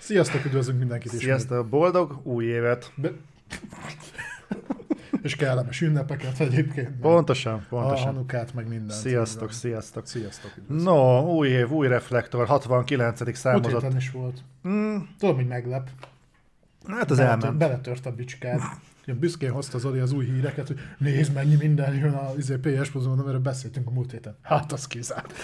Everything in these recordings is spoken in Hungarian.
Sziasztok, üdvözlünk mindenkit is. Sziasztok, boldog új évet! És kellemes ünnepeket egyébként. Pontosan. A Hanukát, meg minden. Sziasztok. No, új év, új reflektor, 69. számozat. Múlt héten is volt. Tudom, hogy meglep. Hát az elment. Beletört a bicskád. Büszkén hozta Zoli az új híreket, hogy nézd, mennyi minden jön a PS Plus-on, mondom, erről beszéltünk a múlt héten. Hát az kizárt.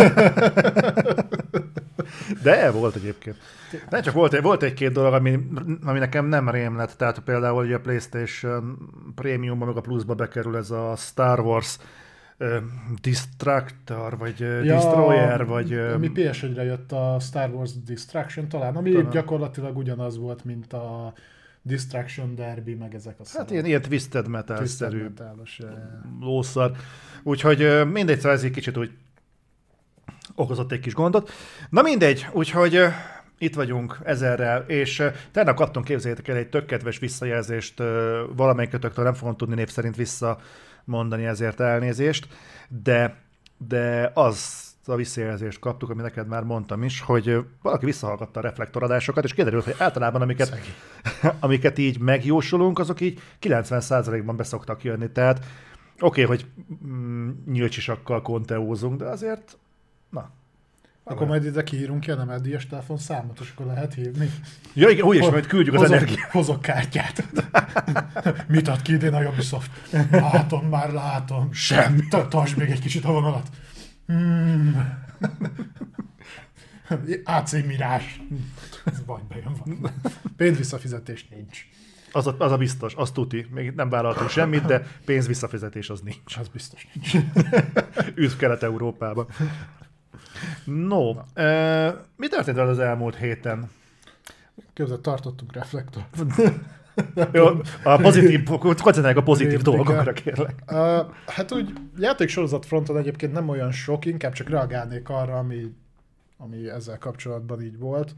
De volt egyébként. De csak volt egy-két dolog, ami nekem nem rém lett. Tehát például hogy a PlayStation Premiumban, meg a Plusba bekerül ez a Star Wars Distractor, vagy Destroyer, vagy... Ami PS1-re jött a Star Wars Distraction talán, ami gyakorlatilag ugyanaz volt, mint a Distraction Derby, meg ezek a szavak. Hát ilyen Twisted Metal-szerű lószar. Úgyhogy mindegy, szóval ez egy kicsit úgy okozott egy kis gondot. Na mindegy, úgyhogy itt vagyunk 1000-rel, és tegnap kaptunk, képzeljétek el, egy tök kedves visszajelzést, valamelyikötöktől nem fogom tudni név szerint visszamondani, ezért elnézést, de az a visszajelzést kaptuk, ami neked már mondtam is, hogy valaki visszahallgatta a reflektoradásokat, és kiderült, hogy általában amiket így megjósolunk, azok így 90%-ban beszoktak jönni. Tehát oké, hogy nyílcsisakkal konteózunk, de azért, na. Akkor majd ide kiírunk ki a nem díjas telefonszámot, és akkor lehet hívni. Ja igen, úgy is, majd küldjük az energiát. Hozok kártyát. Mit ad ki idén a Ubisoft? Látom. Semmi. Tartsd még egy kicsit a vonalat. AC Mirás. Ez vagy bejön van. Pénzvisszafizetés nincs. Az a biztos, az tuti. Még nem vállaltunk semmit, de pénzvisszafizetés az nincs. Az biztos nincs. Üdv Kelet-Európában. No, mi történt az elmúlt héten? Közben tartottunk reflektort. Jó, koncentráljuk a pozitív dolgokra, kérlek. Hát úgy játéksorozat fronton egyébként nem olyan sok, inkább csak reagálnék arra, ami ezzel kapcsolatban így volt.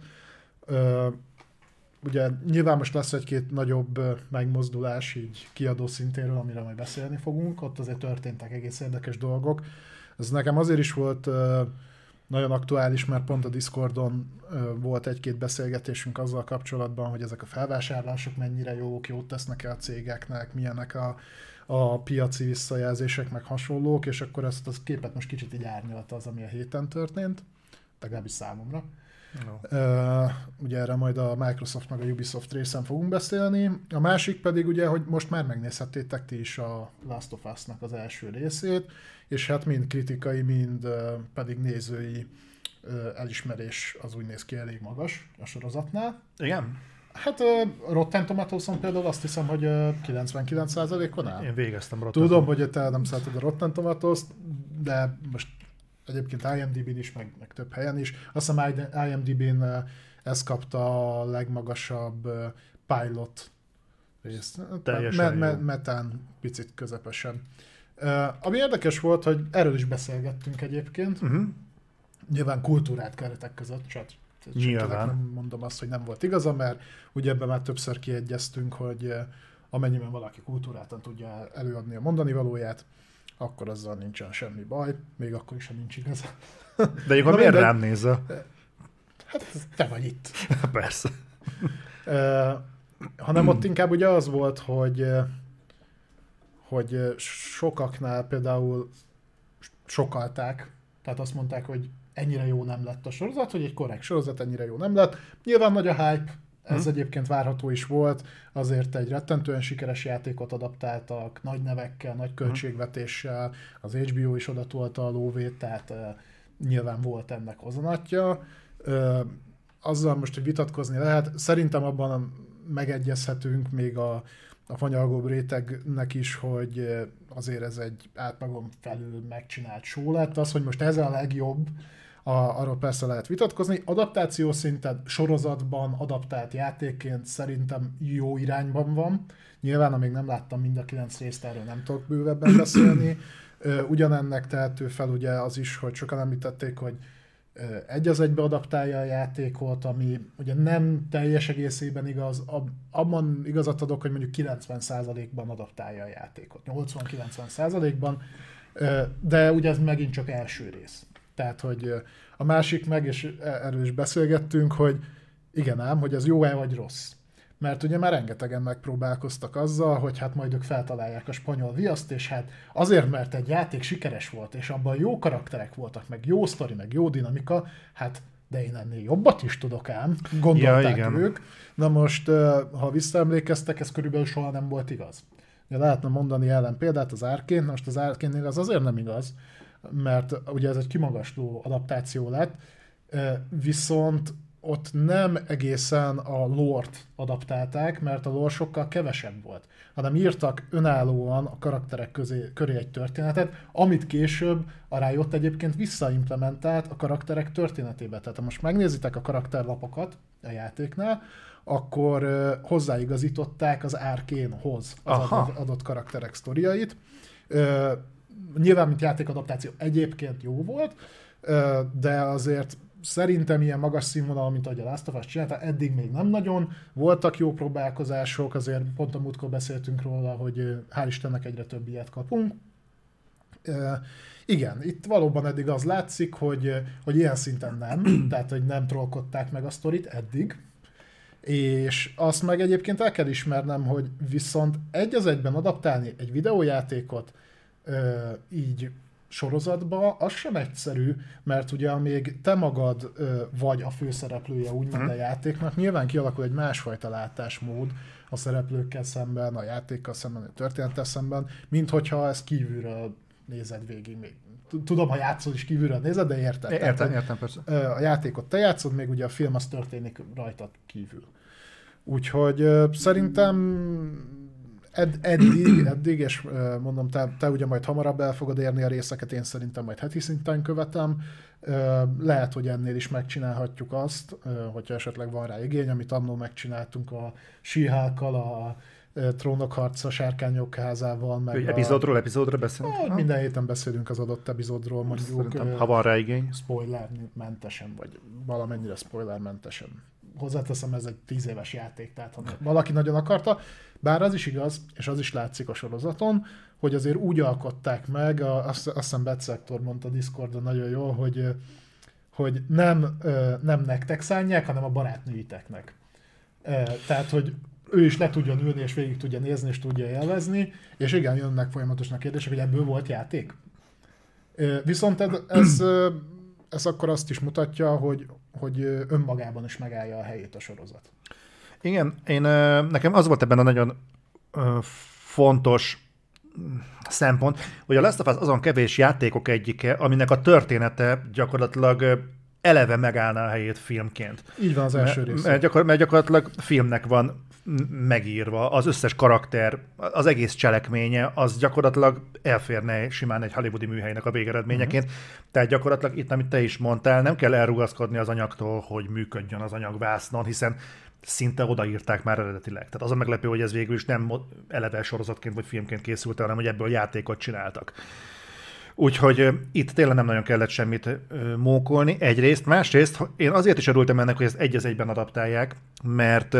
Ugye nyilván most lesz egy-két nagyobb megmozdulás így kiadó szintéről, amire majd beszélni fogunk. Ott azért történtek egész érdekes dolgok. Ez nekem azért is volt nagyon aktuális, mert pont a Discordon volt egy-két beszélgetésünk azzal kapcsolatban, hogy ezek a felvásárlások mennyire jót tesznek el a cégeknek, milyenek a piaci visszajelzések, meg hasonlók, és akkor ezt a képet most kicsit így árnyalta az, ami a héten történt, legalábbis számomra. No. Ugye erre majd a Microsoft meg a Ubisoft részen fogunk beszélni. A másik pedig ugye, hogy most már megnézhettétek ti is a Last of Us-nak az első részét, és hát mind kritikai, mind pedig nézői elismerés az úgy néz ki elég magas a sorozatnál. Igen? Hát Rotten Tomatoes-on például azt hiszem, hogy 99%-on áll. Én végeztem Rotten. Tudom, hogy te nem szereted a Rotten Tomatoes-t, de most egyébként IMDb-n is, meg több helyen is. Azt hiszem IMDb-n ez kapta a legmagasabb pilot részt. Metán picit közepesen. Ami érdekes volt, hogy erről is beszélgettünk egyébként. Nyilván kultúrát keretek között, csak nem mondom azt, hogy nem volt igaza, mert ugye ebben már többször kiegyeztünk, hogy amennyiben valaki kultúrátan tudja előadni a mondani valóját, akkor azzal nincsen semmi baj, még akkor is, ha nincs igaza. De akkor miért rám nézze? Hát te vagy itt. Persze. Hanem ott inkább ugye az volt, hogy sokaknál például sokalták, tehát azt mondták, hogy ennyire jó nem lett a sorozat, hogy egy korrekt sorozat ennyire jó nem lett. Nyilván nagy a hype, ez egyébként várható is volt, azért egy rettentően sikeres játékot adaptáltak, nagy nevekkel, nagy költségvetéssel, az HBO is odatolta a lóvét, tehát nyilván volt ennek hozanatja. Azzal most, hogy vitatkozni lehet, szerintem abban megegyezhetünk még a fanyalgóbb rétegnek is, hogy azért ez egy átlagon felül megcsinált show lett. Az, hogy most ez a legjobb, arról persze lehet vitatkozni. Adaptáció szinten, sorozatban, adaptált játékként szerintem jó irányban van. Nyilván, amíg nem láttam mind a 9 részt, erről nem tudok bővebben beszélni. Ugyanennek tehető fel ugye az is, hogy sokan említették, hogy egy az egybe adaptálja a játékot, ami ugye nem teljes egészében igaz, abban igazat adok, hogy mondjuk 90%-ban adaptálja a játékot, 80-90%-ban, de ugye ez megint csak első rész. Tehát, hogy a másik meg, és erről is beszélgettünk, hogy Igen ám, hogy ez jó-e vagy rossz. Mert ugye már rengetegen megpróbálkoztak azzal, hogy hát majd ők feltalálják a spanyol viaszt, és hát azért, mert egy játék sikeres volt, és abban jó karakterek voltak, meg jó sztori, meg jó dinamika, hát de én ennél jobbat is tudok ám, gondolták ők. Na most, ha visszaemlékeztek, ez körülbelül soha nem volt igaz. Ugye lehetne mondani ellen példát az Arkane, most az Arkane-nél az azért nem igaz, mert ugye ez egy kimagasló adaptáció lett, viszont ott nem egészen a lore-t adaptálták, mert a lore sokkal kevesebb volt, hanem írtak önállóan a karakterek köré egy történetet, amit később a Riot egyébként visszaimplementált a karakterek történetébe. Tehát ha most megnézitek a karakterlapokat a játéknál, akkor hozzáigazították az Arkane-hoz az adott karakterek sztoriait. Nyilván, mint játékadaptáció egyébként jó volt, de azért szerintem ilyen magas színvonal, mint ahogy a Last of Us csinálta, eddig még nem nagyon. Voltak jó próbálkozások, azért pont a múltkor beszéltünk róla, hogy hál' Istennek egyre több ilyet kapunk. Igen, itt valóban eddig az látszik, hogy ilyen szinten nem, tehát hogy nem trollkodták meg a sztorit eddig. És azt meg egyébként el kell ismernem, hogy viszont egy az egyben adaptálni egy videójátékot így sorozatba, az sem egyszerű, mert ugye amíg te magad vagy a főszereplője úgymond a játéknak, nyilván kialakul egy másfajta látásmód a szereplőkkel szemben, a játékkal szemben, a történettel szemben, mint hogyha ezt kívülről nézed végig még. Tudom, ha játszol is kívülről nézed, de érted. Értem, persze. A játékot te játszod, még ugye a film az történik rajtad kívül. Úgyhogy szerintem eddig, és mondom, te ugye majd hamarabb el fogod érni a részeket, én szerintem majd heti szinten követem. Lehet, hogy ennél is megcsinálhatjuk azt, hogyha esetleg van rá igény, amit annól megcsináltunk a She-Hulkkal, a Trónok harca, Sárkányok házával, meg epizódra beszélünk? Minden héten beszélünk az adott epizódról, mondjuk. Ha van rá igény. Spoilermentesen, vagy valamennyire spoilermentesen. Hozzáteszem, ez egy 10 éves játék, tehát ha valaki nagyon akarta, bár az is igaz, és az is látszik a sorozaton, hogy azért úgy alkották meg, azt hiszem Bad Sector mondta Discordon nagyon jól, hogy nem nektek szánják, hanem a barátnőiteknek. Tehát, hogy ő is le tudjon ülni, és végig tudja nézni, és tudja élvezni, és igen, jönnek folyamatosan kérdések, hogy ebből volt játék. Viszont ez akkor azt is mutatja, hogy önmagában is megállja a helyét a sorozat. Igen, nekem az volt ebben a nagyon fontos szempont, hogy a Last of Us azon kevés játékok egyike, aminek a története gyakorlatilag eleve megállná a helyét filmként. Így van az első rész. Mert gyakorlatilag filmnek van megírva, az összes karakter, az egész cselekménye, az gyakorlatilag elférne simán egy hollywoodi műhelynek a végeredményeként. Tehát gyakorlatilag itt, amit te is mondtál, nem kell elrugaszkodni az anyagtól, hogy működjön az anyagvásznon, hiszen szinte odaírták már eredetileg. Tehát az a meglepő, hogy ez végül is nem eleve sorozatként vagy filmként készült, hanem hogy ebből játékot csináltak. Úgyhogy itt tényleg nem nagyon kellett semmit mókolni, egyrészt. Másrészt én azért is örültem ennek, hogy ezt egy az egyben adaptálják, mert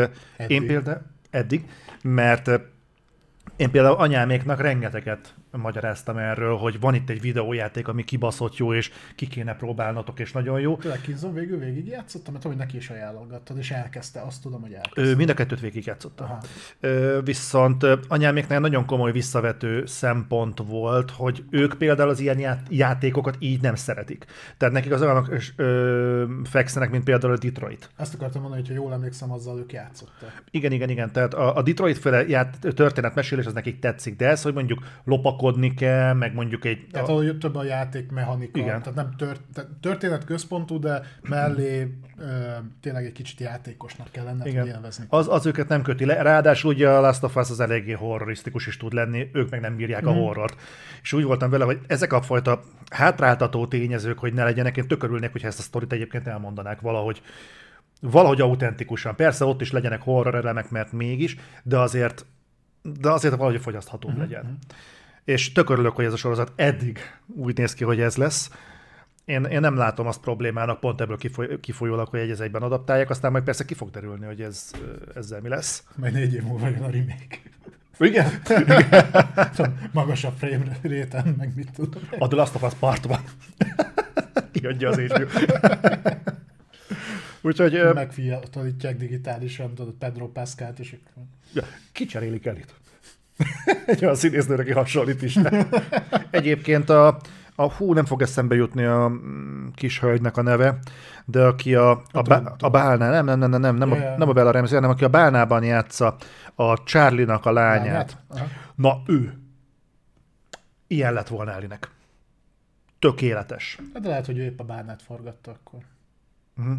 én például anyáméknak rengeteget magyaráztam erről, hogy van itt egy videójáték, ami kibaszott jó, és ki kéne próbálnatok, és nagyon jó. Tényleg Killzone végig játszottam, mert hogy neki is ajánlogattad, és elkezdte, azt tudom, hogy elkezdte. Mind a kettőt végig játszottam. Viszont anyáméknál nagyon komoly visszavető szempont volt, hogy ők például az ilyen játékokat így nem szeretik. Tehát nekik az olyanok fekszenek, mint például a Detroit. Ezt akartam mondani, hogy ha jól emlékszem, azzal ők játszottak. Igen. Tehát a Detroit-féle történetmesélés az nekik tetszik, de ez, hogy mondjuk lopakodni kell, meg mondjuk egy... Tehát ahol több a játékmechanika. Igen. Tehát nem történetközpontú, de mellé tényleg egy kicsit játékosnak kell lenne tudni élvezni. Az őket nem köti le. Ráadásul ugye a Last of Us az eléggé horrorisztikus is tud lenni, ők meg nem bírják a horrort. És úgy voltam vele, hogy ezek a fajta hátráltató tényezők, hogy ne legyenek, én tök örülnék, hogyha ezt a sztorit egyébként elmondanák valahogy autentikusan. Persze ott is legyenek horror elemek, mert mégis, de azért valahogy fogyaszthatóbb legyen. És tök örülök, hogy ez a sorozat eddig úgy néz ki, hogy ez lesz. Én nem látom azt problémának, pont ebből kifolyólag, hogy egy az egyben adaptálják, aztán majd persze ki fog derülni, hogy ezzel mi lesz. Majd 4 év múlva jön a remake. Igen? Magasabb frame rate-en, meg mit tudom. A The Last of Us Part 1. Kiadja az HBO. Úgyhogy... Megfiatalítják digitálisan, tudod, Pedro Pascalt, és... Ja, kicserélik Elit. Egy olyan színésznőre, aki hasonlít is. Egyébként nem fog eszembe jutni a kis hölgynek a neve, de aki a Bálnál, nem a Bella Ramsey, hanem aki a Bálnában játsza a Charlie-nak a lányát. Na ő. Ilyen lett volna Ellie-nek. Tökéletes. De lehet, hogy ő épp a Bálnát forgatta akkor. Uh-huh.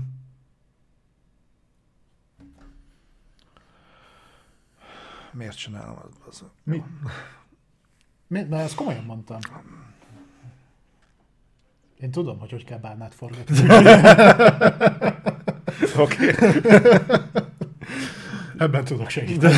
Miért csinálom azt? Mi? Na, ezt komolyan mondtam. Én tudom, hogy kell Bálnát forgatni. Oké. Ebben tudok segíteni.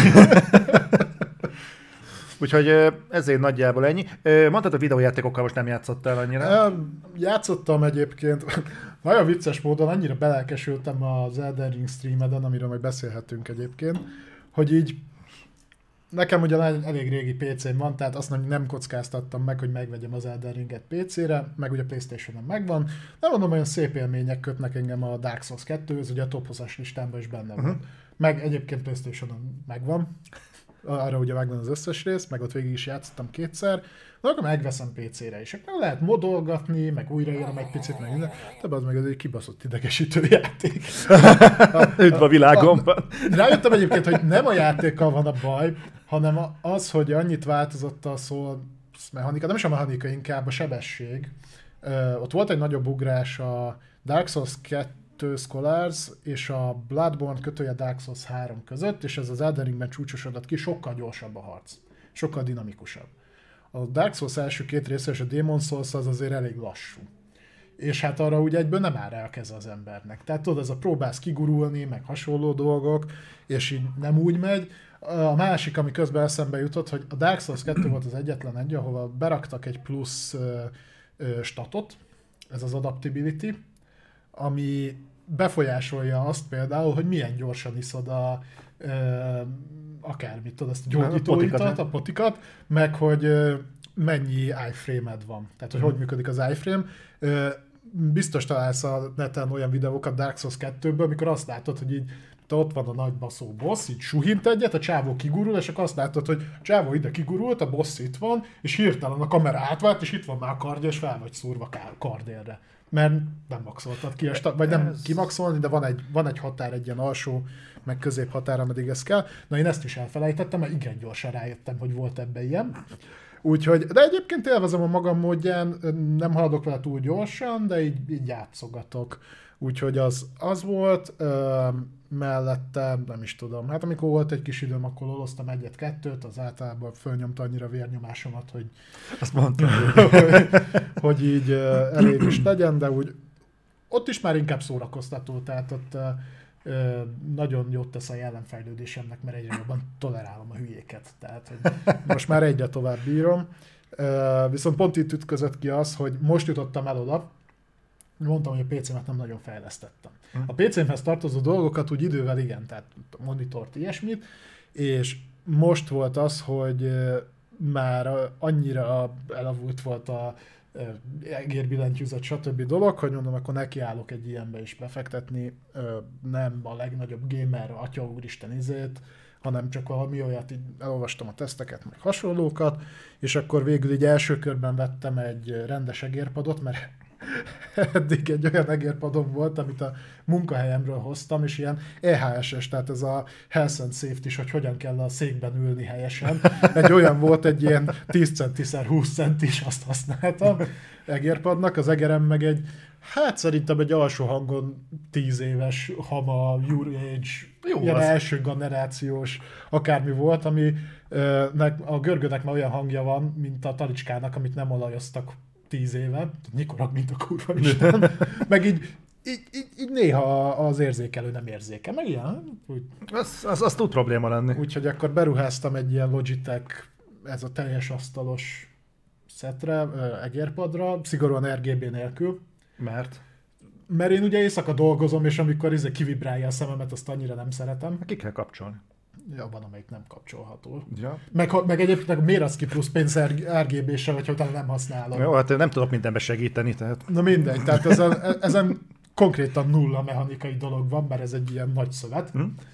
Úgyhogy ezért nagyjából ennyi. Mondtad, a videójátékokkal most nem játszottál annyira? Játszottam egyébként. Nagyon vicces módon annyira belelkesültem az Elden Ring streameden, amiről majd beszélhetünk egyébként, hogy így nekem ugye elég régi PC-m van, tehát azt nem kockáztattam meg, hogy megvegyem az Elden Ringet PC-re, meg ugye PlayStation-on megvan. Nem mondom, olyan szép élmények kötnek engem a Dark Souls 2-höz, ugye a top 20-as listámban is benne van. Meg egyébként PlayStation-on megvan. Arra ugye megvan az összes rész, meg ott végig is játszottam 2-szer, de akkor megveszem PC-re is. Akkor lehet modolgatni, meg újraírom egy picit, meg minden, de az meg az egy kibaszott idegesítő játék. Üdv a világomban! Rájöttem egyébként, hogy nem a játékkal van a baj, hanem az, hogy annyit változott a mechanika, nem is a mechanika, inkább a sebesség. Ott volt egy nagyobb ugrás a Dark Souls 2 Scholars és a Bloodborne / Dark Souls 3 között, és ez az Elden Ringben csúcsosodott ki, sokkal gyorsabb a harc, sokkal dinamikusabb. A Dark Souls első 2 része és a Demon Souls az azért elég lassú. És hát arra úgy egyből nem áll rá a keze az embernek. Tehát tudod, ez a próbálsz kigurulni, meg hasonló dolgok, és így nem úgy megy. A másik, ami közben eszembe jutott, hogy a Dark Souls 2 volt az egyetlen egy, ahova beraktak egy plusz statot, ez az adaptability, ami befolyásolja azt például, hogy milyen gyorsan iszod akármit, tudod, ezt a gyógyítóitat, a potikat, meg hogy mennyi iframe-ed van. Tehát, hogy működik az iframe. Biztos találsz a neten olyan videókat Dark Souls 2-ből, amikor azt látod, hogy így ott van a nagy baszó boss, így suhint egyet, a csávó kigurul, és akkor azt látod, hogy a csávó ide kigurult, a boss itt van, és hirtelen a kamera átvált, és itt van már a kardja, és fel vagy szúrva kardérre. Mert nem maxoltad ki, vagy nem kimaxolni, de van egy határ, egy ilyen alsó, meg közép határ, ameddig ez kell. Na én ezt is elfelejtettem, mert igen gyorsan rájöttem, hogy volt ebben ilyen. Úgyhogy, de egyébként élvezem a magam módján, nem haladok vele túl gyorsan, de így játszogatok. Úgyhogy az volt, mellette nem is tudom. Hát amikor volt egy kis időm, akkor loloztam 1-2, az általában fölnyomta annyira vérnyomásomat, hogy azt mondtam, hogy így elég is legyen, de úgy ott is már inkább szórakoztató, tehát ott nagyon jót tesz a jelenfejlődésemnek, mert egyre jobban tolerálom a hülyéket, tehát hogy most már egyre tovább bírom. Viszont pont itt ütközött ki az, hogy most jutottam el oda, mondtam, hogy a PC-met nem nagyon fejlesztettem. A PC-mhez tartozó dolgokat úgy idővel igen, tehát monitort, ilyesmit, és most volt az, hogy már annyira elavult volt a egérbillentyűzet, stb. Dolog, hogy mondom, akkor nekiállok egy ilyenbe is befektetni, nem a legnagyobb gamer, atya úristen izét, hanem csak valami olyat, így elolvastam a teszteket, meg hasonlókat, és akkor végül így első körben vettem egy rendes egérpadot, mert eddig egy olyan egérpadom volt, amit a munkahelyemről hoztam, és ilyen EHSS, tehát ez a Health and Safety, hogy hogyan kell a székben ülni helyesen. Egy olyan volt, egy ilyen 10 cm 20 centis, azt használtam egérpadnak, az egerem meg egy, hát szerintem egy alsó hangon 10 éves Hama, Age, ilyen első generációs akármi volt, ami a görgőnek már olyan hangja van, mint a talicskának, amit nem olajoztak 10 éve, nyikorag, mint a kurva isten, meg így néha az érzékelő nem érzékel, meg ilyen. Az tud probléma lenni. Úgyhogy akkor beruháztam egy ilyen Logitech, ez a teljes asztalos szetre, egérpadra, szigorúan RGB nélkül. Mert én ugye éjszaka dolgozom, és amikor kivibrálja a szememet, azt annyira nem szeretem. Ki kell kapcsolni. Ja, van, amelyik nem kapcsolható. Ja. Meg egyébként miért az ki plusz pénz RGB-se, vagy utána nem használom. Jó, hát nem tudok mindenben segíteni, tehát... Na mindegy, tehát ezen konkrétan nulla mechanikai dolog van, mert ez egy ilyen nagy szövet.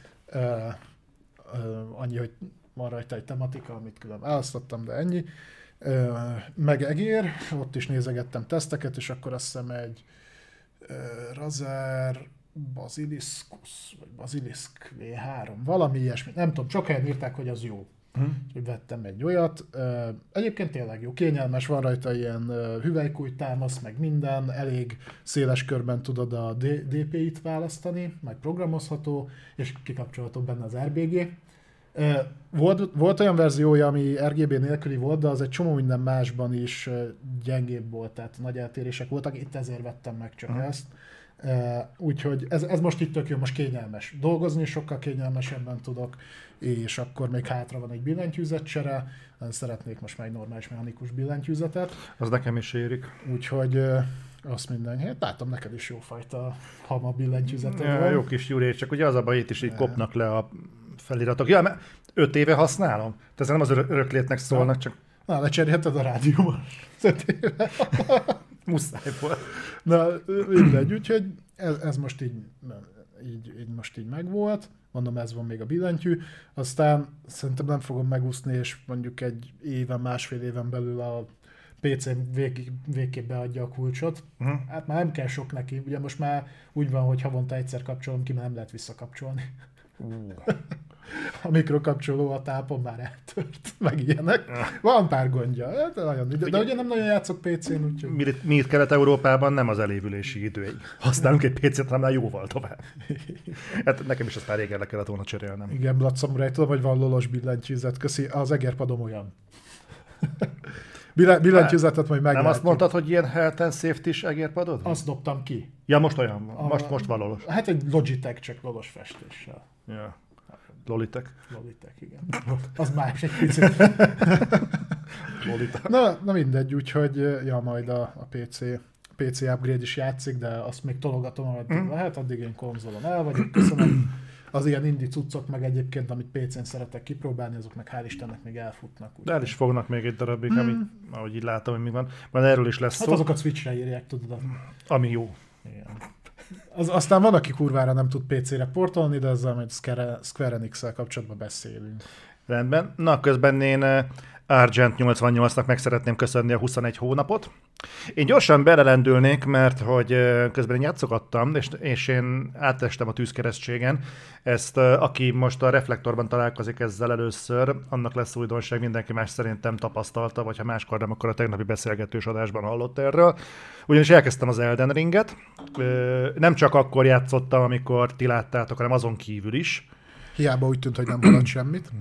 Annyi, hogy van rajta egy tematika, amit külön elosztottam, de ennyi. Meg egér, ott is nézegettem teszteket, és akkor azt hiszem egy Razer Basiliscus, vagy Basilisk V3, valami ilyesmi, nem tudom, csak helyen írták, hogy az jó. Úgyhogy vettem egy olyat. Egyébként tényleg jó, kényelmes, van rajta ilyen hüvelykúj támasz, meg minden, elég széles körben tudod a DPI-t választani, meg programozható, és kikapcsolható benne az RBG. Volt olyan verziója, ami RGB nélküli volt, de az egy csomó minden másban is gyengébb volt, tehát nagy eltérések voltak, itt ezért vettem meg csak ezt. Úgyhogy ez most itt tök jó, most kényelmes. Dolgozni sokkal kényelmesebben tudok, és akkor még hátra van egy billentyűzetcsere, szeretnék most már egy normális mechanikus billentyűzetet. Az nekem is érik. Úgyhogy azt minden, látom neked is jófajta Hama billentyűzeted van. Jó kis Gyuri, csak ugye az a baj, itt is így kopnak le a feliratok. Ja, mert 5 éve használom. Tehát nem az öröklétnek szólnak, csak... Na, lecserélheted a rádiómat 5 éve. Muszáj volt. Na, mindegy, úgyhogy ez most így most így megvolt. Mondom, ez van még a billentyű. Aztán szerintem nem fogom megúszni, és mondjuk egy éven, másfél éven belül a PC-n végképp beadja a kulcsot. Hát már nem kell sok neki. Ugye most már úgy van, hogy havonta egyszer kapcsolom ki, mert nem lehet visszakapcsolni. A mikrokapcsoló a tápon már eltört, meg ilyenek. Van pár gondja, de ugye nem nagyon játszok PC-n, úgyhogy... Mi itt Kelet-Európában nem az elévülési idő. Használunk egy PC-t, hanem már jóval tovább. Hát nekem is azt már régen le kellett volna cserélnem. Igen, Blood Samurai, tudom, hogy van lolos billentyűzet, köszi, az egerpadom olyan. Billentyűzetet majd meglátjuk. Nem azt mondtad, hogy ilyen health and safety-s egérpadod? Azt dobtam ki. Ja, most olyan van. Most van lolos. Hát egy Logitech, csak lolos festéssel. Ja. Lolitek, igen. Az más egy picit. Na mindegy, úgyhogy majd a PC upgrade is játszik, de azt még tologatom, ameddig lehet, addig én konzolon el vagyok. Köszönöm. Az ilyen indie cuccok, meg egyébként, amit PC-n szeretek kipróbálni, azok meg hál' Istennek még elfutnak. De el is fognak még egy darabig, ami, ahogy így látom, hogy mi van. Majd erről is lesz szó. Hát azokat Switchre írják, tudod. Ami jó. Igen. Aztán van, aki kurvára nem tud PC-re portolni, de ezzel majd Square Enix-szel kapcsolatban beszélünk. Rendben. Na, közben én Argent 88-nak meg szeretném köszönni a 21 hónapot. Én gyorsan belelendülnék, mert hogy közben én játszogattam, és én átestem a tűzkeresztségen. Ezt, aki most a Reflektorban találkozik ezzel először, annak lesz újdonság, mindenki más szerintem tapasztalta, vagy ha máskor nem, akkor a tegnapi beszélgetős adásban hallott erről. Ugyanis elkezdtem az Elden Ringet. Nem csak akkor játszottam, amikor ti láttátok, hanem azon kívül is. Hiába úgy tűnt, hogy nem hallott semmit.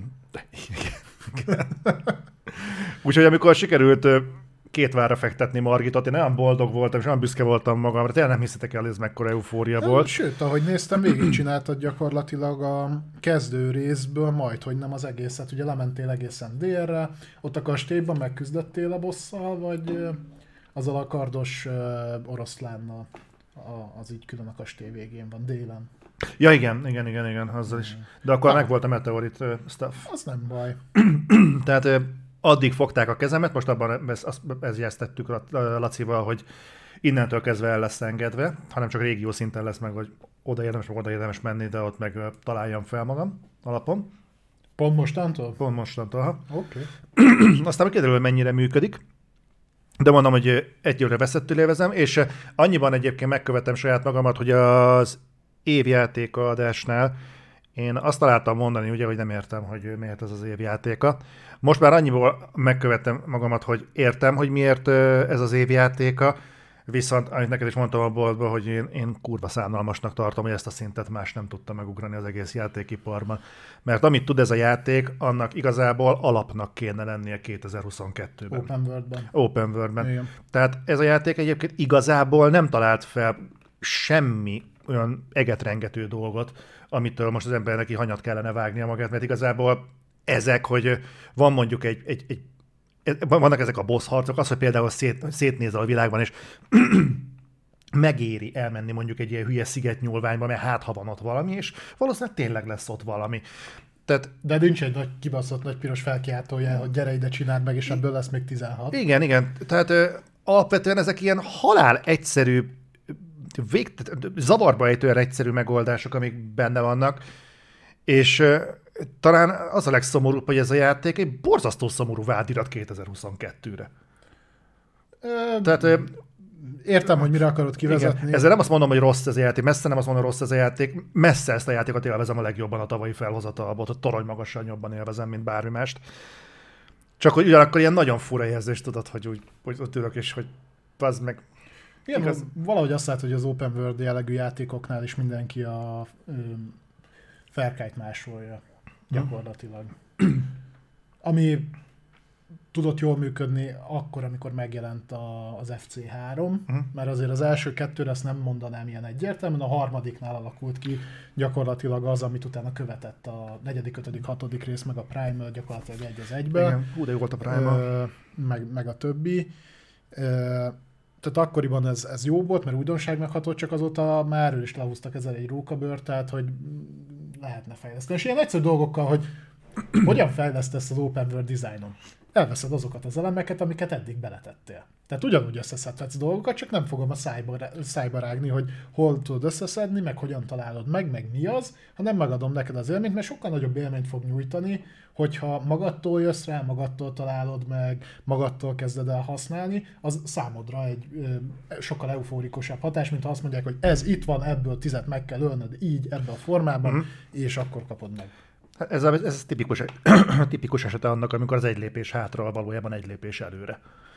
Úgyhogy amikor sikerült 2 várra fektetni Margitot, én olyan boldog voltam, és olyan büszke voltam magamra, tényleg nem hiszitek el, ez mekkora eufória volt. Sőt, ahogy néztem, végigcsináltad gyakorlatilag a kezdő részből, majd, hogy nem az egészet. Ugye lementél egészen délre, ott a kastélyban megküzdöttél a bosszal, vagy azzal a kardos oroszlánnal, az így külön a kastély végén van, délen. Ja, igen, azzal is. De akkor meg volt a meteorit stuff. Az nem baj. Tehát addig fogták a kezemet, most abban ezjeztettük Lacival, hogy innentől kezdve el lesz engedve, hanem csak régió szinten lesz meg, hogy oda érdemes menni, de ott meg találjam fel magam alapon. Pont mostantól? Pont mostantól, ha. Oké. Aztán kiderül, hogy mennyire működik. De mondom, hogy egyőre veszettül élvezem, és annyiban egyébként megkövetem saját magamat, hogy az évjátékadásnál én azt találtam mondani, ugye, hogy nem értem, hogy miért ez az évjátéka. Most már annyiból megkövettem magamat, hogy értem, hogy miért ez az évjátéka, viszont, amit neked is mondtam a boltban, hogy én kurva szánalmasnak tartom, hogy ezt a szintet más nem tudta megugrani az egész játékiparban. Mert amit tud ez a játék, annak igazából alapnak kéne lennie 2022-ben. Open Worldben. Igen. Tehát ez a játék egyébként igazából nem talált fel semmi olyan egetrengető dolgot, amitől most az embernek ki hanyat kellene vágnia magát, mert igazából ezek, hogy van mondjuk vannak ezek a boss harcok, az, hogy például szétnézel a világban, és megéri elmenni mondjuk egy ilyen hülye szigetnyúlványba, mert hát ha van ott valami, és valószínűleg tényleg lesz ott valami. De nincs egy nagy kibaszott nagy piros felkiáltójel, hogy gyere ide, csináld meg, és ebből lesz még 16. Igen. Tehát alapvetően ezek ilyen halál egyszerű zavarba ejtően egyszerű megoldások, amik benne vannak, és talán az a legszomorúbb, hogy ez a játék egy borzasztó szomorú vádirat 2022-re. Tehát értem, hogy mire akarod kivezetni. Igen. Ezzel nem azt mondom, hogy rossz ez a játék, messze nem azt mondom, hogy rossz ez a játék, messze ezt a játékot élvezem a legjobban a tavalyi felhozatalból, a torony magasan jobban élvezem, mint bármi mást. Csak hogy ugyanakkor ilyen nagyon fura érzést tudod, hogy úgy hogy ott ülök, és hogy pazd meg. Igen, valahogy azt látod, hogy az open world jellegű játékoknál is mindenki a Far-Cryt másolja gyakorlatilag. Ami tudott jól működni akkor, amikor megjelent az FC3, mert azért az első kettőre ezt nem mondanám ilyen egyértelműen, a harmadiknál alakult ki gyakorlatilag az, amit utána követett a 4., 5., 6. rész, meg a Prime gyakorlatilag egy az egybe. Igen, de jó volt a Prime. Meg a többi. Tehát akkoriban ez jó volt, mert újdonságnak hatott, csak azóta már erről is lehúztak ezzel egy rókabőrt, tehát hogy lehetne fejleszteni. És ilyen egyszerű dolgokkal, hogy hogyan fejlesztesz az open world designon. Elveszed azokat az elemeket, amiket eddig beletettél. Tehát ugyanúgy összeszedhetsz dolgokat, csak nem fogom a szájba rágni, hogy hol tudod összeszedni, meg hogyan találod meg mi az, hanem megadom neked az élményt, mert sokkal nagyobb élményt fog nyújtani, hogyha magadtól jössz rá, magadtól találod meg, magadtól kezded el használni, az számodra egy sokkal euforikusabb hatás, mint ha azt mondják, hogy ez itt van, ebből 10 meg kell ölnöd így, ebben a formában, és akkor kapod meg. Ez tipikus esete annak, amikor az egy lépés hátra, valójában egy lépés előre.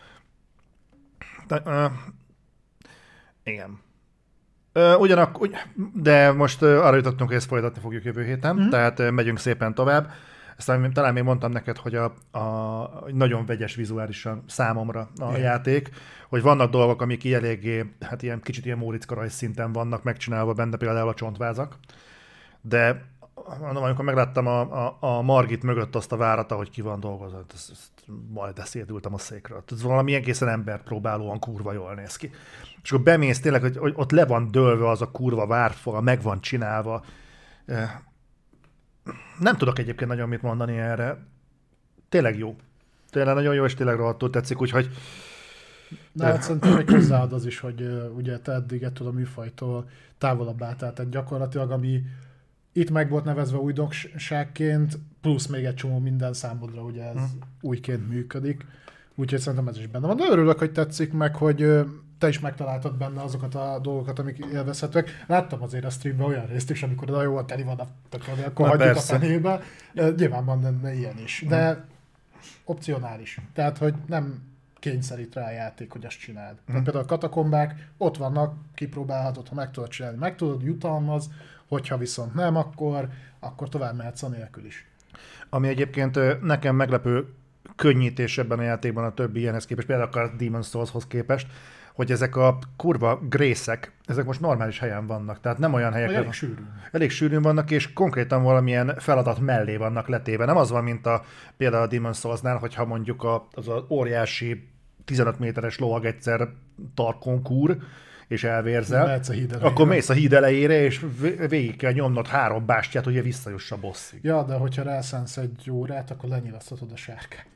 Igen. Ugyanakkor, de most arra jutottunk, hogy ezt folytatni fogjuk jövő héten, tehát megyünk szépen tovább. Aztán talán még mondtam neked, hogy a nagyon vegyes vizuálisan számomra a játék, hogy vannak dolgok, amik eléggé, hát ilyen kicsit ilyen Móriczka rajz szinten vannak megcsinálva benne, például a csontvázak. De amikor megláttam a Margit mögött azt a várat, ahogy ki van dolgozott, majd szédültem a székről. Ez valami egészen embert próbálóan kurva jól néz ki. És akkor bemész tényleg, hogy ott le van dőlve az a kurva várfal, meg van csinálva. Nem tudok egyébként nagyon mit mondani erre. Tényleg jó. Tényleg nagyon jó, és tényleg rohadtul tetszik, úgyhogy... Na, hát szerintem még hozzáad az is, hogy ugye te eddig ettől a műfajtól távolabb álltál, tehát gyakorlatilag ami itt meg volt nevezve újdonságként, plusz még egy csomó minden számodra, ugye ez újként működik. Úgyhogy szerintem ez is benne van. De örülök, hogy tetszik meg, hogy te is megtaláltad benne azokat a dolgokat, amik élvezhetőek. Láttam azért a streamben olyan részt is, amikor nagyon jól teli van a tökölni, akkor hagyjuk persze a fenébe. Nyilván van benne ilyen is. De opcionális. Tehát, hogy nem kényszerít rá a játék, hogy ezt csináld. Tehát például a katakombák ott vannak, kipróbálhatod, ha meg tudod csinálni. Meg tudod, jutalmaz, hogyha viszont nem, akkor tovább mehetsz a nélkül is. Ami egyébként nekem meglepő könnyítés ebben a játékban a többi ilyenhez képest, például a Demon's Souls-hoz képest, hogy ezek a kurva grészek, ezek most normális helyen vannak, tehát nem olyan helyek. Elég sűrűn vannak, és konkrétan valamilyen feladat mellé vannak letéve. Nem az van, mint például a Demon's Souls-nál, hogyha mondjuk az óriási 15 méteres lovag egyszer tarkon kúr, és elvérzel, akkor mész a híd elejére, és végig kell nyomnod 3 bástyát, hogy visszajuss a bosszig. Ja, de hogyha rászánsz egy órát, akkor lenyilaszthatod a sárkányt.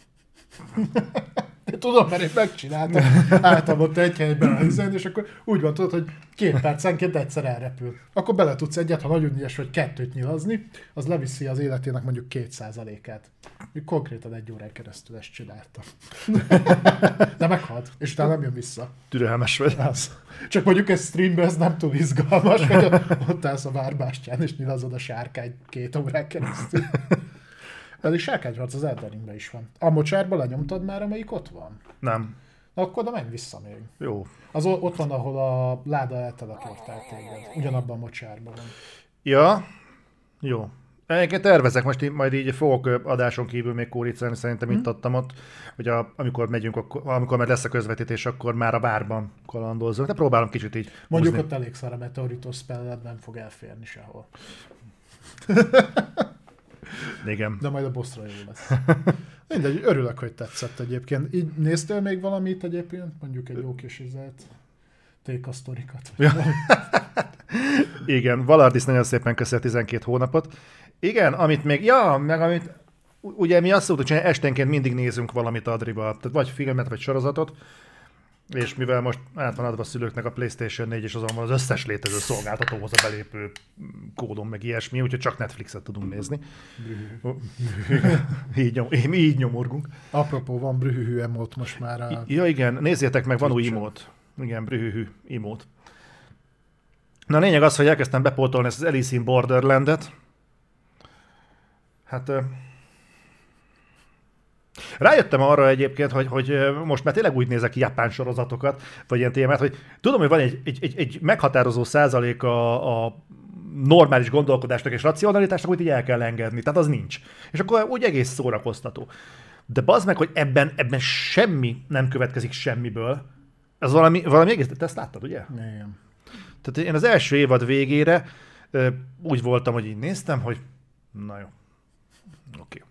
Tudom, mert én megcsináltam. Álltam ott egy helyben a hizen, és akkor úgy van, tudod, hogy 2 percenként egyszer elrepül. Akkor bele tudsz egyet, ha nagyon ügyes vagy 2 nyilazni, az leviszi az életének mondjuk 2%-át. Konkrétan 1 órán keresztül ezt csináltam. De meghalt, és utána nem jön vissza. Türelmes vagy. Az. Csak mondjuk egy streamben ez nem túl izgalmas, hogy ott állsz a várbástyán, és nyilazod a sárkány 2 órán keresztül. Pedig sárkányharc az Elden Ringben is van. A mocsárban lenyomtad már, amelyik ott van? Nem. Akkor de menj vissza még. Jó. Az ott van, ahol a láda elteleportált téged. Ugyanabban a mocsárban van. Ja, jó. Egyébként tervezek, most majd így fogok adáson kívül még kóricálni, szerintem itt adtam ott, hogy amikor megyünk, amikor már lesz a közvetítés, akkor már a bárban kalandozunk. De próbálom kicsit így mondjuk húzni. Ott elég szar a meteoritos spelled, nem fog elférni sehol. Igen. De majd a bossra jó lesz. Mindegy, örülök, hogy tetszett egyébként. Így néztél még valamit egyébként? Mondjuk egy jó kis tékasztorikat? Ja. Igen, Valardis nagyon szépen köszi a 12 hónapot. Igen, amit még, amit ugye mi azt szoktuk csinálni, esténként mindig nézünk valamit Adriba, tehát vagy filmet, vagy sorozatot. és mivel most át van adva a szülőknek a PlayStation 4, és azon van az összes létező szolgáltatóhoz a belépő kódon, meg ilyesmi, úgyhogy csak Netflixet tudunk nézni. így nyomorgunk. Apropó, van brühühű emót most már. Ja igen, nézzétek meg, van új emót. Igen, brühühű emót. Na a lényeg az, hogy elkezdtem bepótolni ezt az Alice in Borderlandet. Hát... Rájöttem arra egyébként, hogy most már tényleg úgy nézek ki japán sorozatokat, vagy ilyen témát, hogy tudom, hogy van egy meghatározó százalék a normális gondolkodásnak és racionalitásnak, hogy így el kell engedni. Tehát az nincs. És akkor úgy egész szórakoztató. De bazd meg, hogy ebben semmi nem következik semmiből. Ez valami egész... Te ezt láttad, ugye? Igen. Tehát én az első évad végére úgy voltam, hogy így néztem, hogy na jó. Oké.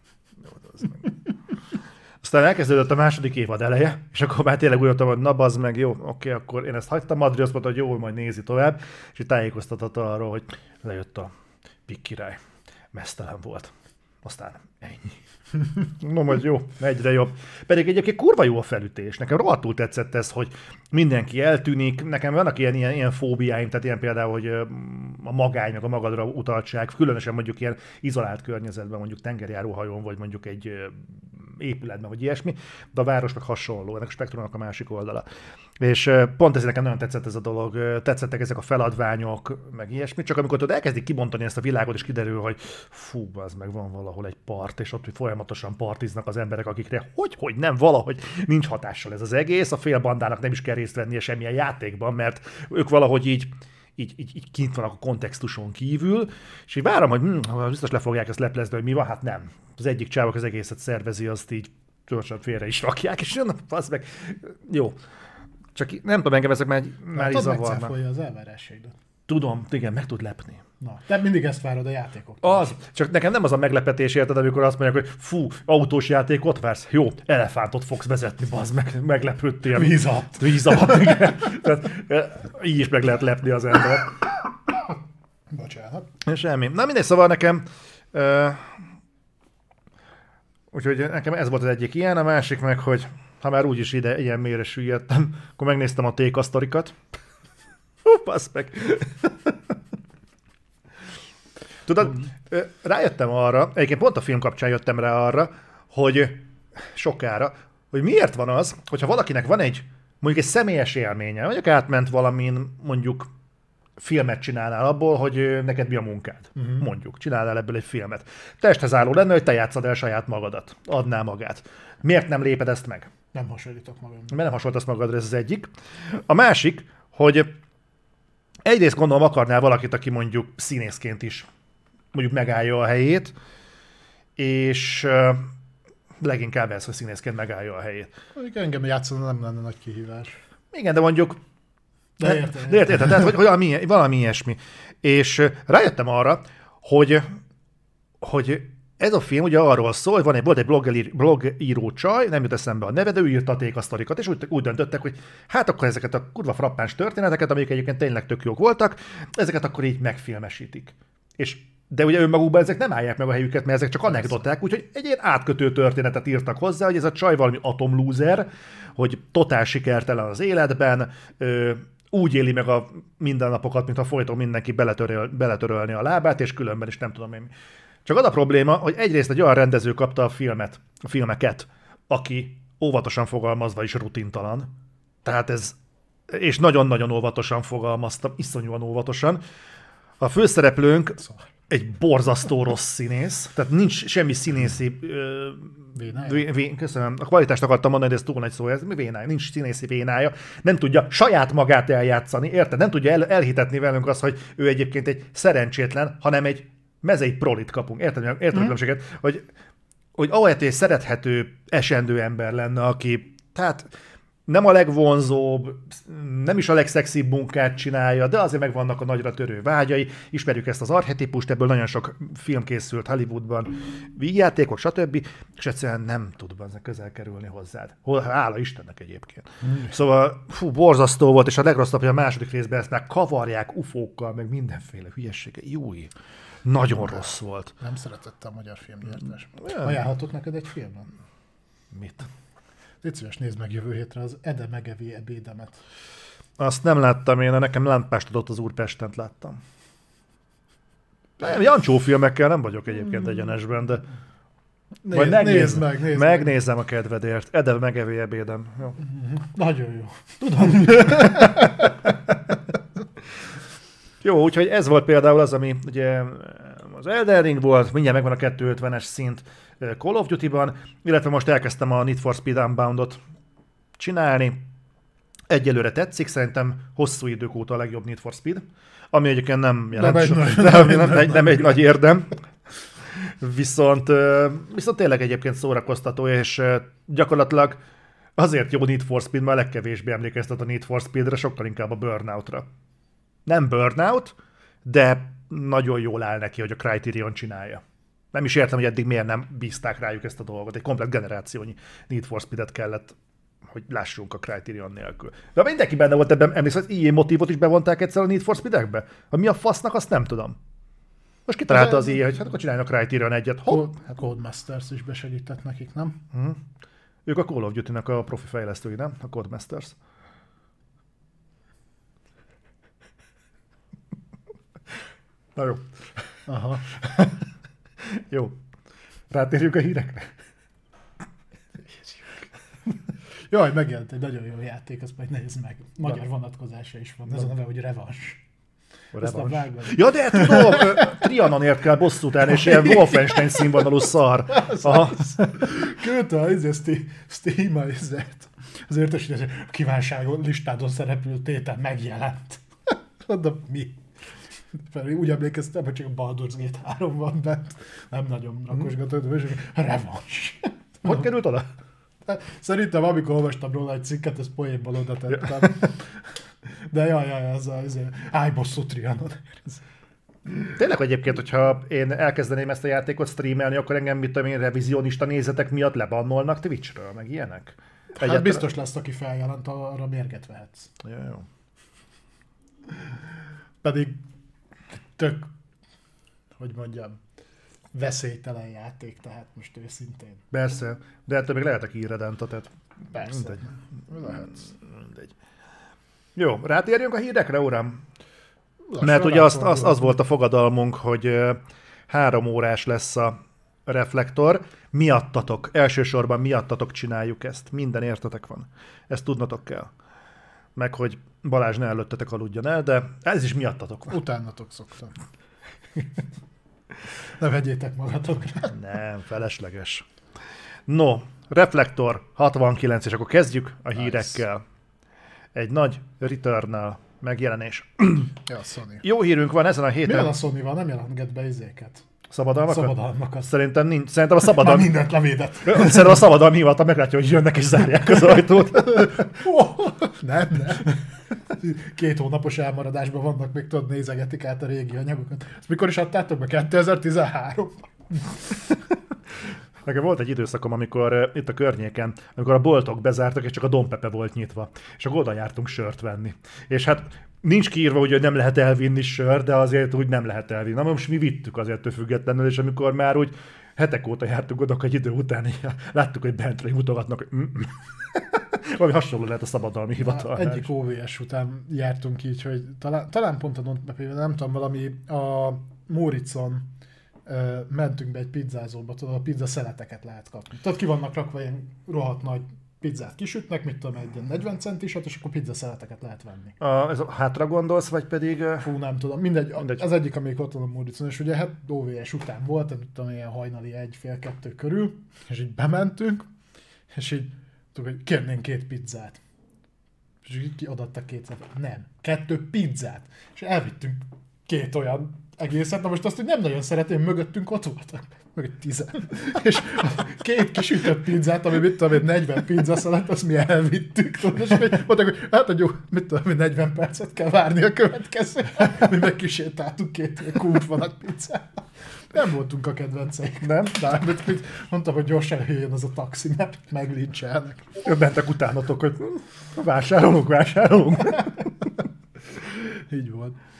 Aztán elkezdődött a második évad eleje, és akkor már tényleg úgy voltam, hogy na bazd meg, jó, oké, akkor én ezt hagytam, Madri azt mondta, hogy jó, majd nézi tovább, és így tájékoztatott arról, hogy lejött a Pik király. Meztelen volt. Aztán ennyi. No, majd jó, egyre jobb. Pedig egyébként kurva jó a felütés. Nekem rohadtul tetszett ez, hogy mindenki eltűnik. Nekem vannak ilyen fóbiáim, tehát ilyen például, hogy a magány, meg a magadra utaltság, különösen mondjuk ilyen izolált környezetben, mondjuk tengerjáróhajón, vagy mondjuk egy épületben, vagy ilyesmi, de a város meg hasonló, ennek a spektrumnak a másik oldala. És pont ez nekem nagyon tetszett ez a dolog, tetszettek ezek a feladványok, meg ilyesmi, csak amikor tudod elkezdik kibontani ezt a világot, és kiderül, hogy fú, az meg van valahol egy part, és ott folyamatosan partiznak az emberek, akikre hogy nem, valahogy nincs hatással ez az egész, a fél bandának nem is kell részt vennie semmilyen játékban, mert ők valahogy így kint vannak a kontextuson kívül, és így várom, hogy biztos le fogják ezt leplezni, hogy mi van, hát nem. Az egyik csávok az egészet szervezi, azt így gyorsan félre is rakják, és jönnek, fasz meg. Jó. Csak nem tudom, engem ezek már így zavarnak. Megcáfolja az elvárásaidat. Tudom, igen, meg tud lepni. Na, te mindig ezt várod a játékoktól. Az, csak nekem nem az a meglepetés, érted, amikor azt mondják, hogy fú, autós játékot vársz? Jó, elefántot fogsz vezetni, bazd meg, meglepődtél. Víz alatt, igen. Tehát, így is meg lehet lepni az ember. Bocsánat. Semmi. Na mindegy, szóval nekem... úgyhogy nekem ez volt az egyik ilyen, a másik meg, hogy ha már úgyis ilyen mélyre süllyedtem, akkor megnéztem a tékasztorikat. Basz meg. Tudod, rájöttem arra, egyébként pont a film kapcsán jöttem rá arra, hogy sokára, hogy miért van az, hogyha valakinek van mondjuk egy személyes élménye, mondjuk átment valamin, mondjuk filmet csinálnál abból, hogy neked mi a munkád. Mondjuk, csinálnál ebből egy filmet. Testhez álló lenne, hogy te játszad el saját magadat. Adná magát. Miért nem léped ezt meg? Nem hasonlítok magamra. Mert nem hasonlítasz magadra, ez az egyik. A másik, hogy egyrészt gondolom akarnál valakit, aki mondjuk színészként is mondjuk megállja a helyét, és leginkább ez, hogy színészként megállja a helyét. Mondjuk engem játszani nem lenne nagy kihívás. Igen, de mondjuk De érted, tehát hogy valami ilyesmi. És rájöttem arra, hogy ez a film ugye arról szól, hogy volt egy blogíró csaj, nem jut eszembe a neve, de ő írta a tékasztorikat, és úgy döntöttek, hogy hát akkor ezeket a kurva frappáns történeteket, amik egyébként tényleg tök jók voltak, ezeket akkor így megfilmesítik. De ugye önmagukban ezek nem állják meg a helyüket, mert ezek csak anekdoták, úgyhogy egy ilyen átkötő történetet írtak hozzá, hogy ez a csaj valami atomlúzer, hogy totál sikertelen az életben, úgy éli meg a mindennapokat, mintha folyton mindenki beletörölni a lábát, és különben is nem tudom én. Csak az a probléma, hogy egyrészt egy olyan rendező kapta a filmeket, aki óvatosan fogalmazva is rutintalan. Tehát ez, és nagyon-nagyon óvatosan fogalmaztam, iszonyúan óvatosan. A főszereplőnk egy borzasztó rossz színész, tehát nincs semmi színészi... Köszönöm. A kvalitást akartam mondani, de ez túl nagy szó, ez vénája, nincs színészi vénája, nem tudja saját magát eljátszani, érted? Nem tudja elhitetni velünk azt, hogy ő egyébként egy szerencsétlen, hanem egy mezei prolit kapunk. Érted a különbséget? Hogy ahelyett egy szerethető, esendő ember lenne, aki tehát nem a legvonzóbb, nem is a legszexibb munkát csinálja, de azért megvannak a nagyra törő vágyai, ismerjük ezt az archetipust, ebből nagyon sok film készült Hollywoodban, vígjátékok, stb. És egyszerűen nem tud közel kerülni hozzád. Hála Istennek egyébként. Szóval borzasztó volt, és a legrosszabb, hogy a második részben ezt már kavarják ufókkal, meg mindenféle hülyessége. Júj, nagyon rossz volt. Nem szeretette a magyar filmgyártás. Ajánlhatott neked egy filmet? Mit? Légy szíves, nézd meg jövő hétre az Ede megevi ebédemet. Azt nem láttam én, nekem lámpást adott az Úrpestent, láttam. Jancsó filmekkel nem vagyok egyébként egyenesben, de majd megnézem a kedvedért. Ede megevi ebédem. Jó. Nagyon jó. Tudom. Jó, úgyhogy ez volt például az, ami ugye az Elden Ring volt, mindjárt megvan a 250-es szint Call of Duty-ban, illetve most elkezdtem a Need for Speed Unbound-ot csinálni. Egyelőre tetszik, szerintem hosszú idők óta a legjobb Need for Speed, ami egyébként nem jelent nem egy nagy érdem. Viszont tényleg egyébként szórakoztató, és gyakorlatilag azért jó Need for Speed, mert a legkevésbé emlékeztet a Need for Speedre, sokkal inkább a Burnout-ra. Nem Burnout, de nagyon jól áll neki, hogy a Criterion csinálja. Nem is értem, hogy eddig miért nem bízták rájuk ezt a dolgot. Egy komplet generációnyi Need for Speed-et kellett, hogy lássunk a Criterion nélkül. De mindenki benne volt ebben, emlékszel, hogy ilyen motívot is bevonták egyszer a Need for Speed-ekbe? Mi a fasznak, azt nem tudom. Most kitalálta az ilyen, hogy hát akkor csináljanak Criterion egyet. Codemasters is besegített nekik, nem? Ők a Call of Duty-nak a profi fejlesztői, nem? A Codemasters. Na jó. Aha. Jó. Rátérjünk a hírekre. Jaj, megjelent egy nagyon jó játék, azt majd nézd meg. Magyar vonatkozása is van. Ez a neve, hogy Revans. Ja, de tudom, Trianonért kell bosszút állni, és ilyen Wolfenstein színvonalú szar. Küldte a Steam az értesítés, a kívánságon listádon szereplő tétel megjelent. Mondom, mi? Úgy emlékeztem, hogy csak a Baldur's Gate 3 van bent. Nem nagyon rakosgatott, és Revans. Hogy került oda? Szerintem, amikor olvastam róla egy cikket, ezt poénból oda tettem. De jaj, ez ájbosszú Trianon. Tényleg egyébként, hogyha én elkezdeném ezt a játékot streamelni, akkor engem, mit tudom én, revizionista nézetek miatt lebannolnak Twitchről, meg ilyenek? Hát biztos lesz, aki feljelent, arra mérget vehetsz. Ja, jó. Pedig tök, hogy mondjam, veszélytelen játék, tehát most őszintén. Persze, de ettől még lehetek irredenta, tehát persze. Mindegy. Jó, rátérjünk a hírekre, uram? Mert ugye az volt a fogadalmunk, hogy 3 órás lesz a reflektor. Miattatok, elsősorban miattatok csináljuk ezt. Minden értetek van. Ezt tudnatok kell. Meg, hogy Balázs ne előttetek aludjon el, de ez is miattatok van. Utánatok szoktam. Ne vegyétek magatokra. Nem, felesleges. No, reflektor 69, és akkor kezdjük a hírekkel. Egy nagy Returnal megjelenés. Ja, Sony. Jó hírünk van ezen a héten. Mi van a Sony-val? Nem jelentget be izéket? Szabadalmakat? Szerintem nincs. Szerintem a szabadalom... Már mindent levédett. Szerintem a szabadalmi hivatal meglátja, hogy jönnek és zárják az ajtót. Nem. 2 hónapos elmaradásban vannak, még tudod, nézegetik át a régi anyagokat. Ezt mikor is adtátok be? 2013? Nekem volt egy időszakom, amikor itt a környéken, amikor a boltok bezártak, és csak a Don Pepe volt nyitva. És akkor oda jártunk sört venni. És hát nincs kiírva, hogy nem lehet elvinni sör, de azért úgy nem lehet elvinni. Na most mi vittük azért függetlenül, és amikor már úgy hetek óta jártunk oda, egy idő után láttuk, hogy bentről mutogatnak, hogy valami hasonló lehet a szabadalmi hivatal. Egyik OVS után jártunk így, hogy talán pont a Don Pepe, nem tudom, valami a Móriczon mentünk be egy pizzázóba, tudod, a pizza szeleteket lehet kapni. Tehát ki vannak rakva ilyen rohadt nagy pizzát kisütnek, mit tudom, egy 40 centisat, és akkor pizza szeleteket lehet venni. Ez a hátra gondolsz, vagy pedig... Fú, nem tudom, mindegy. Az egyik, amelyik ott van a Móriczon, és ugye hát OVS után volt, nem tudom, ilyen hajnali 1-fél-2 körül, és így bementünk, és így tudjuk, hogy kérnénk 2 pizzát. És így kiadattak 2 nem, 2 pizzát. És elvittünk 2 olyan egészet, na most azt, hogy nem nagyon szeretném, mögöttünk ott voltak. Mögött 10. És 2 kisütött pizzát, ami mit tudom, 40 pizzaszelet, azt mi elvittük. Tudod, és mondták, hogy hát jó, mit tudom, 40 percet kell várni a következő. Mi meg kisétáltunk 2 kultvanat pizzát. Nem voltunk a kedvenceik, nem? De mondtam, hogy gyorsan jöjjön az a taxi, mert meglincselnek. Bentek utánatok, hogy vásárolunk. Így volt.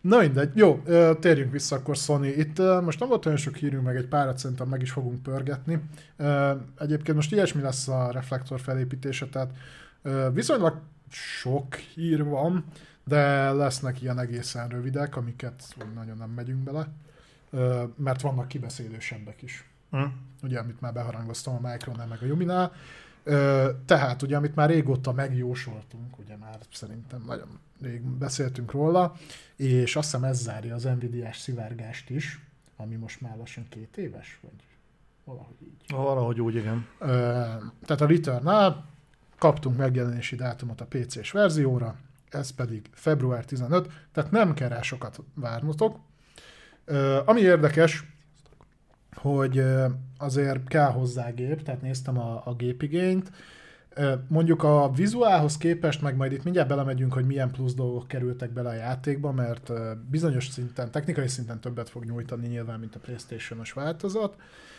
Na mindegy, jó, térjünk vissza akkor Sony. Itt most nem volt olyan sok hírünk, meg egy párat szerintem meg is fogunk pörgetni. Egyébként most ilyesmi lesz a reflektor felépítése, tehát viszonylag sok hír van, de lesznek ilyen egészen rövidek, amiket nagyon nem megyünk bele, mert vannak kibeszélősebbek is. Ugye, amit már beharangoztam a Micronál meg a Yuminál. Tehát ugye, amit már régóta megjósoltunk, ugye már szerintem nagyon rég beszéltünk róla, és azt hiszem ez zárja az Nvidia-s szivárgást is, ami most már lassan 2 éves, vagy valahogy így. Valahogy úgy, igen. Tehát a Return-nál kaptunk megjelenési dátumot a PC-s verzióra, ez pedig február 15, tehát nem kell rá sokat várnotok. Ami érdekes, hogy azért kell hozzá gép, tehát néztem a gépigényt. Mondjuk a vizuálhoz képest, meg majd itt mindjárt belemegyünk, hogy milyen plusz dolgok kerültek bele a játékba, mert bizonyos szinten, technikai szinten többet fog nyújtani nyilván, mint a PlayStation-os változat.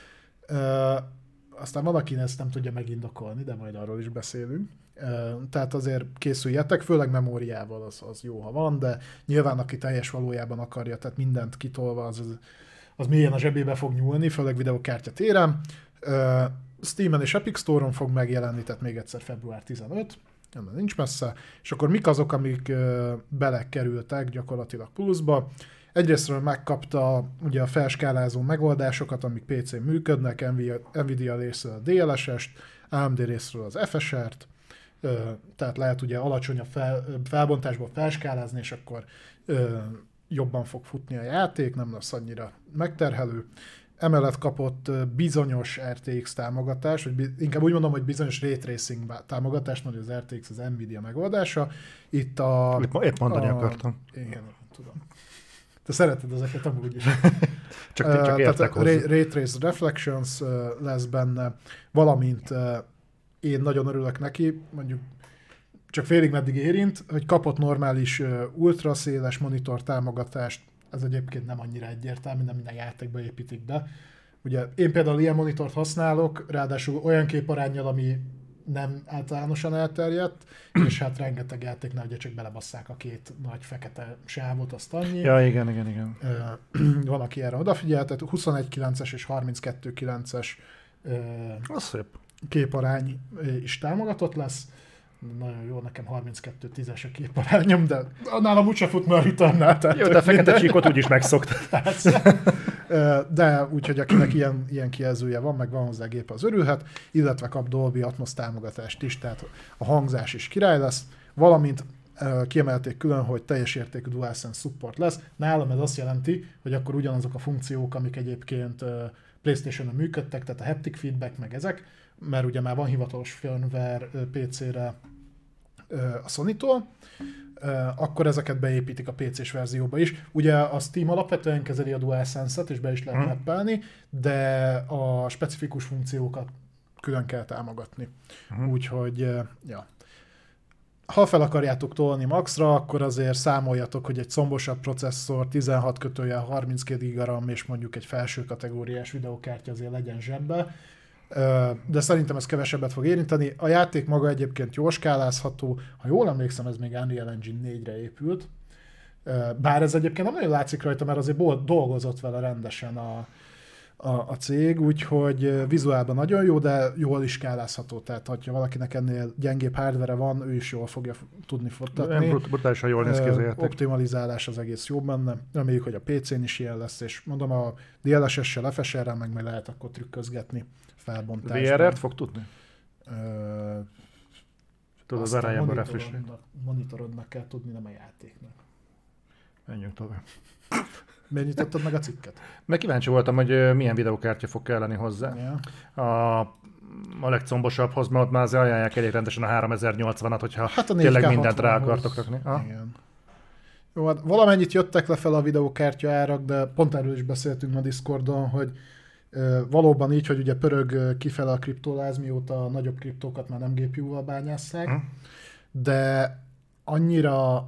Aztán valaki ezt nem tudja megindokolni, de majd arról is beszélünk. Tehát azért készüljetek, főleg memóriával az jó, ha van, de nyilván aki teljes valójában akarja, tehát mindent kitolva, az mélyen a zsebébe fog nyúlni, főleg videokártya téren. Steamen és Epic Store-on fog megjelenni, tehát még egyszer február 15, nincs messze. És akkor mik azok, amik belekerültek gyakorlatilag pluszba? Egyrésztről megkapta ugye a felskálázó megoldásokat, amik PC-n működnek, Nvidia részről a DLSS-t, AMD részről az FSR-t, tehát lehet ugye alacsonyabb felbontásból felskálázni, és akkor jobban fog futni a játék, nem lesz annyira megterhelő. Emellett kapott bizonyos RTX támogatást, vagy inkább úgy mondom, hogy bizonyos Ray Tracing támogatást, mert az RTX az Nvidia megoldása. Itt épp mondani akartam. Igen, tudom. Te szereted ezeket amúgy is. csak értek hozzá. Ray Trace Reflections lesz benne, valamint én nagyon örülök neki, mondjuk csak félig meddig érint, hogy kapott normális ultraszéles monitor támogatást, ez egyébként nem annyira egyértelmű, nem minden játékba építik be. Ugye én például ilyen monitort használok, ráadásul olyan képaránnyal, ami nem általánosan elterjedt, és hát rengeteg játéknál ugye csak belebasszák a 2 nagy fekete sávot, azt annyi. Ja, igen. Van, aki erre odafigyel, tehát 21.9-es és 32.9-es képarány is támogatott lesz. Nagyon jó, nekem 32-10-es a képarányom, de nálam úgyse fut már Return-nál. Jó, de a fekete csíkot úgyis megszokta. De úgyhogy akinek ilyen kijelzője van, meg van hozzá gépe, az örülhet, illetve kap Dolby Atmos támogatást is, tehát a hangzás is király lesz, valamint kiemelték külön, hogy teljes értékű DualSense support lesz. Nálam ez azt jelenti, hogy akkor ugyanazok a funkciók, amik egyébként PlayStation-on működtek, tehát a haptic feedback, meg ezek, mert ugye már van hivatalos firmware PC-re a Sony-tól, akkor ezeket beépítik a PC-s verzióba is. Ugye a Steam alapvetően kezeli a DualSense-et, és be is lehet mappelni, de a specifikus funkciókat külön kell támogatni. Úgyhogy, ja. Ha fel akarjátok tolni maxra, akkor azért számoljatok, hogy egy combosabb processzor, 16/32 GB RAM és mondjuk egy felső kategóriás videokártya azért legyen zsebbe. De szerintem ez kevesebbet fog érinteni. A játék maga egyébként jól skálázható, ha jól emlékszem, ez még Unreal Engine 4-re épült. Bár ez egyébként nem nagyon látszik rajta, mert azért dolgozott vele rendesen a cég, úgyhogy vizuálban nagyon jó, de jól is skálázható. Tehát, ha valakinek ennél gyengébb hardware van, ő is jól fogja tudni futtatni. Brutálisan jól néz ki az játék. Optimalizálás az egész jó benne. Reméljük, hogy a PC-n is ilyen lesz, és mondom, a DLSS-sel, FSR-rel meg lehet akkor trükközgetni felbontásban. VRR-t fog tudni? Tudod, az arányában refresh. Monitorodnak kell tudni, nem a játéknak. Menjünk tovább. Miért nyitottad meg a cikket? Meg kíváncsi voltam, hogy milyen videokártya fog kelleni hozzá. Yeah. A legcombosabbhoz, mert ott már azért ajánlják elég rendesen a 3080-at, hogyha hát tényleg mindent rá akartok rakni. Igen. Jó, hát valamennyit jöttek le fel a videokártya árak, de pont erről is beszéltünk a Discordon, hogy valóban így, hogy ugye pörög kifele a kriptoláz, mióta a nagyobb kriptókat már nem GPU-val bányásszák, de annyira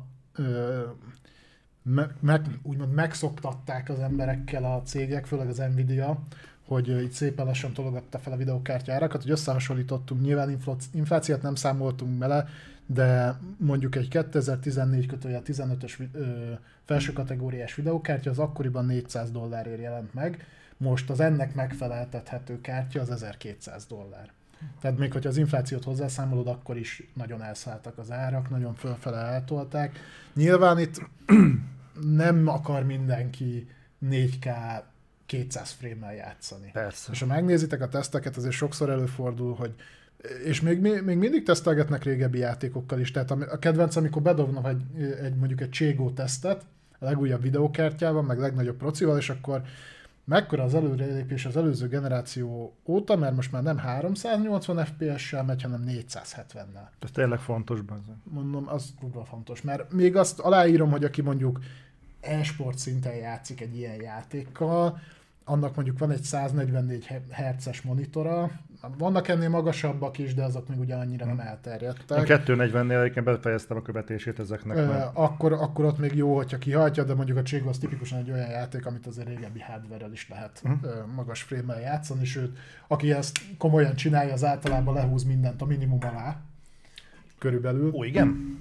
úgymond megszoktatták az emberekkel a cégek, főleg az Nvidia, hogy itt szépen lassan tologatta fel a videokártya árakat, hogy összehasonlítottunk, nyilván inflációt nem számoltunk bele, de mondjuk egy 2014-15-ös felső kategóriás videokártya az akkoriban $400 jelent meg, most az ennek megfeleltethető kártya az $1200. Tehát még hogyha az inflációt hozzászámolod, akkor is nagyon elszálltak az árak, nagyon fölfele eltolták. Nyilván itt nem akar mindenki 4K 200 frame-mel játszani. Persze. És ha megnézitek a teszteket, azért sokszor előfordul, hogy és még mindig tesztelgetnek régebbi játékokkal is. Tehát a kedvenc, amikor bedobnak mondjuk egy Cségó tesztet, a legújabb videókártyával, meg legnagyobb procival, és akkor mekkora az előrelépés az előző generáció óta, mert most már nem 380 FPS-sel megy, hanem 470-nel. Ez tényleg fontos benne. Mondom, az kurva fontos, mert még azt aláírom, hogy aki mondjuk e-sport szinten játszik egy ilyen játékkal, annak mondjuk van egy 144 Hz-es monitora, vannak ennél magasabbak is, de azok még ugye annyira nem elterjedtek. A 240-nél egyébként befejeztem a követését ezeknek. Akkor ott még jó, hogyha kihajtja, de mondjuk a Cségó az tipikusan egy olyan játék, amit azért régebbi hardware-rel is lehet magas frame-mel játszani, sőt, aki ezt komolyan csinálja, az általában lehúz mindent a minimum alá. Körülbelül. Ó, igen?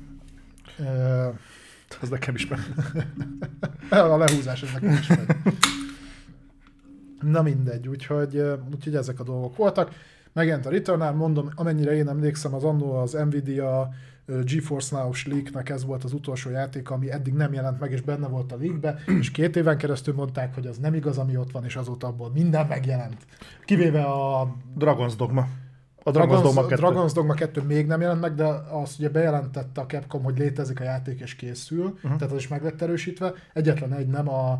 Az nekem is megy. A lehúzás ez nekem is megy. Na mindegy, úgyhogy ezek a dolgok voltak. Megjelent a Returnal, mondom, amennyire én emlékszem, az annó az Nvidia GeForce Now-s leaknek ez volt az utolsó játék, ami eddig nem jelent meg, és benne volt a leakbe, és 2 éven keresztül mondták, hogy az nem igaz, ami ott van, és azóta abból minden megjelent. Kivéve a Dragon's Dogma. A Dragon's Dogma 2 még nem jelent meg, de azt ugye bejelentette a Capcom, hogy létezik a játék és készül, tehát az is meg lett erősítve. Egyetlen egy nem, a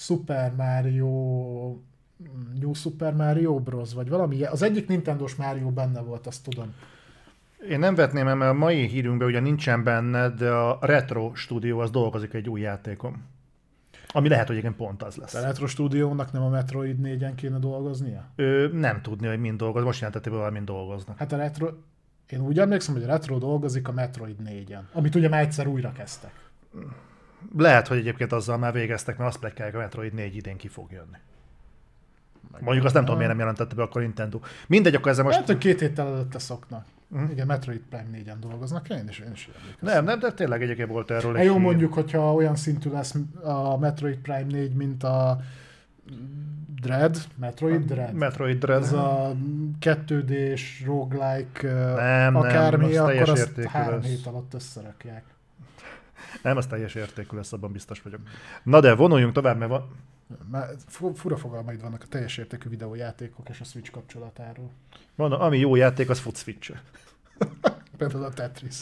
New Super Mario Bros. Vagy valami, az egyik Nintendo-s Mario benne volt, azt tudom. Én nem vetném el, mert a mai hírünkben ugye nincsen benne, de a Retro Studio az dolgozik egy új játékon. Ami lehet, hogy igen pont az lesz. A Retro Studiónak nem a Metroid 4-en kéne dolgoznia? Nem tudni, hogy mind dolgoz. Most jelenteti be, mind dolgoznak. Hát a Retro... Én úgy emlékszem, hogy a Retro dolgozik a Metroid 4-en, amit ugye már egyszer újra kezdtek. Lehet, hogy egyébként azzal már végeztek, mert azt pletykálják, a Metroid 4 idén ki fog jönni. Mondjuk azt nem tudom, miért nem jelentette be akkor Nintendo. Mindegy, akkor ezzel most... Hát, hogy 2 héttel előtte szoknak. Igen, Metroid Prime 4-en dolgoznak, én is emlékeztem. Nem, de tényleg egyébként volt erről egy jó, mondjuk, hogyha olyan szintű lesz a Metroid Prime 4, mint a Metroid Dread. Ez a 2D-s roguelike akármi, akkor azt 3 hét alatt összerakják. Nem, az teljes értékű lesz, abban biztos vagyok. Na de vonuljunk tovább, mert van... Fura fogalmaid vannak a teljes értékű videójátékok és a Switch kapcsolatáról. Mondom, ami jó játék, az fut Switch-e. Például a Tetris.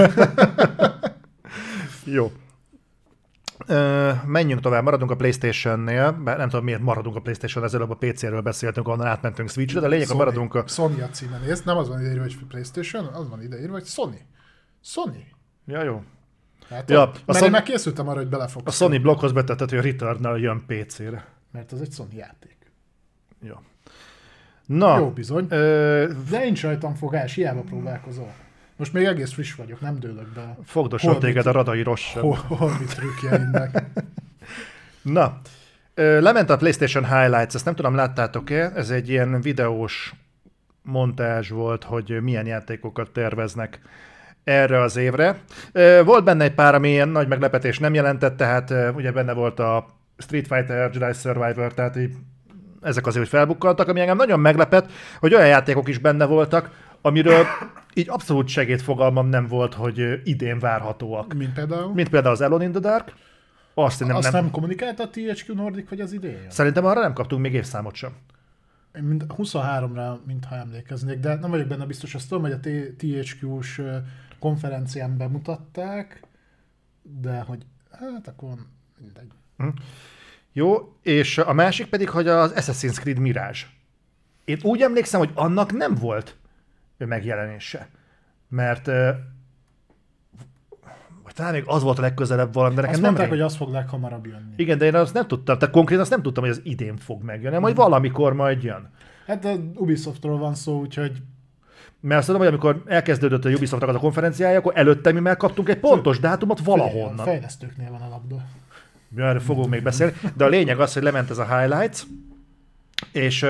Jó. Menjünk tovább, maradunk a PlayStation-nél, bár nem tudom miért maradunk a PlayStation, ezzel a PC-ről beszéltünk, onnan átmentünk Switch-re, de lényeg, hogy maradunk a... Sony a címen nézd, nem az van ideírva, hogy PlayStation, az van ideírva, hogy Sony. Ja, jó. Hát ja, mert én már készültem arra, hogy belefogsz. A Sony blokkhoz betetett, hogy a Returnal jön PC-re. Mert az egy Sony játék. Ja. Na. Jó bizony. De nincs rajtam fogás, hiába próbálkozol. Most még egész friss vagyok, nem dőlök be. Fogdosson téged a radai rosszabb. Holmi trükkjeimnek. Na. Lement a PlayStation Highlights, ezt nem tudom, láttátok-e? Ez egy ilyen videós montázs volt, hogy milyen játékokat terveznek erre az évre. Volt benne egy pár, ami ilyen nagy meglepetés nem jelentett, tehát ugye benne volt a Street Fighter, Jedi Survivor, tehát így ezek azért felbukkantak, ami engem nagyon meglepett, hogy olyan játékok is benne voltak, amiről így abszolút segédfogalmam nem volt, hogy idén várhatóak. Mint például? Mint például az Alone in the Dark. Azt nem kommunikálta a THQ Nordic, hogy az idén jön? Szerintem arra nem kaptunk még évszámot sem. 23-ra, mintha emlékeznék, de nem vagyok benne biztos, azt tudom, hogy a THQ-s konferencián bemutatták, de hogy hát akkor mindegy. Jó, és a másik pedig, hogy az Assassin's Creed Mirage. Én úgy emlékszem, hogy annak nem volt megjelenése. Mert talán még az volt a legközelebb valami, de nekem azt nem mondták, hogy az fog leghamarabb jönni. Igen, de én azt nem tudtam, tehát konkrétan azt nem tudtam, hogy az idén fog megjönni, majd valamikor majd jön. Hát a Ubisoftról van szó, úgyhogy... Mert azt tudom, hogy amikor elkezdődött a Ubisoftnak az a konferenciája, akkor előtte mi megkaptunk egy pontos dátumot valahonnan. A fejlesztőknél van a labda. Erről fogunk még beszélni, de a lényeg az, hogy lement ez a Highlights, És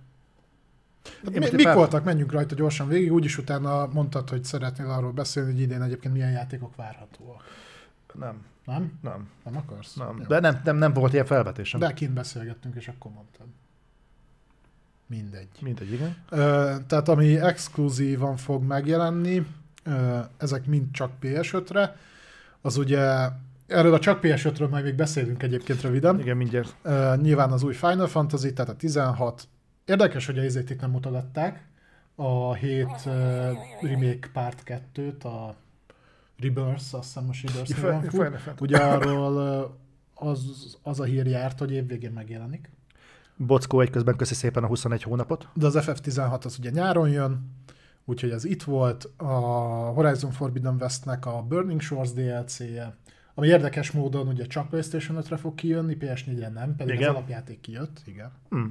mik voltak? Menjünk rajta gyorsan végig, úgyis utána mondtad, hogy szeretnél arról beszélni, hogy idén egyébként milyen játékok várhatóak. Nem. Nem? Nem. Nem akarsz? Nem. De nem volt ilyen felvetésem. De kint beszélgettünk, és akkor mondtad. Mindegy, igen. Tehát ami exkluzívan fog megjelenni, ezek mind csak PS5-re, az ugye, erről a csak PS5-ről majd még beszélünk egyébként röviden. Igen, mindjárt. Nyilván az új Final Fantasy, tehát a 16. Érdekes, hogy a izét itt nem mutogatták. A 7 Remake Part 2-t, a Rebirth, azt hiszem most Rebirth van. Ugye arról az a hír járt, hogy évvégén megjelenik. Bockó egyközben köszi szépen a 21 hónapot. De az FF16 az ugye nyáron jön, úgyhogy ez itt volt. A Horizon Forbidden Westnek a Burning Shores DLC-je, ami érdekes módon ugye csak PlayStation 5-re fog kijönni, PS4-re nem, pedig igen. Az alapjáték kijött, igen.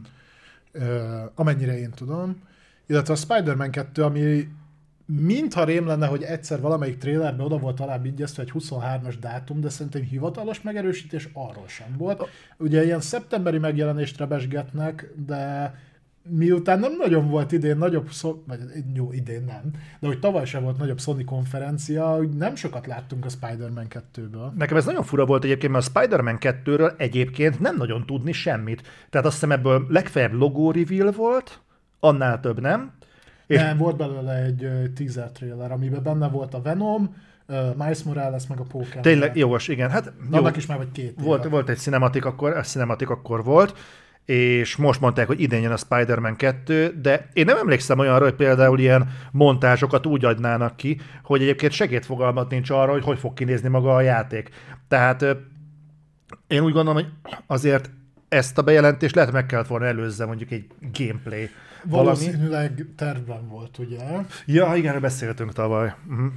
Amennyire én tudom. Illetve a Spider-Man 2, ami mintha rém lenne, hogy egyszer valamelyik trailerben oda volt talán vigyeztve egy 23-as dátum, de szerintem hivatalos megerősítés arról sem volt. Ugye ilyen szeptemberi megjelenést rebesgetnek, de miután nem nagyon volt idén nagyobb, vagy jó, idén nem, de hogy tavaly sem volt nagyobb Sony konferencia, hogy nem sokat láttunk a Spider-Man 2-ből. Nekem ez nagyon fura volt egyébként, mert a Spider-Man 2-ről egyébként nem nagyon tudni semmit. Tehát azt hiszem ebből legfeljebb logo reveal volt, annál több nem. És nem, volt belőle egy teaser trailer, amiben benne volt a Venom, Miles Morales meg a Pokémon. Tényleg, jogos, igen. Hát, jó. Annak is már vagy 2 éve. Volt egy cinematic akkor volt, és most mondták, hogy idén jön a Spider-Man 2, de én nem emlékszem olyanra, hogy például ilyen montázsokat úgy adnának ki, hogy egyébként segédfogalmat nincs arra, hogy fog kinézni maga a játék. Tehát én úgy gondolom, hogy azért ezt a bejelentést lehet meg kellett volna előzze mondjuk egy gameplay. Valószínűleg tervben volt, ugye? Ja, igen, beszéltünk tavaly.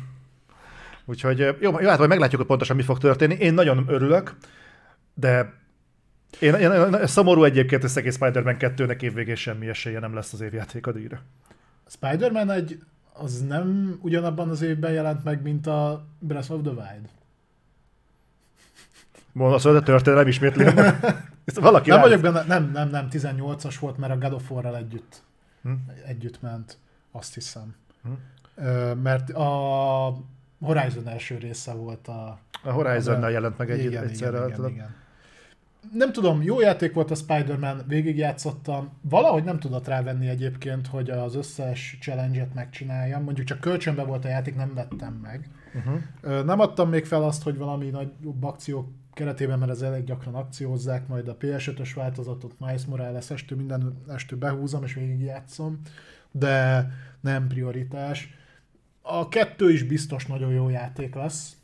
Úgyhogy jó, hát majd meglátjuk, hogy pontosan mi fog történni. Én nagyon örülök, de én szomorú egyébként, hogy szegény Spider-Man 2-nek évvégén semmi esélye nem lesz az évjáték a díjra. Spider-Man az nem ugyanabban az évben jelent meg, mint a Breath of the Wild. Mondasz, hogy a történelem ismétli. Valaki nem vagyok benne, nem, 18-as volt, mert a God of War-ral együtt ment, azt hiszem. Mert a Horizon első része volt a Horizonnal jelent meg egyszerre. Igen. Nem tudom, jó játék volt a Spider-Man, végigjátszottam. Valahogy nem tudott rávenni egyébként, hogy az összes challenge-et megcsináljam. Mondjuk csak kölcsönbe volt a játék, nem vettem meg. Nem adtam még fel azt, hogy valami nagyobb akció keretében, mert ez elég gyakran akciózzák, majd a PS5-ös változatot, Miles Morales minden estő behúzom és végigjátszom, de nem prioritás. A 2 is biztos nagyon jó játék lesz,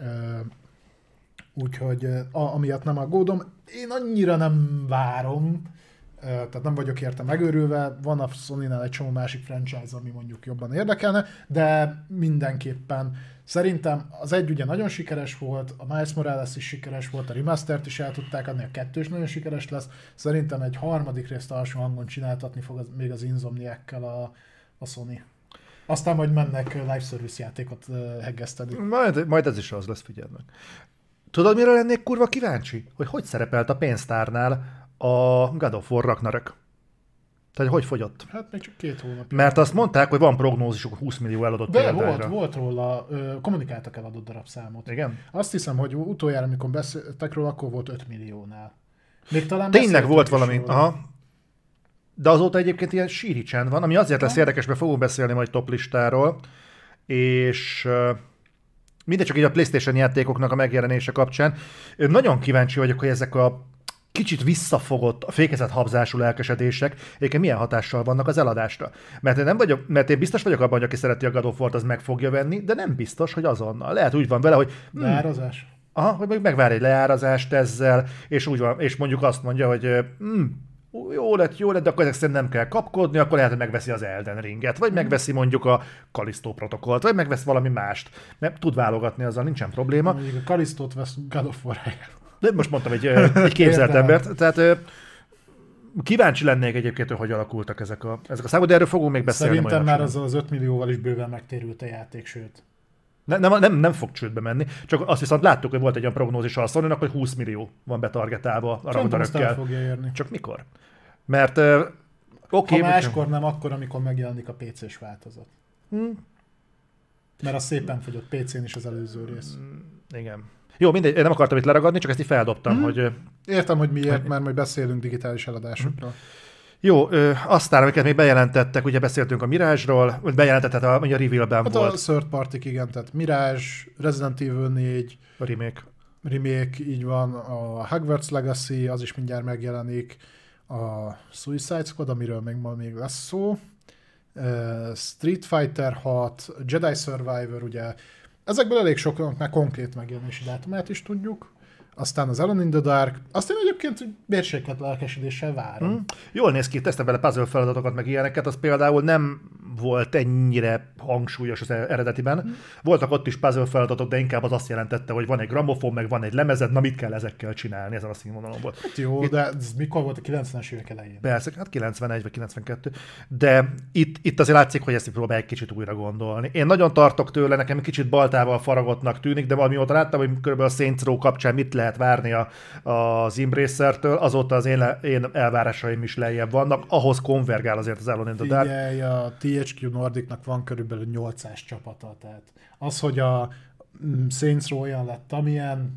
úgyhogy amiatt nem aggódom. Én annyira nem várom, tehát nem vagyok érte megőrülve, van a Sony-nál egy csomó másik franchise, ami mondjuk jobban érdekelne, de mindenképpen szerintem az egy ugye nagyon sikeres volt, a Miles Morales is sikeres volt, a remastert is el tudták adni, a 2 is nagyon sikeres lesz, szerintem egy harmadik részt alsó hangon csináltatni fog még az Insomniac-kel a Sony. Aztán majd mennek live service játékot heggeszteni. Majd ez is az lesz, figyeld meg. Tudod, mire lennék kurva kíváncsi? Hogy szerepelt a pénztárnál a God of War Ragnarök? Tehát hogy fogyott? Hát még csak 2 hónap. Mert azt mondták, hogy van prognózisuk 20 millió eladott példányra. De volt róla, kommunikáltak el adott darabszámot. Igen? Azt hiszem, hogy utoljára, amikor beszéltek róla, akkor volt 5 milliónál. Még talán tényleg volt valami. Aha. De azóta egyébként ilyen síri csend van, ami azért lesz érdekes, mert fogunk beszélni majd top listáról, és mindegy csak így a PlayStation játékoknak a megjelenése kapcsán. Nagyon kíváncsi vagyok, hogy ezek a kicsit visszafogott, a fékezett habzású lelkesedések egyébként milyen hatással vannak az eladásra. Mert én biztos vagyok abban, hogy aki szereti a God of War-t, az meg fogja venni, de nem biztos, hogy azonnal. Lehet úgy van vele, hogy leárazás. Hogy meg megvár egy leárazást ezzel, és úgy van, és mondjuk azt mondja, hogy jó lett, de akkor ezek szerint nem kell kapkodni, akkor lehet, hogy megveszi az Elden Ringet, vagy megveszi mondjuk a Callisto protokollt, vagy megvesz valami mást. Mert tud válogatni, azzal nincsen probléma. Mondjuk a Callistót vesz God of War helyett. De most mondtam egy képzelt embert. Tehát kíváncsi lennék egyébként, hogy alakultak ezek a számok, de erről fogunk még beszélni. Szerintem már az 5 millióval is bőven megtérült a játék, sőt. Nem fog csődbe menni, csak azt viszont láttuk, hogy volt egy olyan prognózis a Sony-nak, hogy 20 millió van betargetálva a Ragnarökkel. fogja érni. Csak mikor? Mert ha máskor nem, akkor, amikor megjelenik a PC-s változat. Mert az szépen fogyott PC-n is az előző rész. Igen. Jó, mindegy, én nem akartam itt leragadni, csak ezt így feldobtam, hogy... Értem, hogy miért, mert majd beszélünk digitális eladásokról. Jó, aztán, amiket még bejelentettek, ugye beszéltünk a Mirage-ról, vagy bejelentetett, a Reveal-ben hát volt. A third party, igen, tehát Mirage, Resident Evil 4, a remake, így van, a Hogwarts Legacy, az is mindjárt megjelenik, a Suicide Squad, amiről még lesz szó, Street Fighter 6, Jedi Survivor, ugye, ezekből elég soknak már konkrét megjelenési dátumát is tudjuk. Aztán az Alone in the Dark, azt én egyébként mérsékelt lelkesedéssel várom. Jól néz ki, teszem bele puzzle feladatokat, meg ilyeneket, az például nem volt ennyire hangsúlyos az eredetiben. Voltak ott is puzzle feladatok, de inkább az azt jelentette, hogy van egy gramofon, meg van egy lemezed, na mit kell ezekkel csinálni, ezen a színvonalon volt. Hát jó, de ez mikor volt a 90-es évek elején? Persze, hát 91 vagy 92, de itt azért látszik, hogy ezt próbál egy kicsit újra gondolni. Én nagyon tartok tőle, nekem egy kicsit baltával faragottnak tűnik, de amióta láttam, hogy kb. A Saints Row kapcsán mit lehet várni az Embracer-től, azóta az én elvárásaim is lejjebb vannak, ahhoz konvergál azért az Alone in the Dark. Figyelj, a THQ Nordicnak van körülbelül 800 csapata, tehát az, hogy a Saints Row olyan lett, amilyen...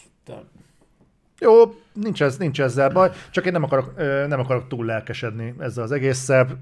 Jó, nincs ezzel baj, csak én nem akarok túl lelkesedni ezzel az egésszel,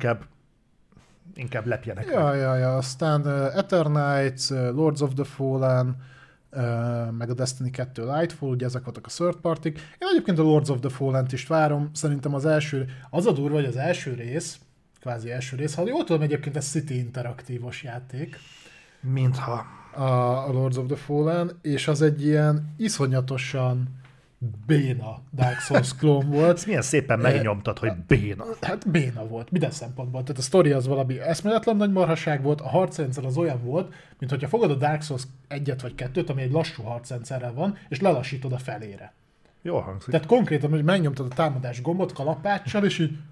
inkább lepjenek. Ja, aztán Eternights, Lords of the Fallen, meg a Destiny 2 Lightfall, ugye ezek voltak a third party-k. Én egyébként a Lords of the Fallen-t is várom, szerintem az a durva, hogy az első rész, kvázi első rész, ha jól tudom, egyébként ez City interaktívos játék. Mintha. A Lords of the Fallen, és az egy ilyen iszonyatosan béna Dark Souls klón volt. Ezt milyen szépen megnyomtad, hogy béna. Hát béna volt, minden szempontból. Tehát a sztori az valami eszméletlen nagy marhaság volt, a harcrendszer az olyan volt, mint hogyha fogod a Dark Souls 1-et vagy 2-t, ami egy lassú harcrendszerrel van, és lelassítod a felére. Jól hangzik. Tehát konkrétan, hogy megnyomtad a támadás gombot kalapáccsal, és így...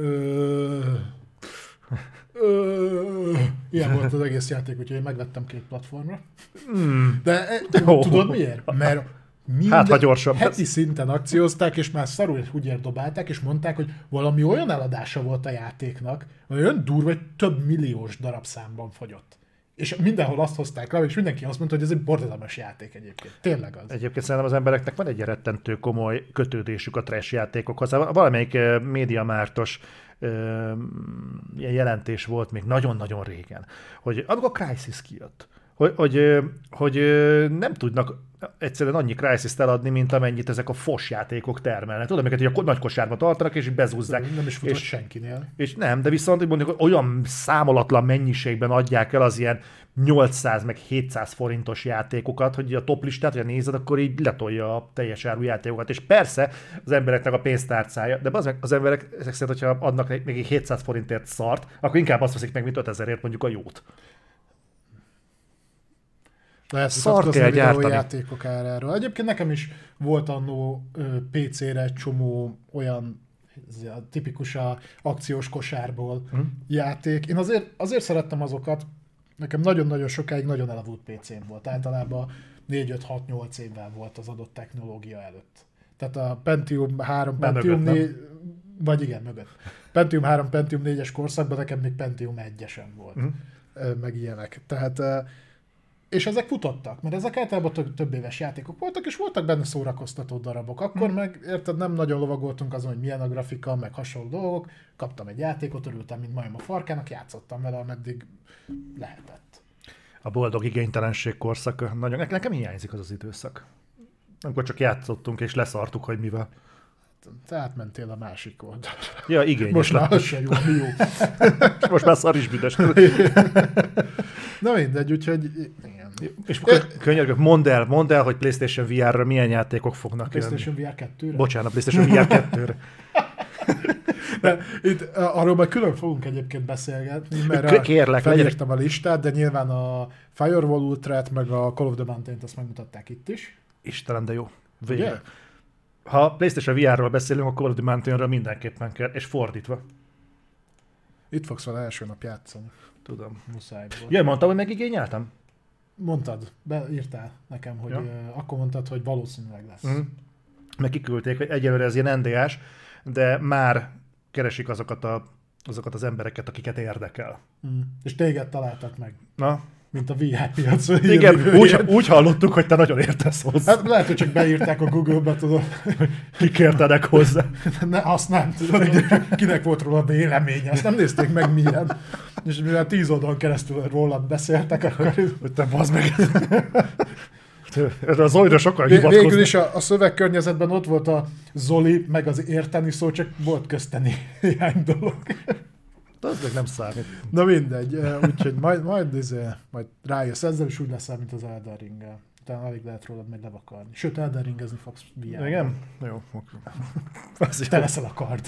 Ilyen volt az egész játék, úgyhogy én megvettem 2 platformra. De tudod miért? Mert heti szinten akciózták, és már szarul úgy dobálták, és mondták, hogy valami olyan eladása volt a játéknak, hogy olyan durva, hogy több milliós darabszámban fogyott. És mindenhol azt hozták rá, és mindenki azt mondta, hogy ez egy borzalmas játék egyébként. Tényleg az. Egyébként szerintem az embereknek van egy rettentő komoly kötődésük a trash játékokhoz. Valamelyik médiamártos ilyen jelentés volt még nagyon-nagyon régen, hogy amikor a Crysis kijött, hogy nem tudnak egyszerűen annyi Crysis-t eladni, mint amennyit ezek a fos játékok termelnek. Tudom, amiket a nagy kosárba tartanak, és bezúzzák. Nem is futott senkinél. És nem, de viszont mondjuk olyan számolatlan mennyiségben adják el az ilyen 800 meg 700 forintos játékokat, hogy a top listát, ha nézed, akkor így letolja a teljes áru játékokat. És persze az embereknek a pénztárcája, de az emberek ezek szerint, hogyha adnak még egy 700 forintért szart, akkor inkább azt veszik meg, mint 5000ért mondjuk a jót. Lehet vitatkozni a videójátékok áráról. Egyébként nekem is volt annó PC-re egy csomó olyan tipikus akciós kosárból játék. Én azért szerettem azokat, nekem nagyon-nagyon sokáig nagyon elavult PC-m volt. Általában 4-5-6-8 évvel volt az adott technológia előtt. Tehát a Pentium 3, Pentium 4, vagy igen, mögött. Pentium 3, Pentium 4-es korszakban nekem még Pentium 1-esen volt. Meg ilyenek. Tehát és ezek futottak, mert ezek általában több éves játékok voltak, és voltak benne szórakoztató darabok. Akkor meg, érted, nem nagyon lovagoltunk azon, hogy milyen a grafika, meg hasonló dolgok. Kaptam egy játékot, örültem, mint majom a farkának, játszottam vele, ameddig lehetett. A boldog igénytelenség korszak, nekem hiányzik az időszak. Amikor csak játszottunk, és leszartuk, hogy mivel. Tehát mentél a másik oldalra. Ja, igényes. Most már az se jó, mi jó. Most már szar is büdös. Na mindegy, úgyhogy igen. És könyörgök, mondd el, hogy PlayStation VR-ra milyen játékok fognak PlayStation VR 2-re? Bocsánat, PlayStation VR 2-re. De itt arról majd külön fogunk egyébként beszélgetni, mert felírtam a listát, de nyilván a Firewall Ultra-t meg a Call of the Mountain-t azt megmutatták itt is. Istenem, de jó. Végül. Yeah. Ha PlayStation VR-ról beszélünk, akkor Call of the Mountain-ről mindenképpen kell, és fordítva. Itt fogsz vele első nap játszani. Tudom. Muszáj volt. Jaj, mondtam, hogy megigényeltem? Mondtad, beírtál nekem, hogy akkor mondtad, hogy valószínűleg lesz. Meg kiküldték, hogy egyelőre ez ilyen NDA-s, de már keresik azokat az embereket, akiket érdekel. És téged találtak meg. Na? Mint a VR piac. Igen, úgy hallottuk, hogy te nagyon értesz hozzá. Hát lehet, hogy csak beírták a Google-be, tudod. Kikértenek hozzá. Azt nem tudod, kinek volt róla véleménye. Azt nem nézték meg milyen. És mivel 10 oldalon keresztül rólad beszéltek, akkor... Hogy te bazd meg. Erre a Zolira sokan hivatkoznak. Végül is a szövegkörnyezetben ott volt a Zoli, meg az érteni szó, csak volt közteni néhány dolog. De az meg nem számít. Na mindegy, úgyhogy majd rájössz ezzel, és úgy leszel, mint az Elden Ringgel. Utána alig lehet rólad meg levakarni. Sőt, Elden Ringezni fogsz VR-ban. Igen? Jó. Te leszel a kard.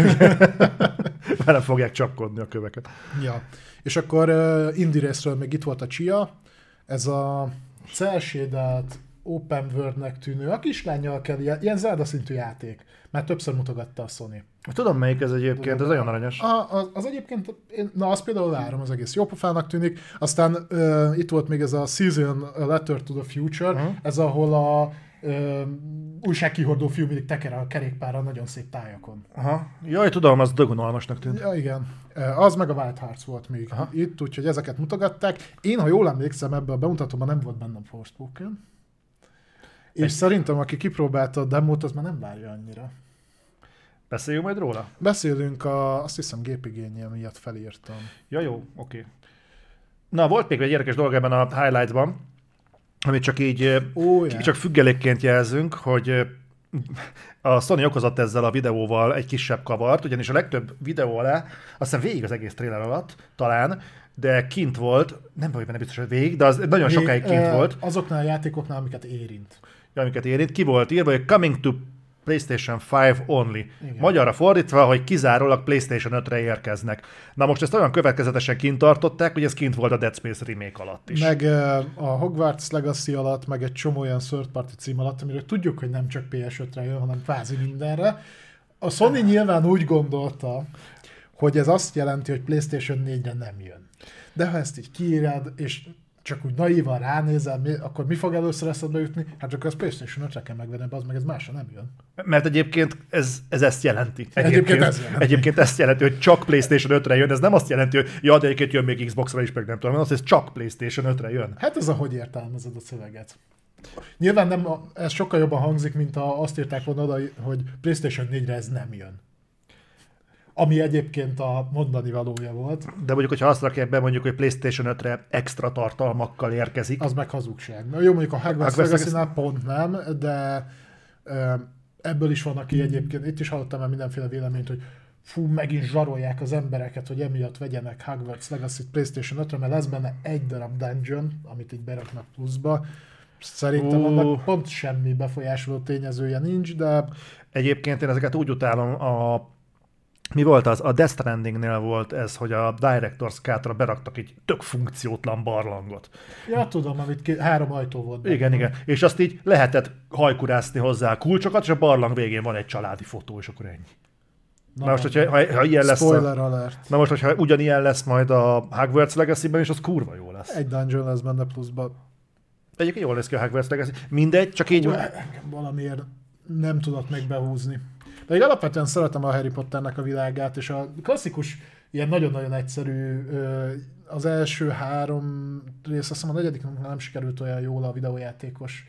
Velem fogják csapkodni a köveket. Ja. És akkor indie részről még itt volt a Chia, ez a cel-shaded open world-nek tűnő, a kislánnyal kell, ilyen Zelda szintű játék, mert többször mutogatta a Sony. Tudom melyik ez egyébként, ez olyan aranyos. Az egyébként, azt például várom, az egész jó pofának tűnik. Aztán itt volt még ez a Season Letter to the Future, ez ahol a újságkihordó fiú mindig teker a kerékpárral nagyon szép tájakon. Aha. Jaj, tudom, az dögunalmasnak tűnt. Ja, igen. Az meg a Wild Hearts volt még itt, úgyhogy ezeket mutogatták. Én, ha jól emlékszem, ebben a bemutatóban nem volt bennem Forspoken. És szerintem, aki kipróbálta a demót, az már nem várja annyira. Beszéljünk majd róla? Beszélünk, azt hiszem gépigénye miatt felírtam. Ja, jó, oké. Na, volt még egy érdekes dolog ebben a highlights-ban, amit csak így csak függelékként jelzünk, hogy a Sony okozott ezzel a videóval egy kisebb kavart, ugyanis a legtöbb videó alá, azt hiszem végig az egész trailer alatt, talán, de kint volt, nem vagyok benne biztos, hogy végig, de az nagyon sokáig kint volt. Azoknál a játékoknál, amiket érint. Ja, amiket érint, ki volt írva, hogy coming to PlayStation 5 only. Igen. Magyarra fordítva, hogy kizárólag PlayStation 5-re érkeznek. Na most ezt olyan következetesen kint tartották, hogy ez kint volt a Dead Space remake alatt is. Meg a Hogwarts Legacy alatt, meg egy csomó olyan third party cím alatt, amiről tudjuk, hogy nem csak PS5-re jön, hanem kvázi mindenre. A Sony nyilván úgy gondolta, hogy ez azt jelenti, hogy PlayStation 4-re nem jön. De ha ezt így kiírod, és csak úgy naívan ránézel, akkor mi fog először eszedbe jutni? Hát csak az PlayStation 5-re kell megvenni, az meg ez másra nem jön. Mert egyébként ez ezt jelenti. Egyébként ezt jelenti, hogy csak PlayStation 5-re jön. Ez nem azt jelenti, hogy ja, de egyébként jön még Xbox-ra is, meg nem tudom, az, hogy ez csak PlayStation 5-re jön. Hát ez ahogy értelmezed a szöveget. Nyilván nem, ez sokkal jobban hangzik, mint ha azt írták volna oda, hogy PlayStation 4-re ez nem jön. Ami egyébként a mondani valója volt. De mondjuk, hogyha azt rakják be, mondjuk, hogy PlayStation 5-re extra tartalmakkal érkezik. Az meg hazugság. Jó, mondjuk a Hogwarts Legacy-nál pont nem, de ebből is van, aki egyébként, itt is hallottam már mindenféle véleményt, hogy fú, megint zsarolják az embereket, hogy emiatt vegyenek Hogwarts Legacy-t PlayStation 5-re, mert lesz benne egy darab dungeon, amit így beraknak pluszba. Szerintem annak pont semmi befolyásoló tényezője nincs, de... Egyébként én ezeket úgy utálom, mi volt az? A Death Strandingnél volt ez, hogy a Director's Cut-ra beraktak egy tök funkciótlan barlangot. Ja, tudom, amit 3 ajtó volt benne. Igen. És azt így lehetett hajkurászni hozzá a kulcsokat, és a barlang végén van egy családi fotó, és akkor ennyi. Na most, hogyha ilyen lesz... Spoiler alert. Na most, hogyha ugyanilyen lesz majd a Hogwarts Legacy-ben, és az kurva jó lesz. Egy dungeon lesz benne pluszban. Egyébként jól lesz ki a Hogwarts Legacy. Mindegy, csak így... Engem valamiért nem tudott még behúzni. De én alapvetően szeretem a Harry Potternek a világát, és a klasszikus, ilyen nagyon-nagyon egyszerű, az első 3 rész, azt hiszem a 4. nem sikerült olyan jól a videójátékos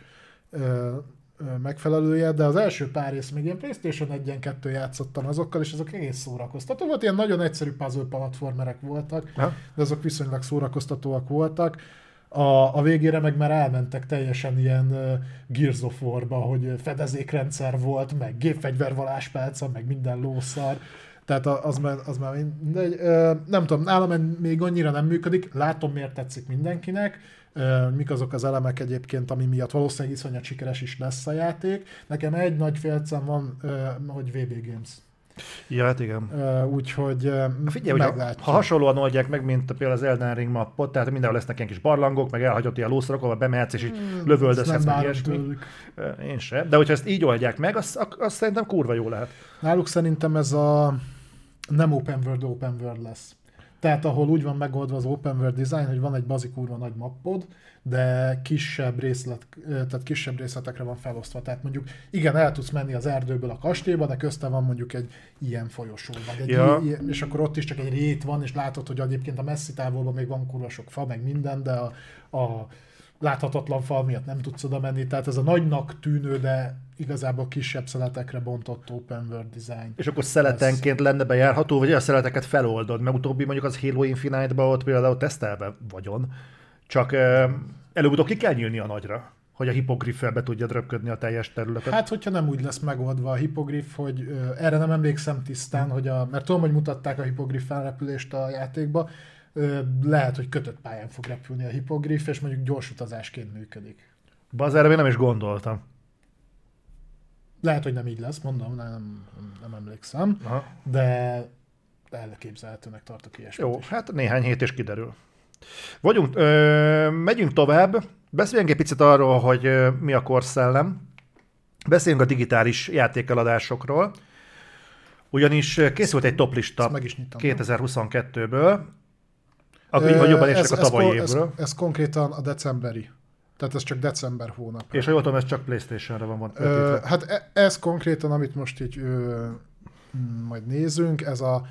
megfelelője, de az első pár rész még ilyen PlayStation 1-2 játszottam azokkal, és azok egész szórakoztató volt, ilyen nagyon egyszerű puzzle platformerek voltak, de azok viszonylag szórakoztatóak voltak. A végére meg már elmentek teljesen ilyen Gears of War-ba, hogy fedezékrendszer volt, meg gépfegyvervaláspálca, meg minden lószar. Tehát az már mindegy. Nem tudom, nálam még annyira nem működik. Látom, miért tetszik mindenkinek. Mik azok az elemek egyébként, ami miatt valószínűleg iszonyat sikeres is lesz a játék. Nekem egy nagy félcem van, hogy VB Games. Ja, hát igen. Úgyhogy figyelj, ha hasonlóan oldják meg, mint például az Elden Ring mappot, tehát mindenhol lesznek ilyen kis barlangok, meg elhagyott ilyen lószarok, ahol bemehetsz, és így lövöldözhetsz, meg ilyesmi. Én sem. De hogyha ezt így oldják meg, az szerintem kurva jó lehet. Náluk szerintem ez a nem open world lesz. Tehát ahol úgy van megoldva az open world design, hogy van egy bazikurva nagy mappod, de kisebb részletekre van felosztva. Tehát mondjuk igen, el tudsz menni az erdőből a kastélyba, de közte van mondjuk egy ilyen folyosó, vagy egy és akkor ott is csak egy rét van, és látod, hogy egyébként a messzi távolban még van kurva sok fa, meg minden, de a láthatatlan fal miatt nem tudsz oda menni. Tehát ez a nagynak tűnő, de igazából kisebb szeletekre bontott open world design. És akkor szeletenként lenne bejárható, vagy a szeleteket feloldod, mert utóbbi mondjuk az Halo Infinite-ba ott például tesztelve vagyon, csak előbb-utóbb ki kell nyílni a nagyra, hogy a hipogriffel be tudjad röpködni a teljes területet. Hát, hogyha nem úgy lesz megoldva a hipogriff, hogy erre nem emlékszem tisztán, hogy mert tudom, hogy mutatták a hipogriff felrepülést a játékba, lehet, hogy kötött pályán fog repülni a hipogriff, és mondjuk gyors utazásként működik. Erre még nem is gondoltam. Lehet, hogy nem így lesz, mondom, nem emlékszem, de elképzelhetőnek tartok ilyesmit. Jó, hát néhány hét és kiderül. Megyünk tovább, beszéljünk egy picit arról, hogy mi a korszellem. Beszéljünk a digitális játékeladásokról, ugyanis készült egy toplista 2022-ből, vagy jobban és a tavalyi évről. Ez konkrétan a decemberi. Tehát ez csak december hónap. És ha jól tudom, ez csak PlayStation-re van hát ez konkrétan, amit most így majd nézünk, ez a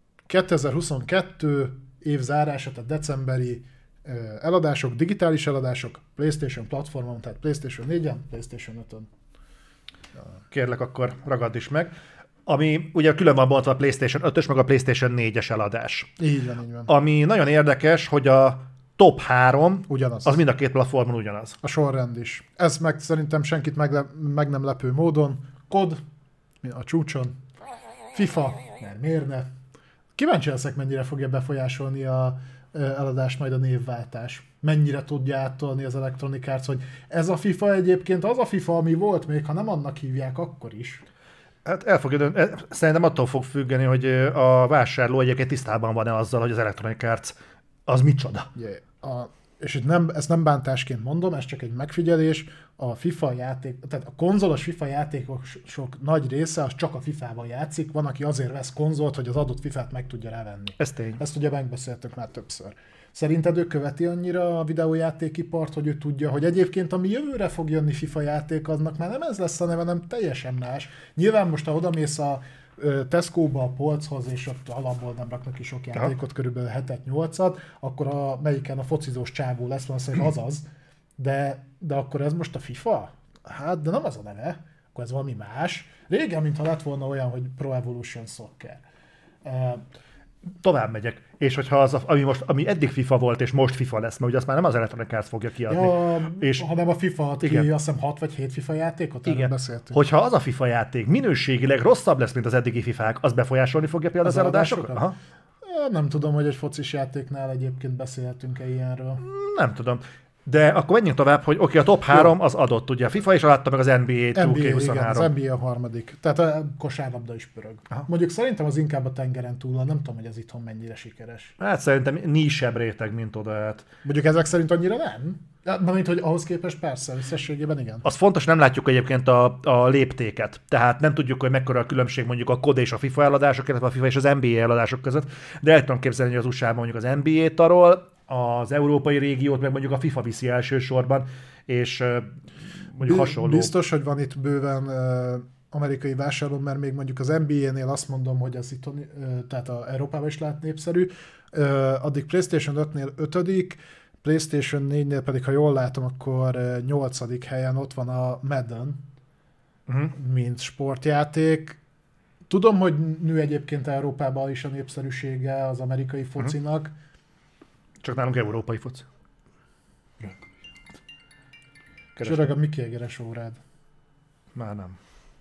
2022 év zárása, tehát decemberi eladások, digitális eladások, PlayStation platformon, tehát PlayStation 4-en, PlayStation 5-ön. Kérlek, akkor ragadd is meg. Ami ugye külön van bontva a PlayStation 5-ös, meg a PlayStation 4-es eladás. Így van. Ami nagyon érdekes, hogy a top 3, ugyanaz. Az mind a két platformon ugyanaz. A sorrend is. Ez meg szerintem senkit meg nem lepő módon. COD, a csúcson, FIFA, mert miért ne? Kíváncsi leszek, mennyire fogja befolyásolni a eladást majd a névváltás. Mennyire tudja áttolni az Electronic Arts, hogy ez a FIFA egyébként az a FIFA, ami volt, még ha nem annak hívják, akkor is. Hát szerintem attól fog függeni, hogy a vásárló egyébként tisztában van-e azzal, hogy az Electronic Arts az micsoda. És itt ezt nem bántásként mondom, ez csak egy megfigyelés, a FIFA játék, tehát a konzolos FIFA játékosok nagy része az csak a FIFA-val játszik, van, aki azért vesz konzolt, hogy az adott FIFA-t meg tudja rávenni. Ez tény. Ezt ugye megbeszéltük már többször. Szerinted ő követi annyira a videójátékipart, hogy ő tudja, hogy egyébként ami jövőre fog jönni FIFA játék, aznak már nem ez lesz a neve, hanem teljesen más. Nyilván most, ha odamész a Tesco-ba a polchoz, és ott alapból nem raknak ki sok játékot, körülbelül 7-8-at, akkor melyiken a focizós csávó lesz, valószínűleg azaz, de akkor ez most a FIFA? Hát, de nem az a neve, akkor ez valami más. Régen, mintha lett volna olyan, hogy Pro Evolution Soccer. Tovább megyek. És hogyha az, ami eddig FIFA volt, és most FIFA lesz, mert ugye azt már nem az Electronic Arts fogja kiadni. Hanem a FIFA ad ki, azt hiszem 6 vagy 7 FIFA játékot, erről beszéltünk. Hogyha az a FIFA játék minőségileg rosszabb lesz, mint az eddigi FIFA-k, az befolyásolni fogja például az eladásokat? Aha. Nem tudom, hogy egy focis játéknál egyébként beszélhetünk-e ilyenről. Nem tudom. De akkor menjünk tovább, hogy oké, a top 3 az adott, ugye a FIFA is adta meg az NBA 2K23. Igen, az NBA a harmadik. Tehát a kosárlabda is pörög. Aha. Mondjuk szerintem az inkább a tengeren túl, nem tudom, hogy ez itthon mennyire sikeres. Hát szerintem nísebb réteg, mint oda. Hát. Mondjuk ezek szerint annyira nem? Mint hogy ahhoz képest persze, összességében igen. Az fontos, nem látjuk egyébként a léptéket. Tehát nem tudjuk, hogy mekkora a különbség mondjuk a COD és a FIFA eladások, illetve a FIFA és az NBA eladások között, de el tudom képzelni, hogy az USA-ban mondjuk az NBA tarol, az európai régiót, meg mondjuk a FIFA viszi elsősorban, és mondjuk hasonló. Biztos, hogy van itt bőven amerikai vásárló, mert még mondjuk az NBA-nél azt mondom, hogy az itt, tehát Európában is lehet népszerű, addig PlayStation 5-nél 5., PlayStation 4-nél pedig, ha jól látom, akkor 8. helyen ott van a Madden, mint sportjáték. Tudom, hogy nő egyébként Európában is a népszerűsége az amerikai focinak. Csak nálunk európai foci. Csörög a Mickey Egeres órád. Már nem.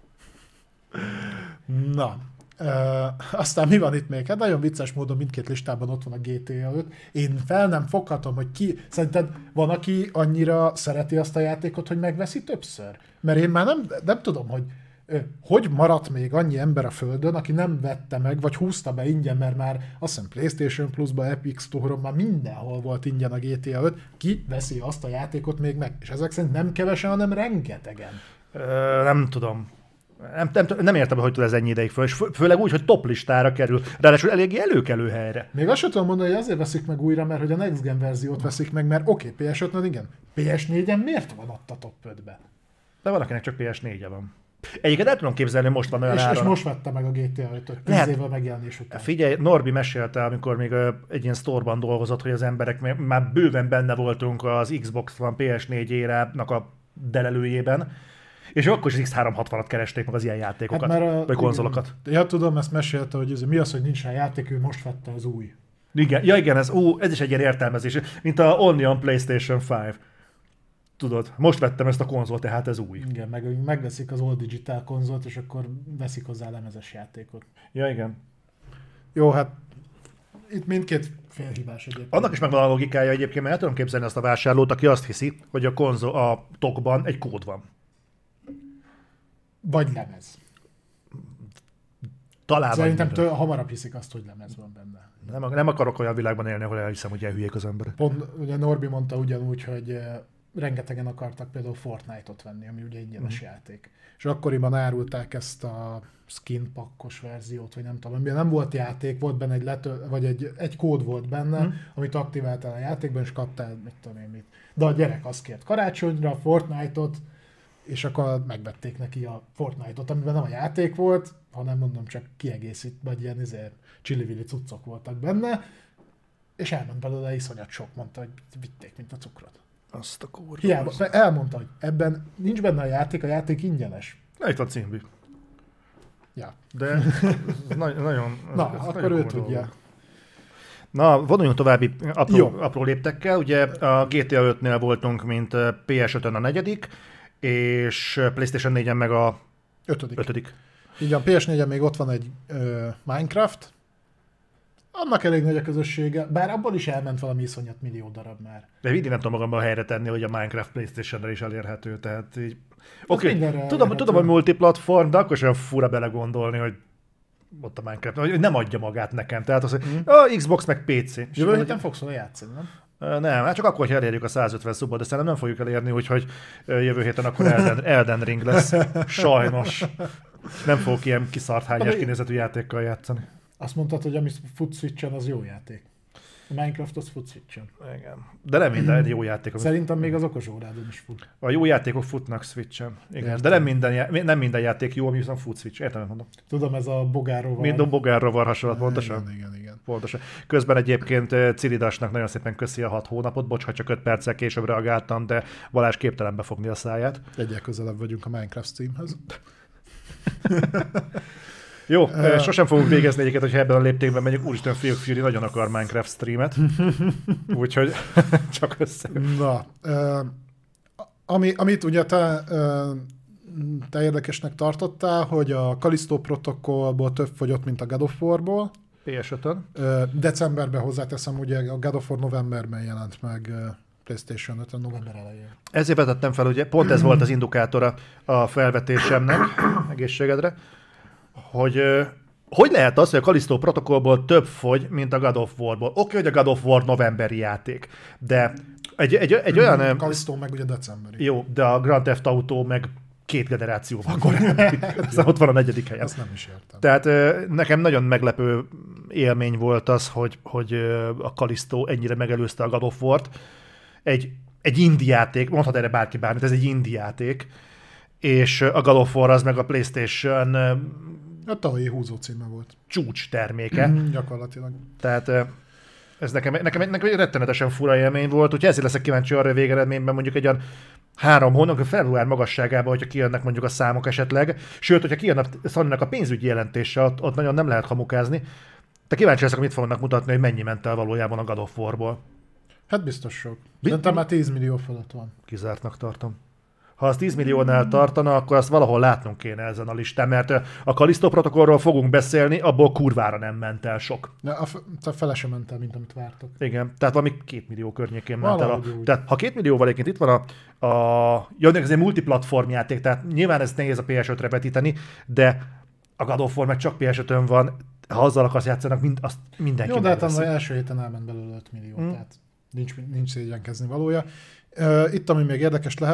Na, aztán mi van itt még? Hát nagyon vicces módon mindkét listában ott van a GTA 5. Én fel nem foghatom, hogy szerinted van, aki annyira szereti azt a játékot, hogy megveszi többször? Mert én már nem tudom, hogy maradt még annyi ember a földön, aki nem vette meg, vagy húzta be ingyen, mert már azt hiszem PlayStation Plus-ba, Epic Store-on már mindenhol volt ingyen a GTA 5, ki veszi azt a játékot még meg? És ezek szerint nem kevesen, hanem rengetegen. Nem tudom. Nem értem, hogy tud ez ennyi ideig föl, és főleg úgy, hogy top listára kerül. Ráadásul eléggé előkelő helyre. Még azt sem tudom mondani, hogy azért veszik meg újra, mert hogy a Next Gen verziót veszik meg, mert oké, PS5-nön igen. PS4-en miért van ott a top 5-be? De valakinek csak PS4-e van. Egyébként el tudom képzelni, hogy most van olyan áron. És most vette meg a GTA 5-öt 10 évvel megjelenés után. Figyelj, Norbi mesélte, amikor még egy ilyen sztorban dolgozott, hogy az emberek már bőven benne voltunk az Xbox One PS4 érának a delelőjében, és akkor is X360-at keresték meg az ilyen játékokat, hát vagy konzolokat. Ja, tudom, ezt mesélte, hogy mi az, hogy nincs rá játék, ő most vette az új. Igen, ja igen, ez is egy ilyen értelmezés, mint a Only on PlayStation 5. Tudod, most vettem ezt a konzolt, tehát ez új. Igen, megveszik az All Digital konzolt, és akkor veszik hozzá lemezes játékot. Ja, igen. Jó, hát itt mindkét félhibás egyébként. Annak is megvan a logikája egyébként, mert el tudom képzelni azt a vásárlót, aki azt hiszi, hogy a tokban egy kód van. Vagy lemez. Talán szerintem hamarabb hiszik azt, hogy lemez van benne. Nem akarok olyan világban élni, ahol elhiszem, hogy elhülyék az emberek. Pont ugye Norbi mondta ugyanúgy, hogy rengetegen akartak például Fortnite-ot venni, ami ugye ingyenes játék. És akkoriban árulták ezt a skin pakkos verziót, vagy nem tudom, amiben nem volt játék, volt benne egy kód volt benne, amit aktiváltál a játékban, és kaptál, mit tudom én mit. De a gyerek azt kért karácsonyra, Fortnite-ot, és akkor megvették neki a Fortnite-ot, amiben nem a játék volt, hanem mondom csak kiegészít, vagy ilyen csili-vili cuccok voltak benne, és elment belőle iszonyat sok, mondta, hogy vitték, mint a cukrot. Azt a kurva. Hiába, elmondta, hogy ebben nincs benne a játék ingyenes. Itt a című. Ja. De nagyon... Na, akkor ő tudja. Na, vonuljunk további apró léptekkel. Ugye a GTA 5-nél voltunk, mint PS5-ön a 4., és PlayStation 4-en meg a 5. Így a PS4-en még ott van egy Minecraft, annak elég nagy a közössége, bár abból is elment valami iszonyat millió darab már. De mindig nem tudom magamban helyre tenni, hogy a Minecraft PlayStation-re is elérhető, tehát így... Oké, tudom, hogy multiplatform, de akkor sem fura belegondolni, hogy ott a Minecraft, hogy nem adja magát nekem, tehát az, hogy Xbox meg PC. Jövő héten fogsz vele játszani, nem? Nem, hát csak akkor, hogy elérjük a 150 szubot, de szerintem nem fogjuk elérni, úgyhogy jövő héten akkor Elden Ring lesz. Sajnos. Nem fogok ilyen kiszart hányás kinézetű játékkal játszani. Azt mondtad, hogy ami fut Switchen, az jó játék. A Minecraft az fut Switchen. Igen. De nem minden jó játék. Szerintem még az okos órádon is fut. A jó játékok futnak Switchen. Igen. De nem minden játék jó, ami viszont fut Switch. Értem, mondom. Tudom, ez a bogárrovar. Mind a bogárrovar hasonlat, pontosan. Igen. Pontosan. Közben egyébként Ciridasnak nagyon szépen köszi a 6 hónapot. Bocs, ha csak 5 perccel később reagáltam, de Balázs képtelen befogni a száját. Egyel közelebb vagyunk a Minecraft streamhez. Jó, sosem fogunk végezni egyiket, hogyha ebben a léptékben megyünk. Úristen, Fiok Fury nagyon akar Minecraft streamet. Úgyhogy csak össze. Na, amit ugye te érdekesnek tartottál, hogy a Callisto protokollból több fogyott, mint a God of War-ból. PS5-ön. Decemberben hozzáteszem, ugye a God of War novemberben jelent meg PlayStation 5-en november elején. Ezért vetettem fel, ugye pont ez volt az indikátora a felvetésemnek, egészségedre, hogy lehet az, hogy a Callisto protokollból több fogy, mint a God of War-ból. Oké, hogy a God of War novemberi játék, de egy olyan... Callisto meg ugye decemberi. Jó, de a Grand Theft Auto meg 2 generációval korábbi. Aztán ott van a 4. helyen. Azt nem is értem. Tehát nekem nagyon meglepő élmény volt az, hogy a Callisto ennyire megelőzte a God of War-t. Egy indie játék, mondhat erre bárki bármit, ez egy indie játék, és a God of War az meg a PlayStation a tavalyi húzó címe volt. Csúcs terméke. Gyakorlatilag. Tehát ez nekem egy rettenetesen fura élmény volt, úgyhogy ezért leszek kíváncsi arra a végeredményben mondjuk egy olyan 3 hónap, február magasságában, hogyha kijönnek mondjuk a számok esetleg, sőt, hogyha kijön a Sony-nak a pénzügyi jelentése, ott nagyon nem lehet hamukázni. De kíváncsi leszek, mit fognak mutatni, hogy mennyi ment el valójában a God of War-ból. Hát biztos sok. Szerintem már 10 millió fölött van. Kizártnak tartom. Ha az 10 milliónál tartana, akkor azt valahol látnunk kéne ezen a listán, mert a Callisto protokollról fogunk beszélni, abból kurvára nem ment el sok. De a fele sem ment el, mint amit vártok. Igen, tehát valami 2 millió környékén ment el. Tehát ha 2 millióval egyébként itt van ez egy multiplatform játék, tehát nyilván ez nehéz a PS5-re vetíteni, de a God of War meg csak PS5-ön van, ha azzal akarsz játszanak, azt mindenki jó, de hát az első héten elment belőle 5 millió, tehát nincs szégyenkezni valója. Itt, ami még érdekes lehet,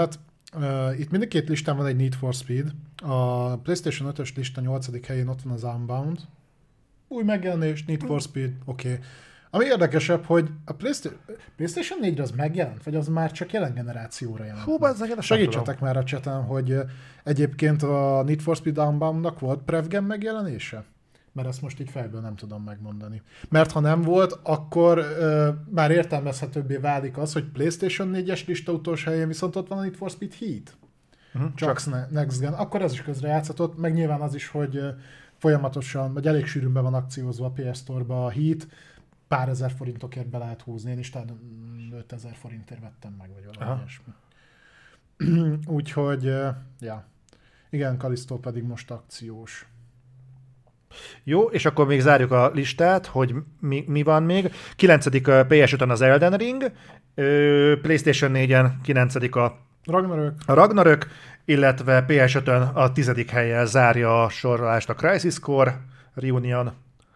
Itt mind a két listán van egy Need for Speed. A PlayStation 5-ös lista 8. helyén ott van az Unbound. Új megjelenés, Need for Speed, oké. Ami érdekesebb, hogy a PlayStation 4-re az megjelent, vagy az már csak jelen generációra jelent? Hú, segítsetek már a chaten, hogy egyébként a Need for Speed Unbound-nak volt prevgen megjelenése? Mert ezt most így fejből nem tudom megmondani. Mert ha nem volt, akkor már értelmezhetőbbé válik az, hogy PlayStation 4-es lista utolsó helyén viszont ott van a Need for Speed Heat. Csak Next Gen. Akkor ez is közrejátszhatott, meg nyilván az is, hogy folyamatosan, vagy elég sűrűn be van akciózva a PS Store-ba a Heat, pár ezer forintokért be lehet húzni. Én is talán 5000 forintért vettem meg, vagy valami ilyesmi. Úgyhogy, ja. Igen, Callisto pedig most akciós. Jó, és akkor még zárjuk a listát, hogy mi van még. 9. PS5-en az Elden Ring, PlayStation 4-en 9. a Ragnarök, illetve PS5-ön a 10. helyen zárja a sorolást a Crisis Core Reunion,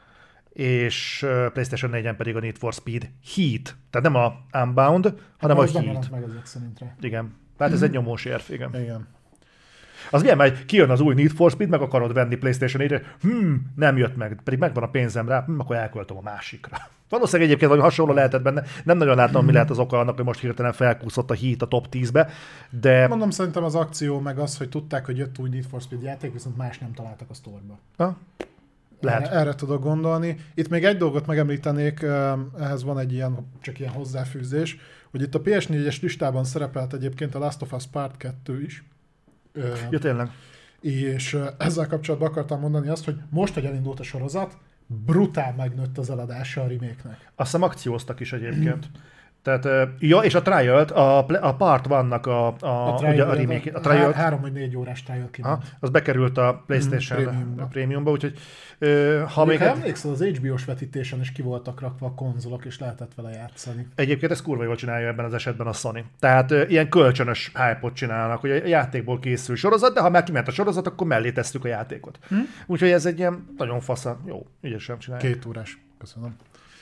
és PlayStation 4-en pedig a Need for Speed Heat. Tehát nem a Unbound, hanem a Heat. Meg ezek szerintem. Igen. Tehát ez egy nyomós érv, Igen. Az milyen, mert kijön az új Need for Speed, meg akarod venni PlayStation 4-re, nem jött meg, pedig megvan a pénzem rá, akkor elköltöm a másikra. Valószínűleg egyébként valami hasonló lehetett benne, nem nagyon látom, mi lehet az oka annak, hogy most hirtelen felkúszott a Heat a top 10-be, de... Mondom, szerintem az akció meg az, hogy tudták, hogy jött új Need for Speed játék, viszont más nem találtak a sztorba. Lehet. Erre tudok gondolni. Itt még egy dolgot megemlítenék, ehhez van egy ilyen, csak ilyen hozzáfűzés, hogy itt a PS4-es listában szerepelt egyébként a Last of Us Part 2 is. Ja, tényleg. És ezzel kapcsolatban akartam mondani azt, hogy most, hogy elindult a sorozat, brutál megnőtt az eladása a remake-nek. Azt hiszem akcióztak is egyébként. Tehát, ja, és a Trial-t, a Part 1-nak a remake, a Trial-t, 3 vagy 4 órás Trial kiment. Az bekerült a PlayStation Premiumba, úgyhogy ha még emlékszel, az HBO-s vetítésen is ki voltak rakva a konzolok, és lehetett vele játszani. Egyébként ezt kurva jól csinálja ebben az esetben a Sony. Tehát ilyen kölcsönös hype-ot csinálnak, hogy a játékból készül sorozat, de ha már kiment a sorozat, akkor mellé tesszük a játékot. Úgyhogy ez egy ilyen nagyon fasza, jó, ügyesen csinálják. 2 órás, köszönöm.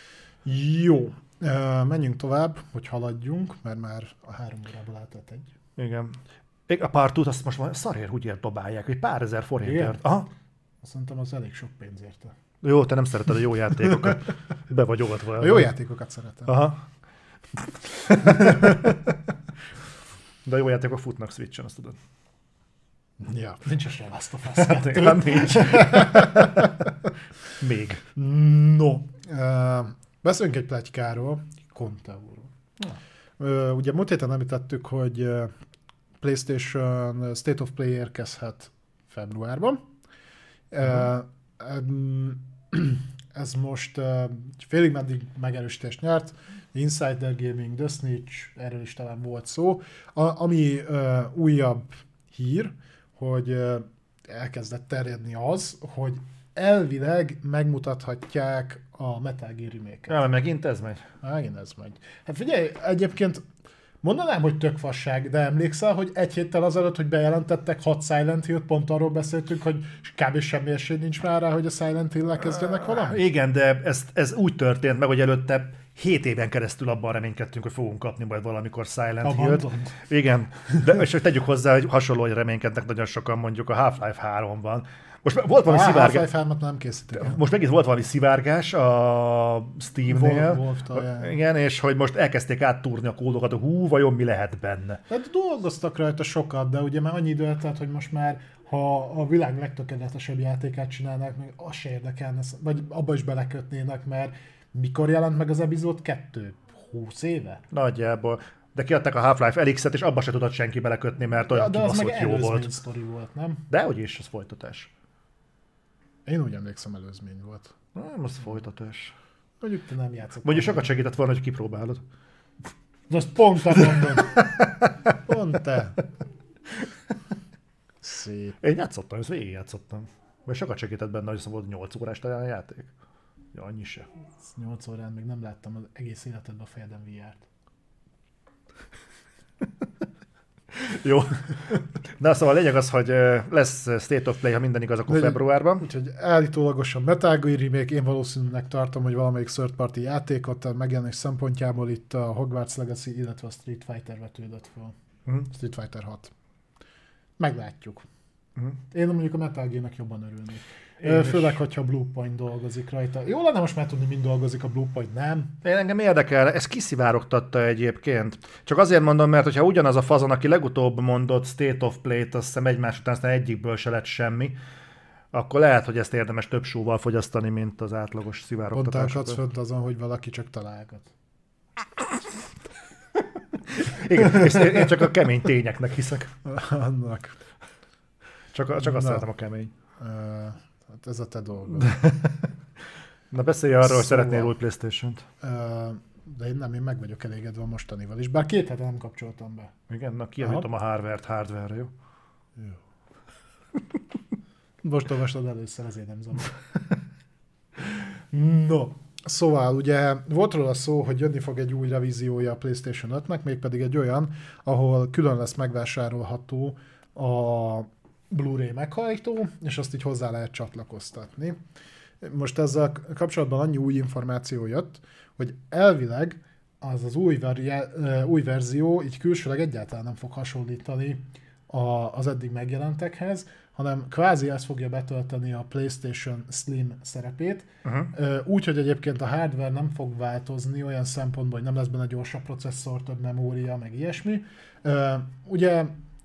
Jó. Menjünk tovább, hogy haladjunk, mert már a 3 órából átett egy. Igen. A Part 2-t azt most már szarért úgyért dobálják, hogy pár ezer forintért. Aha. Szerintem az elég sok pénz érte. Jó, te nem szereted a jó játékokat. Be vagy olvatva. A jó játékokat szeretem. Aha. De a jó játékok futnak Switchen, azt tudod. Ja, nincs a sem Last of Us 2. Hát nincs. Még. No. Beszéljünk egy pletykáról, Conteóról. Ugye múlt héten említettük, hogy PlayStation State of Play érkezhet februárban. Ez most félig meddig megerősítést nyert. Insider Gaming, The Snitch, erről is talán volt szó. Ami újabb hír, hogy elkezdett terjedni az, hogy elvileg megmutathatják a Metal Gear remake-et. Ja, megint ez megy. Megint ez megy. Hát figyelj, egyébként mondanám, hogy tök fasság, de emlékszel, hogy egy héttel azelőtt, hogy bejelentettek 6 Silent Hill-t, pont arról beszéltünk, hogy kb. Semmi esély nincs már rá, hogy a Silent Hill-lel kezdjenek valami? Igen, de ez úgy történt meg, hogy előtte 7 éven keresztül abban reménykedtünk, hogy fogunk kapni majd valamikor Silent Hill-t. Igen, de és hogy tegyük hozzá, hogy hasonló, hogy reménykednek nagyon sokan, mondjuk a Half-Life 3-ban. Most volt valami szivárgás. Half-Life 3-at nem készítik. Most megint volt valami szivárgás a Steam-nél. Igen, és hogy most elkezdték áttúrni a kódokat, hú, vajon mi lehet benne. Hát dolgoztak rajta sokat, de ugye már annyi idő eltelt, hogy most már, ha a világ legtökéletesebb játékát csinálnák, meg az se érdekelne, vagy abba is belekötnének, mert mikor jelent meg az epizód 2? 20 éve? Nagyjából. De kiadták a Half-Life Alyx-et, és abba se tudott senki belekötni, mert olyan kibaszott jó volt. De sztori volt, nem? Dehogy is, az folytatás. Én úgy emlékszem, előzmény volt. Nem, az folytatás. Mondjuk te nem játszott. Mondjuk sokat segített volna, hogy kipróbálod. De azt pont te mondod. Pont te. Szép. Én játszottam, ezt végig játszottam. Vagy sokat segített benne, hogy volt 8 órás talán a játék. Ja, annyi se. 8 órán még nem láttam az egész életedben a fejedben VR-t. Jó. Na szóval a lényeg az, hogy lesz State of Play, ha minden igaz, akkor februárban. Úgyhogy állítólagosan Metal Gear remake, én valószínűleg tartom, hogy valamelyik third party játékot megjelenés szempontjából itt a Hogwarts Legacy, illetve a Street Fighter vetődött fel. Street Fighter 6. Meglátjuk. Én mondjuk a Metal Gear-nek jobban örülnék. Főleg, hogyha Bluepoint dolgozik rajta. Jó lenne most már tudni, mind dolgozik a Bluepoint, nem? Engem érdekel, ez kiszivárogtatta egyébként. Csak azért mondom, mert hogyha ugyanaz a fazon, aki legutóbb mondott State of Play-t, azt hiszem egymás után aztán egyikből se lett semmi, akkor lehet, hogy ezt érdemes több sóval fogyasztani, mint az átlagos szivárogtatás. Pont elkadsz fönt azon, hogy valaki csak találgat. Igen, és én csak a kemény tényeknek hiszek. Annak. Csak azt szeretem a kemény. Hát ez a te dolgod. Na beszélj arról, hogy szeretnél új PlayStation-t. De én meg vagyok elégedve a mostanival is, bár 2 hete nem kapcsoltam be. Igen, na kijavítom a hardware-re, jó? Jó. Most olvastad először, azért nem zavar. No, szóval ugye volt róla szó, hogy jönni fog egy új revíziója a PlayStation 5-nek, mégpedig egy olyan, ahol külön lesz megvásárolható a Blu-ray meghajtó, és azt így hozzá lehet csatlakoztatni. Most ezzel kapcsolatban annyi új információ jött, hogy elvileg az új verzió így külsőleg egyáltalán nem fog hasonlítani az eddig megjelentekhez, hanem kvázi ezt fogja betölteni a PlayStation Slim szerepét, úgy, hogy egyébként a hardware nem fog változni olyan szempontból, hogy nem lesz benne gyorsabb processzor, több memória, meg ilyesmi. Ugye,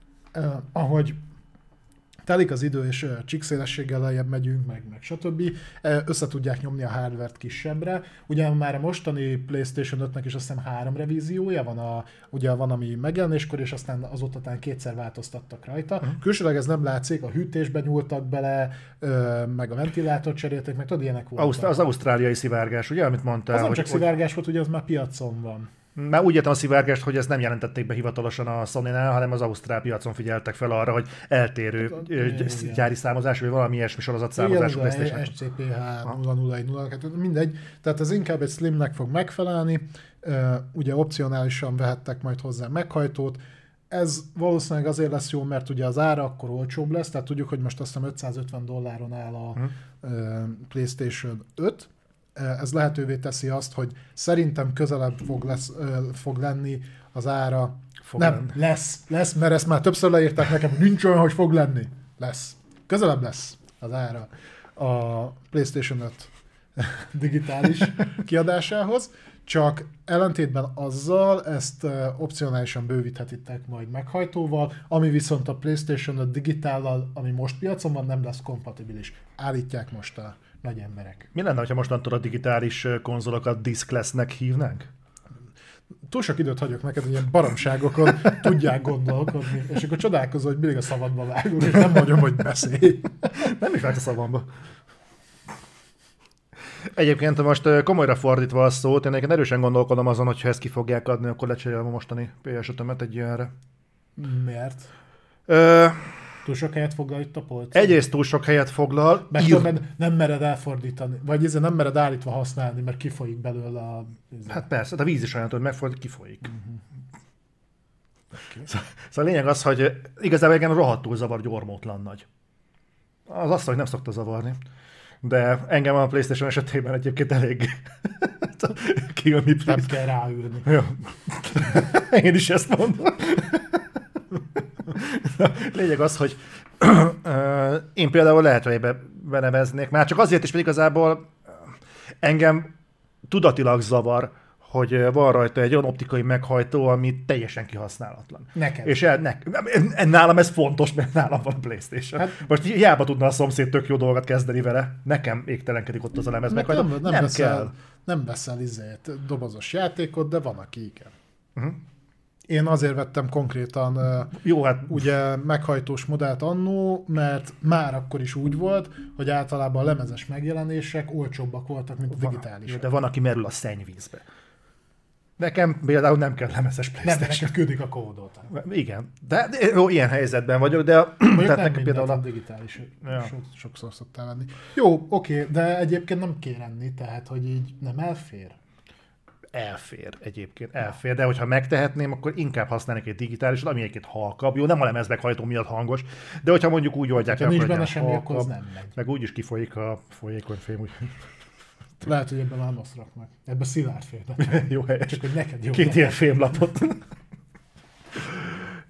ahogy telik az idő, és csíkszélességgel lejjebb megyünk, meg stb. Össze tudják nyomni a hardware-t kisebbre. Ugye már a mostani PlayStation 5-nek is azt hiszem 3 revíziója van, ugye van, ami megjelenéskor, és aztán azóta talán 2-szer változtattak rajta. Külsőleg ez nem látszik, a hűtésben nyúltak bele, meg a ventilátort cserélték, meg tudod, ilyenek voltak. Az ausztráliai szivárgás, ugye, amit mondtál? Az nem csak szivárgás volt, ugye az már piacon van. Már úgy értem a szivárgást, hogy ezt nem jelentették be hivatalosan a Sony-nál, hanem az ausztrál piacon figyeltek fel arra, hogy eltérő gyári számozás, vagy valami ilyesmi sorozatszámozású PlayStation. SCPH 0010, mindegy. Tehát ez inkább egy Slimnek fog megfelelni. Ugye opcionálisan vehettek majd hozzá meghajtót. Ez valószínűleg azért lesz jó, mert ugye az ára akkor olcsóbb lesz, tehát tudjuk, hogy most azt hiszem $550 áll a PlayStation 5. Ez lehetővé teszi azt, hogy szerintem közelebb fog lenni az ára. Lesz, mert ezt már többször leírták nekem, nincs olyan, hogy fog lenni. Lesz. Közelebb lesz az ára a PlayStation 5 digitális kiadásához, csak ellentétben azzal ezt opcionálisan bővíthetitek majd meghajtóval, ami viszont a PlayStation 5 digitállal, ami most piacon van, nem lesz kompatibilis. Állítják most a nagy emberek. Mi lenne, ha mostantól a digitális konzolokat disklessnek hívnánk? Túl sok időt hagyok neked, hogy ilyen baromságokon tudják gondolkodni, és akkor csodálkozol, hogy mindig a szabadba vágunk, és nem mondjam, hogy beszélj. Nem is vágsz a szabadba. Egyébként most komolyra fordítva a szót, én egyébként erősen gondolkodom azon, hogy ha ezt ki fogják adni, akkor lecserélem a mostani PS5-ömet egy ilyenre. Miért? Túl sok helyet foglal itt a polcon? Egyrészt túl sok helyet foglal. Nem mered elfordítani, vagy nem mered állítva használni, mert kifolyik belőle a... Hát persze, a víz is olyan, hogy megfordít, kifolyik. Okay. Szóval a lényeg az, hogy igazából engem rohadtul zavar gyormótlan nagy. Az azt, hogy nem szokta zavarni. De engem a PlayStation esetében egyébként elég kill me please. Nem kell ráülni. Ja. Én is ezt mondom. Lényeg az, hogy én például lehet, hogy beneveznék, már csak azért is, mert igazából engem tudatilag zavar, hogy van rajta egy olyan optikai meghajtó, ami teljesen kihasználatlan. Nekem. És nálam ez fontos, mert nálam van a PlayStation. Hát, most hiába tudna a szomszéd tök jó dolgot kezdeni vele, nekem égtelenkedik ott az a lemez meghajtó. Nem kell. Nem veszel dobozos játékot, de van, aki igen. Én azért vettem konkrétan ugye meghajtós modellt annó, mert már akkor is úgy volt, hogy általában a lemezes megjelenések olcsóbbak voltak, mint a digitális. De van, aki merül a szennyvízbe. Nekem például nem kell lemezes PlayStation. Nem, nekem küldik a kódot. Igen, de jó, ilyen helyzetben vagyok, de... Tehát nekem például a digitális sokszor szoktál venni. Jó, oké, de egyébként nem kér enni, tehát hogy így nem elfér. Elfér egyébként, elfér, de hogyha megtehetném, akkor inkább használnék egy digitálisat, ami egyébként halkabb. Jó, nem a lemezmeghajtó miatt hangos, de hogyha mondjuk úgy oldják, akkor nincs benne semmi, akkor az nem megy. Meg úgyis kifolyik a folyékony fém, úgy. Lehet, hogy ebben már azt rak meg. Ebben szilárd fém. Jó helyes. Csak hogy neked jó. 2 ilyen fémlapot.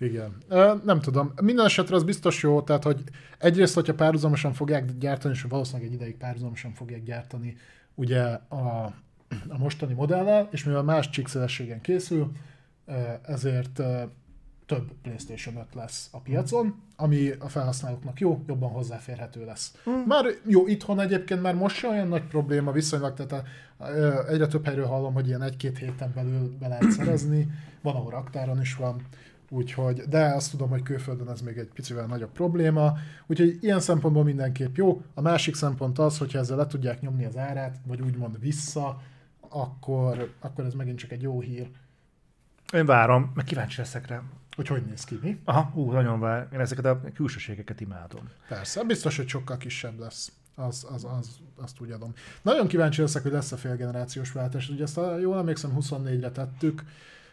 Igen. Nem tudom. Minden esetre az biztos jó, tehát hogy egyrészt, hogyha párhuzamosan fogják gyártani, és valószínűleg egy ideig párhuzamosan fogják gyártani ugye a mostani modellel, és mivel más csíkszélességen készül, ezért több PlayStation 5 lesz a piacon, ami a felhasználóknak jó, jobban hozzáférhető lesz. Már jó, itthon egyébként már most sem olyan nagy probléma viszonylag, tehát egyre több helyről hallom, hogy ilyen 1-2 héten belül be lehet szerezni, van, ahol raktáron is van, úgyhogy, de azt tudom, hogy külföldön ez még egy picivel nagyobb probléma, úgyhogy ilyen szempontból mindenképp jó. A másik szempont az, hogyha ezzel le tudják nyomni az árát, vagy úgymond vissza, akkor ez megint csak egy jó hír. Én várom, meg kíváncsi leszek rá. Hogy néz ki, mi? Aha, nagyon vár. Én ezeket a külsőségeket imádom. Persze, biztos, hogy sokkal kisebb lesz. Azt úgy adom. Nagyon kíváncsi leszek, hogy lesz a félgenerációs váltás. Ugye ezt jól emlékszem, 24-re tettük.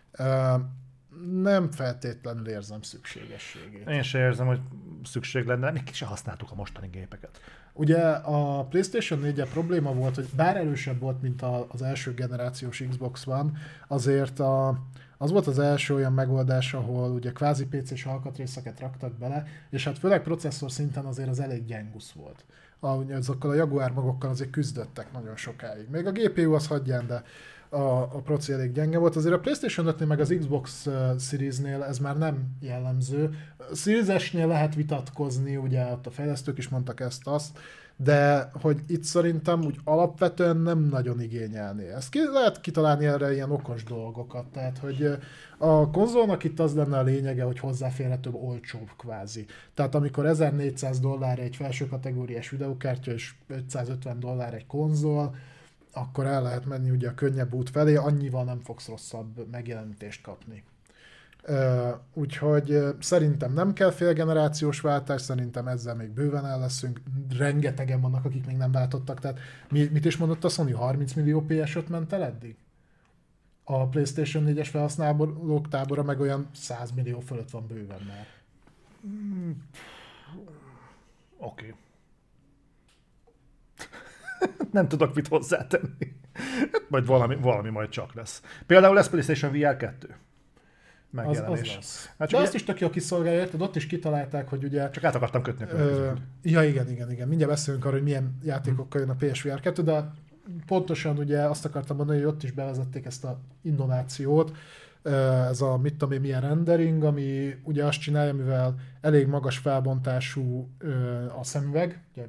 Nem feltétlenül érzem szükségességét. Én sem érzem, hogy szükség lenne. Még se használtuk a mostani gépeket. Ugye a PlayStation 4-el probléma volt, hogy bár erősebb volt, mint az első generációs Xbox One, azért az volt az első olyan megoldás, ahol ugye kvázi PC-s alkatrészeket raktak bele, és hát főleg processzor szinten azért az elég gyengusz volt. Azokkal a Jaguar magokkal azért küzdöttek nagyon sokáig. Még a GPU az hagyján, de a proci elég gyenge volt. Azért a PlayStation 5-nél meg az Xbox Series-nél ez már nem jellemző. A Series S-nél lehet vitatkozni, ugye ott a fejlesztők is mondtak ezt-azt, de hogy itt szerintem úgy alapvetően nem nagyon igényelné. Ezt lehet kitalálni erre ilyen okos dolgokat, tehát hogy a konzolnak itt az lenne a lényege, hogy hozzáférhetőbb, olcsóbb kvázi. Tehát amikor $1400 egy felső kategóriás videókártya és $550 egy konzol, akkor el lehet menni ugye a könnyebb út felé, annyival nem fogsz rosszabb megjelenítést kapni. Úgyhogy szerintem nem kell félgenerációs váltás, szerintem ezzel még bőven el leszünk. Rengetegen vannak, akik még nem váltottak. Tehát mit is mondott a Sony? 30 millió PS5 ment el eddig? A PlayStation 4-es felhasználók tábora meg olyan 100 millió fölött van bőven már. Oké. Nem tudok mit hozzátenni. Majd valami majd csak lesz. Például lesz PlayStation VR 2. Megjelenés. Az lesz. Hát de azt is tök jó kiszolgálja, érted? Ott is kitalálták, hogy ugye... Csak át akartam kötni a következőt. Ja, igen. Mindjárt beszélünk arról, hogy milyen játékokkal jön a PSVR 2, de pontosan ugye azt akartam mondani, hogy ott is bevezették ezt a innovációt, ez a mit tudom én milyen rendering, ami ugye azt csinálja, mivel elég magas felbontású a szemüveg, ugye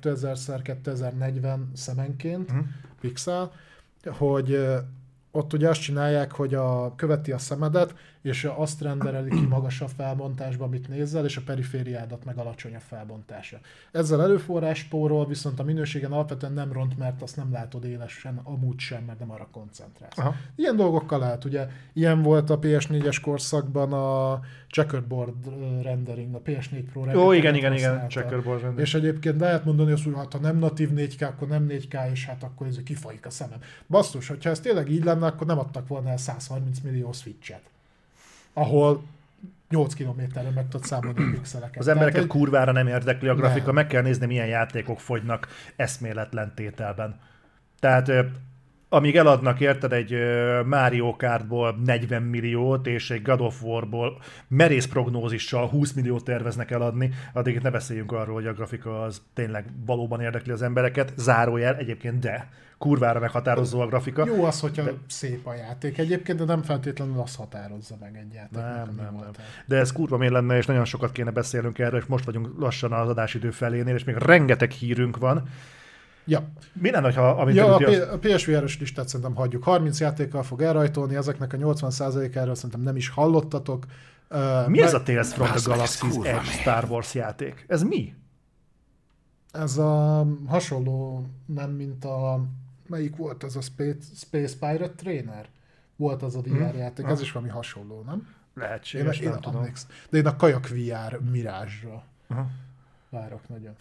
2000x2040 szemenként pixel, hogy ott ugye azt csinálják, hogy követi a szemedet, és azt rendereli ki magasabb felbontásba, amit nézzel, és a perifériádat meg alacsonyabb felbontása. Ezzel erőforrás spórol, viszont a minőségen alapvetően nem ront, mert azt nem látod élesen, amúgy sem, mert nem arra koncentrálsz. Aha. Ilyen dolgokkal lehet, ugye ilyen volt a PS4-es korszakban a checkerboard rendering, a PS4 Pro rendering. Ó, igen, checkerboard rendering. És egyébként lehet mondani azt, hogy hát, ha nem natív 4K, akkor nem 4K, és hát akkor ez kifaik a szemem. Basszus, hogyha ez tényleg így lenne, akkor nem adtak volna el 130 millió Switch-et, ahol 8 kilométerre meg tudod számolni a pixeleket. Az embereket kurvára nem érdekli a grafika, nem. Meg kell nézni, milyen játékok fogynak eszméletlen tételben. Tehát amíg eladnak, érted, egy Mario Kartból 40 milliót, és egy God of Warból merész prognózissal 20 milliót terveznek eladni, addig itt ne beszéljünk arról, hogy a grafika az tényleg valóban érdekli az embereket. Zárójel egyébként, de kurvára meghatározó a grafika. Jó az, hogyha szép a játék egyébként, de nem feltétlenül az határozza meg egy játékot. Nem. De ez kurva miért lenne, és nagyon sokat kéne beszélnünk erről, és most vagyunk lassan az adásidő felénél, és még rengeteg hírünk van. Ja. Mi lenne, ha... A PSVR-ös listát szerintem hagyjuk. 30 játékkal fog elrajtolni, ezeknek a 80%-áról szerintem nem is hallottatok. Mi ez a Tales from the Galaxy's Edge Star Wars játék? Ez mi? Ez a hasonló, nem mint a... Melyik volt az a Space Pirate Trainer? Volt az a VR játék, ez is valami hasonló, nem? Lehetséges, nem tudom. De én a Kajak VR Mirage-ra várok nagyon.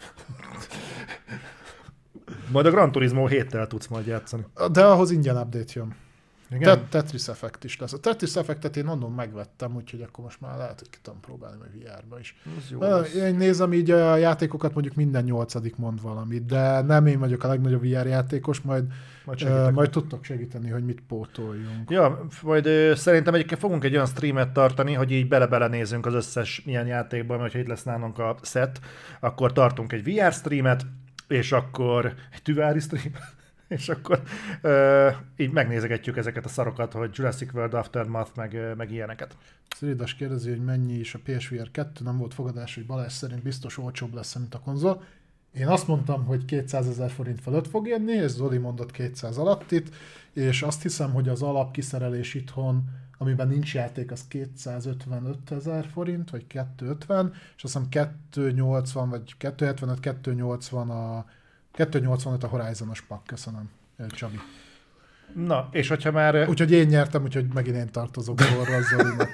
Majd a Gran Turismo 7-tel tudsz majd játszani. De ahhoz ingyen update jön. Tetris Effect is lesz. A Tetris Effectet én onnan megvettem, úgyhogy akkor most már lehet, hogy tudom próbálni majd VR-ba is. Én nézem így a játékokat, mondjuk minden 8. mond valamit, de nem én vagyok a legnagyobb VR játékos, majd tudtok segíteni, hogy mit pótoljunk. Ja, majd szerintem egyébként fogunk egy olyan streamet tartani, hogy így bele-bele nézünk az összes ilyen játékban, hogyha itt lesz nálunk a set, akkor tartunk egy VR streamet, és akkor egy tüvári streamet, és akkor így megnézegetjük ezeket a szarokat, hogy Jurassic World Aftermath, meg ilyeneket. Széridas kérdezi, hogy mennyi is a PSVR 2, nem volt fogadás, hogy Balázs szerint biztos olcsóbb lesz, mint a konzol. Én azt mondtam, hogy 200 000 forint fölött fog érni, és Zoli mondott 200 alattit, és azt hiszem, hogy az alapkiszerelés itthon, amiben nincs játék, az 255 000 forint, vagy 250, és azt hiszem 280, vagy 275, 285 a Horizon-os pak, köszönöm, Csabi. Na, és hogyha már... Úgyhogy én nyertem, úgyhogy megint én tartozok borra a Zolinak.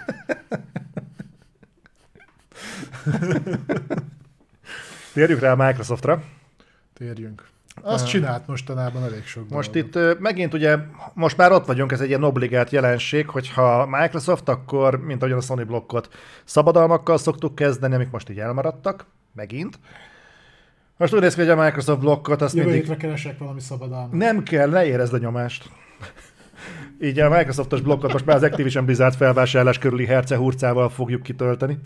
Térjünk rá a Microsoftra. Térjünk. Azt csinált mostanában elég sok most dolgot. Itt megint ugye, most már ott vagyunk, ez egy ilyen obligált jelenség, hogyha Microsoft, akkor, mint ahogyan a Sony blokkot szabadalmakkal szoktuk kezdeni, amik most így elmaradtak, megint. Most úgy néz ki, hogy a Microsoft blokkot azt jövő mindig... hétre keresek valami szabadalmat. Nem kell, ne érezd a nyomást. Így a Microsoftos blokkot most már az Activision Blizzard felvásárlás körüli hercehurcával fogjuk kitölteni.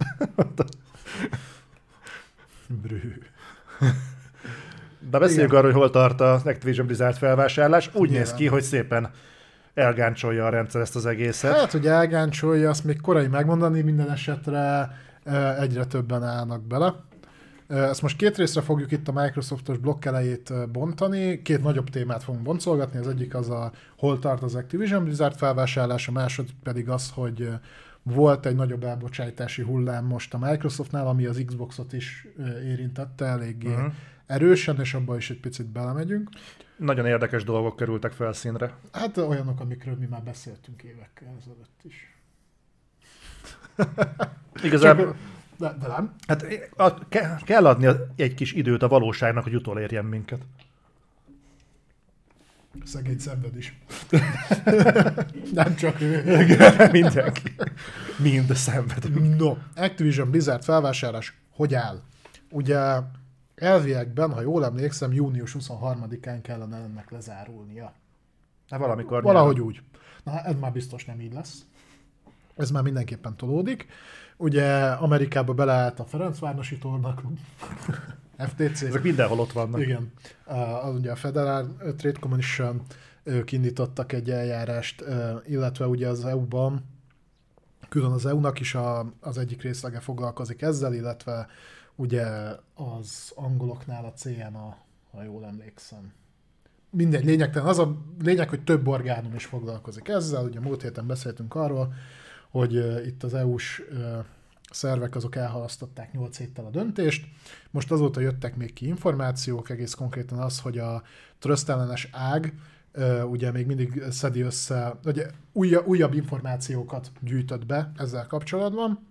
Brű. De beszéljünk arról, hogy hol tart az Activision Blizzard felvásárlás. Úgy Nyilván. néz ki, hogy szépen elgáncsolja a rendszer ezt az egészet. Hát, hogy elgáncsolja, azt még korai megmondani, minden esetre egyre többen állnak bele. Ezt most két részre fogjuk itt a Microsoftos blokk elejét bontani. Két nagyobb témát fogunk boncolgatni. Az egyik az a hol tart az Activision Blizzard felvásárlás, a második pedig az, hogy volt egy nagyobb elbocsájtási hullám most a Microsoftnál, ami az Xboxot is érintette eléggé erősen, és abban is egy picit belemegyünk. Nagyon érdekes dolgok kerültek felszínre. Hát olyanok, amikről mi már beszéltünk évekkel ezelőtt is. Igazából... De nem. Hát kell adni egy kis időt a valóságnak, hogy utolérjen minket. Szegény szenved is. Nem csak ő. Mindenki. Mind szenved. No, Activision Blizzard felvásárlás hogy áll? Ugye elviekben, ha jól emlékszem, június 23-án kellene ennek lezárulnia. Hát valamikor. Valahogy úgy. Na, ez már biztos nem így lesz. Ez már mindenképpen tolódik. Ugye Amerikába beleállt a Ferencvárosi Tornaklub, FTC. Ezek mindenhol ott vannak. Igen. Ugye a Federal Trade Commission, ők indítottak egy eljárást, illetve ugye az EU-ban, külön az EU-nak is az egyik részlege foglalkozik ezzel, illetve ugye az angoloknál a CNA, ha jól emlékszem. Mindegy, lényegtelen. Az a lényeg, hogy több orgánum is foglalkozik ezzel. Ugye múlt héten beszéltünk arról, hogy itt az EU-s szervek azok elhalasztották 8 héttel a döntést. Most azóta jöttek még ki információk, egész konkrétan az, hogy a trösztellenes ág ugye még mindig szedi össze, ugye újabb információkat gyűjtött be ezzel kapcsolatban,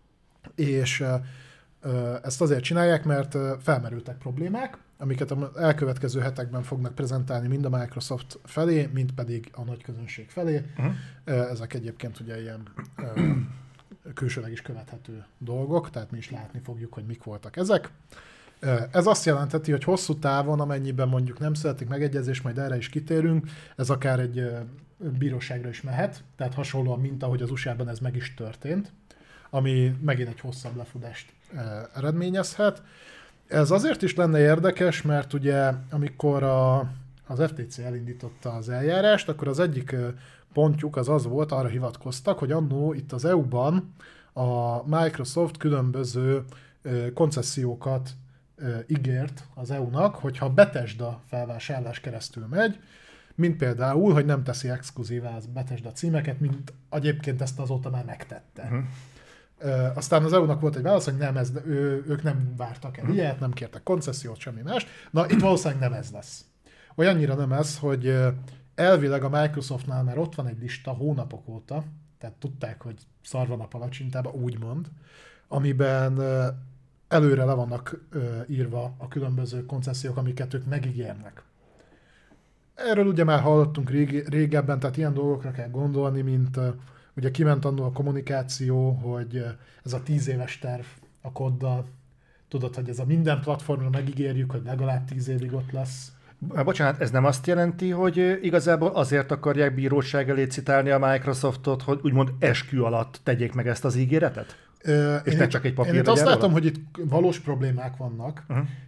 és ezt azért csinálják, mert felmerültek problémák, amiket az elkövetkező hetekben fognak prezentálni mind a Microsoft felé, mind pedig a nagy közönség felé. Ezek egyébként ugye ilyen külsőleg is követhető dolgok, tehát mi is látni fogjuk, hogy mik voltak ezek. Ez azt jelenteti, hogy hosszú távon, amennyiben mondjuk nem születik megegyezés, majd erre is kitérünk, ez akár egy bíróságra is mehet, tehát hasonlóan, mint ahogy az USA-ban ez meg is történt, ami megint egy hosszabb lefutást eredményezhet. Ez azért is lenne érdekes, mert ugye amikor az FTC elindította az eljárást, akkor az egyik pontjuk az volt, arra hivatkoztak, hogy annó itt az EU-ban a Microsoft különböző koncesziókat ígért az EU-nak, hogyha Bethesda felvásárlás keresztül megy, mint például, hogy nem teszi exkluzívá az Bethesda címeket, mint egyébként ezt azóta már megtette. Aztán az EU-nak volt egy válasz, hogy nem, ők nem vártak el ilyet, nem kértek koncesziót, semmi más. Na, itt valószínűleg nem ez lesz. Olyannyira nem ez, hogy elvileg a Microsoftnál már ott van egy lista hónapok óta, tehát tudták, hogy szar van a palacsintába, úgymond, amiben előre le vannak írva a különböző koncesziók, amiket ők megígérnek. Erről ugye már hallottunk régebben, tehát ilyen dolgokra kell gondolni, mint ugye kiment annól a kommunikáció, hogy ez a 10 éves terv a koddal, tudod, hogy ez a minden platformra megígérjük, hogy legalább 10 évig ott lesz. Bocsánat, ez nem azt jelenti, hogy igazából azért akarják bíróság elé citálni a Microsoftot, hogy úgymond eskü alatt tegyék meg ezt az ígéretet? És ne csak egy papír. Én itt azt látom, hogy itt valós problémák vannak.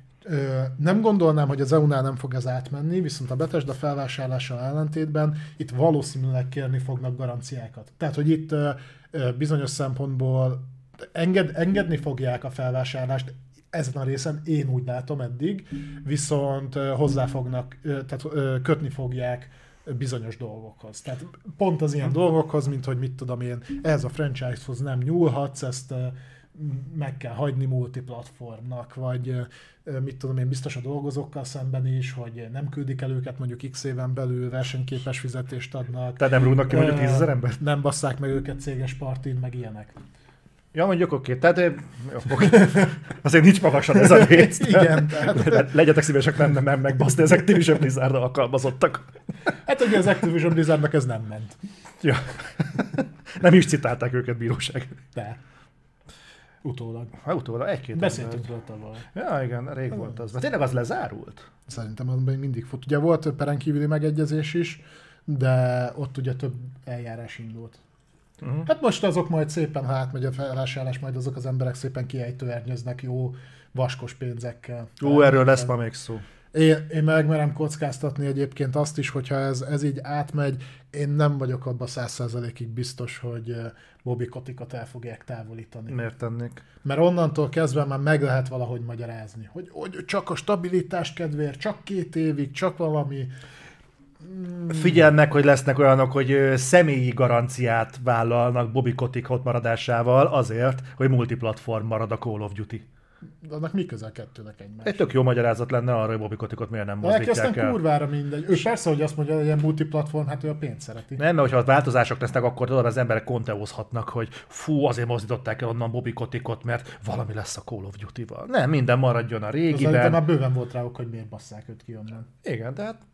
Nem gondolnám, hogy az EU-nál nem fog ez átmenni, viszont a Bethesda felvásárlással ellentétben itt valószínűleg kérni fognak garanciákat. Tehát, hogy itt bizonyos szempontból engedni fogják a felvásárlást, ezen a részen én úgy látom eddig, viszont hozzá fognak, tehát kötni fogják bizonyos dolgokhoz. Tehát pont az ilyen dolgokhoz, mint hogy mit tudom én, ehhez a franchise-hoz nem nyúlhatsz, ezt meg kell hagyni multiplatformnak, vagy mit tudom én, biztos a dolgozókkal szemben is, hogy nem küldik el őket mondjuk x éven belül, versenyképes fizetést adnak. Tehát nem rúgnak ki mondjuk 10 000 embert? Nem basszák meg őket céges partin, meg ilyenek. Ja, mondjuk oké. Tehát azért nincs magasan ez a rész. Igen, tehát... Legyetek szívesek nem megbaszni az Activision Blizzard alkalmazottak. Hát ugye az Activision Blizzardnak ez nem ment. Ja. Nem is citálták őket bíróság. De. Utólag. Utólag, egy-két. Beszéltünk róla tavaly. Ja, igen, rég volt az. Tényleg az lezárult? Szerintem az még mindig fut. Ugye volt peren kívüli megegyezés is, de ott ugye több eljárás indult. Hát most azok majd szépen, ha átmegy a felvásárlás, majd azok az emberek szépen kiejtőernyőznek jó vaskos pénzekkel. Erről lesz ma még szó. Én megmerem kockáztatni egyébként azt is, hogyha ez így átmegy, én nem vagyok abban 100%-ig biztos, hogy Bobby Kotickot el fogják távolítani. Miért tennék? Mert onnantól kezdve már meg lehet valahogy magyarázni, hogy csak a stabilitás kedvéért, csak 2 évig, csak valami... Figyeld meg, hogy lesznek olyanok, hogy személyi garanciát vállalnak Bobby Kotick ott maradásával azért, hogy multiplatform marad a Call of Duty. De annak mi közel kettőnek egymás? Egy tök jó magyarázat lenne arra, hogy Bobby Kotickot miért nem mozdítják el. Neki aztán kurvára mindegy. Ő persze, hogy azt mondja, hogy ilyen multiplatform, hát ő a pénzt szereti. Nem, mert hogyha változások lesznek, akkor tudod, az emberek konteózhatnak, hogy fú, azért mozdították el onnan Bobby Kotickot, mert valami lesz a Call of Duty-val. Nem, minden maradjon a régiben. Szerintem már bőven volt rá, hogy miért basszák őt ki onnan. Igen, de hát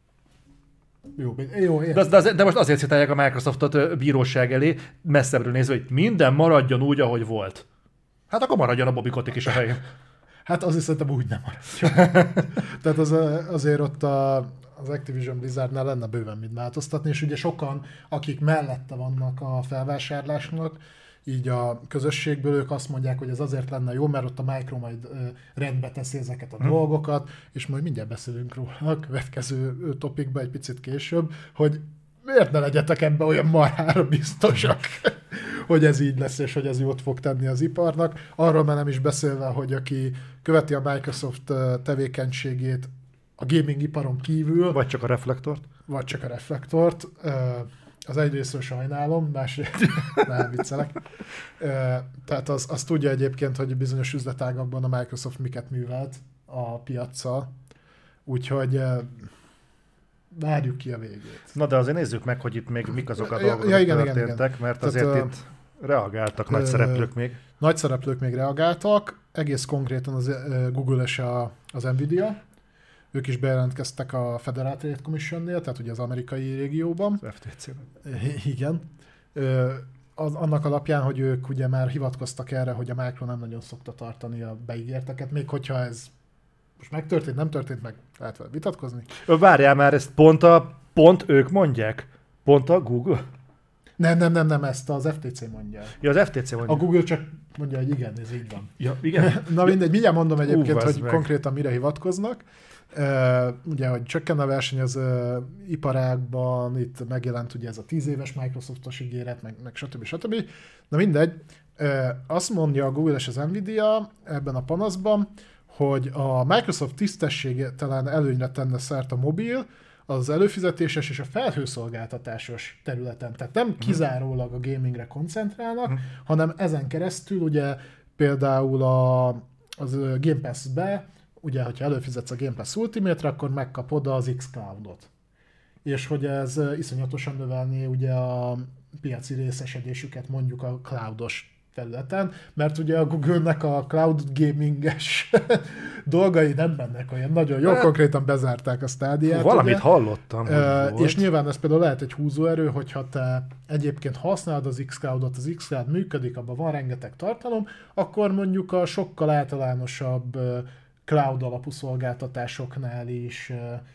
Jó, de most azért citálják a Microsoftot bíróság elé, messzebbről nézve, hogy minden maradjon úgy, ahogy volt. Hát akkor maradjon a Bobby Kotick is a helyén. Hát azért szerintem úgy nem maradjon. Tehát azért ott az Activision Blizzardnál lenne bőven mit változtatni, és ugye sokan, akik mellette vannak a felvásárlásnak, így a közösségből ők azt mondják, hogy ez azért lenne jó, mert ott a Micro majd rendbe teszi ezeket a dolgokat, és majd mindjárt beszélünk róla a következő topikban egy picit később, hogy miért ne legyetek ebben olyan marhára biztosak, hogy ez így lesz, és hogy ez jót fog tenni az iparnak. Arról már nem is beszélve, hogy aki követi a Microsoft tevékenységét a gaming iparon kívül, vagy csak a Reflektort, az egyrésztről sajnálom, másrészt nem viccelek. Tehát az tudja egyébként, hogy bizonyos üzletágakban a Microsoft miket művelt a piaccal, úgyhogy várjuk ki a végét. Na de azért nézzük meg, hogy itt még mik azok a dolgok, történtek, mert tehát, azért itt reagáltak nagy szereplők még. Nagy szereplők még reagáltak, egész konkrétan az Google és az Nvidia. Ők is bejelentkeztek a Federal Trade Commissionnél, tehát ugye az amerikai régióban. Az FTC-ben. Igen. Annak alapján, hogy ők ugye már hivatkoztak erre, hogy a Micro nem nagyon szokta tartani a beígérteket, még hogyha ez most megtörtént, nem történt meg, lehet vele vitatkozni. Várjál már, ezt pont ők mondják? Pont a Google? Nem, ezt az FTC mondja. Ja, az FTC mondja. A Google csak mondja, hogy igen, ez így van. Ja, igen. Na mindegy, mindjárt mondom egyébként, hogy konkrétan mire hivatkoznak. Ugye, hogy csökken a verseny az iparágban, itt megjelent ugye ez a 10 éves Microsoftos ígéret, meg stb. Na mindegy, azt mondja a Google és az Nvidia ebben a panaszban, hogy a Microsoft tisztességtelen előnyre tenne szert a mobil, az előfizetéses és a felhőszolgáltatásos területen. Tehát nem kizárólag a gamingre koncentrálnak, hanem ezen keresztül ugye például az Game Pass-be, ugye, hogyha előfizetsz a Game Pass Ultimate-re, akkor megkapod az xCloud-ot. És hogy ez iszonyatosan növelné ugye a piaci részesedésüket mondjuk a cloudos felületen, mert ugye a Google-nek a cloud gaming-es dolgai nem mennek olyan nagyon jól, konkrétan bezárták a Stadia-t. Valamit ugye hallottam. És nyilván ez például lehet egy húzóerő, hogyha te egyébként használod az xCloud-ot, az xCloud működik, abban van rengeteg tartalom, akkor mondjuk a sokkal általánosabb cloud alapú szolgáltatásoknál is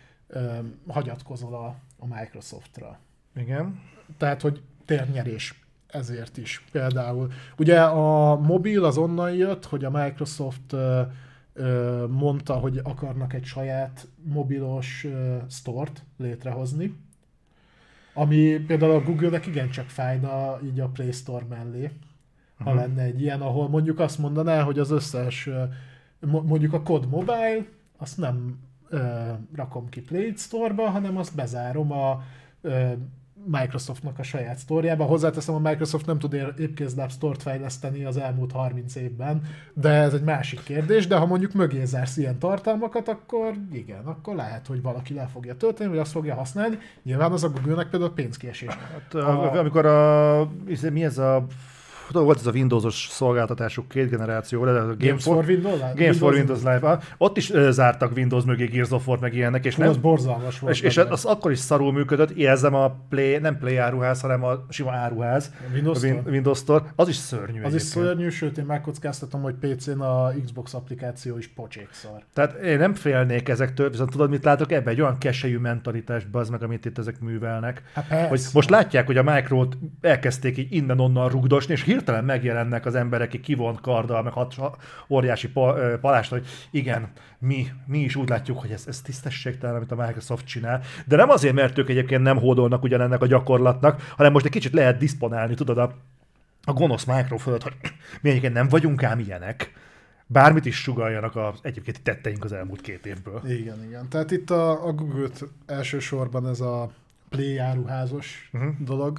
hagyatkozol a Microsoftra. Igen. Tehát, hogy térnyerés. Ezért is például. Ugye a mobil az onnan jött, hogy a Microsoft mondta, hogy akarnak egy saját mobilos store-t létrehozni, ami például a Google-nek igencsak fájna így a Play Store mellé, ha lenne egy ilyen, ahol mondjuk azt mondaná, hogy az összes, mondjuk a COD Mobile, azt nem rakom ki Play Store-ba, hanem azt bezárom a Microsoftnak a saját sztorjába. Hozzáteszem, a Microsoft nem tud épkézláb sztort fejleszteni az elmúlt 30 évben, de ez egy másik kérdés, de ha mondjuk mögé zársz ilyen tartalmakat, akkor igen, akkor lehet, hogy valaki le fogja tölteni, vagy azt fogja használni. Nyilván az a Google-nek például pénzkiesés. Hát, amikor mi ez a... Volt ez a Windows-os szolgáltatásuk két generáció, a Games for Windows? Games for Windows Live. Ott is zártak Windows mögé Gears of War meg ilyenek. És az borzalmas volt. És az akkor is szarul működött, érzem nem Play áruház, hanem a sima áruház. Windows Store. Az is szörnyű. Az is szörnyű, sőt én megkockáztatom, hogy PC-n a Xbox applikáció is pocsékszar. Tehát én nem félnék ezektől, viszont tudod, mit látok ebben? Egy olyan keselyű mentalitást, bazd meg, amit itt ezek művelnek. Hát hogy most látják, hogy a Micro-t elkezdték így innen-onnan rugdosni, és hirtelen megjelennek az emberek, akik kivont karddal, meg óriási palást, hogy igen, mi is úgy látjuk, hogy ez tisztességtelen, amit a Microsoft csinál. De nem azért, mert ők egyébként nem hódolnak ugyanennek a gyakorlatnak, hanem most egy kicsit lehet diszponálni, tudod, a gonosz Micro fölött, hogy mi egyébként nem vagyunk ám ilyenek. Bármit is sugalljanak az egyébként tetteink az elmúlt 2 évből. Igen. Tehát itt a Google-t elsősorban ez a Play áruházos dolog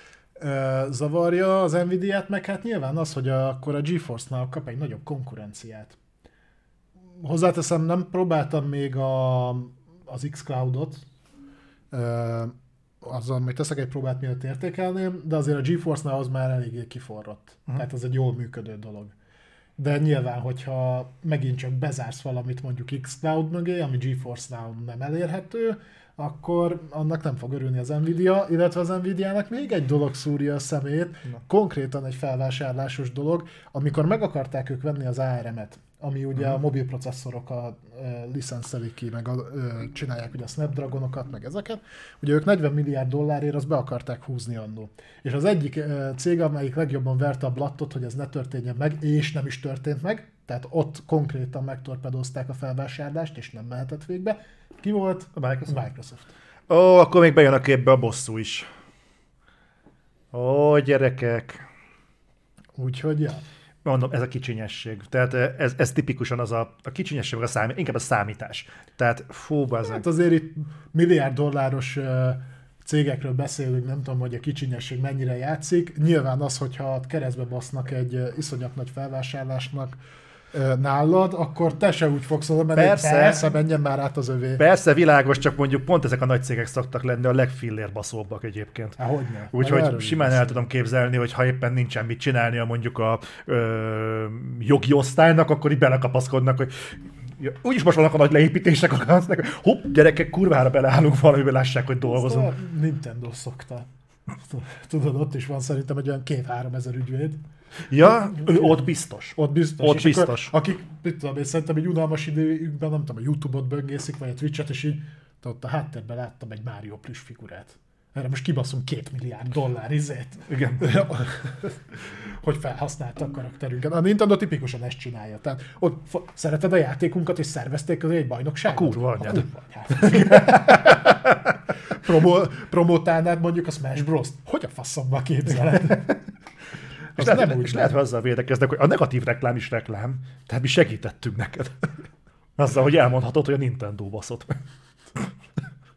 zavarja, az Nvidia-t, meg hát nyilván az, hogy akkor a GeForce-nál kap egy nagyobb konkurenciát. Hozzáteszem, nem próbáltam még az xCloud-ot, azzal majd teszek egy próbát, mielőtt értékelném, de azért a GeForce-nál az már eléggé kiforrott. Tehát ez egy jól működő dolog. De nyilván, hogyha megint csak bezársz valamit mondjuk xCloud mögé, ami GeForce-nál nem elérhető, akkor annak nem fog örülni az Nvidia, illetve az Nvidia-nak még egy dolog szúrja a szemét, konkrétan egy felvásárlásos dolog, amikor meg akarták ők venni az ARM-et, ami ugye a mobil processzorokat licenszelik ki, meg csinálják ugye a Snapdragonokat, meg ezeket. Ugye ők $40 milliárd azt be akarták húzni annó. És az egyik cég, amelyik legjobban verte a blattot, hogy ez ne történjen meg, és nem is történt meg, tehát ott konkrétan megtorpedozták a felvásárlást, és nem mehetett végbe. Ki volt? A Microsoft. Ó, akkor még bejön a képbe a bosszú is. Ó, gyerekek. Úgyhogy, ja. Mondom, ez a kicsinyesség. Tehát ez tipikusan az a kicsinyesség, inkább a számítás. Tehát hát azért itt $1 milliárd cégekről beszélünk, nem tudom, hogy a kicsinyesség mennyire játszik. Nyilván az, hogyha keresztbe basznak egy iszonyat nagy felvásárlásnak nálad, akkor te se úgy fogsz oda menni, persze, menjen már át az övé. Persze, világos, csak mondjuk pont ezek a nagy cégek szoktak lenni a legfillérbaszóbbak egyébként. Hogyne. Úgyhogy simán el tudom képzelni, hogy ha éppen nincsen mit csinálnia mondjuk a jogi osztálynak, akkor így belekapaszkodnak, hogy úgyis most vannak a nagy leépítések, hopp, gyerekek, kurvára beleállunk valamiben, lássák, hogy dolgozunk. Ezt a Nintendo szokta. Tudod, ott is van szerintem egy olyan 2-3 ezer ügyvéd. Ja, ott biztos. Ott biztos. Akik, mit tudom én, szerintem egy unalmas időkben, nem tudom, a YouTube-ot böngészik, vagy a Twitch-et, és így ott a háttérben láttam egy Mario plusz figurát. Erre most kibaszunk $2 milliárd izét. Igen. Hogy felhasználta a karakterünket. A Nintendo tipikusan ezt csinálja. Tehát ott szereted a játékunkat, és szervezték közé egy bajnokságot? A kurva anyád. Promotálnád mondjuk a Smash Bros-t. Hogy a faszomba képzeled? És lehet, hogy azzal védekeznek, hogy a negatív reklám is reklám. Tehát mi segítettünk neked. Azzal, hogy elmondhatod, hogy a Nintendo baszott.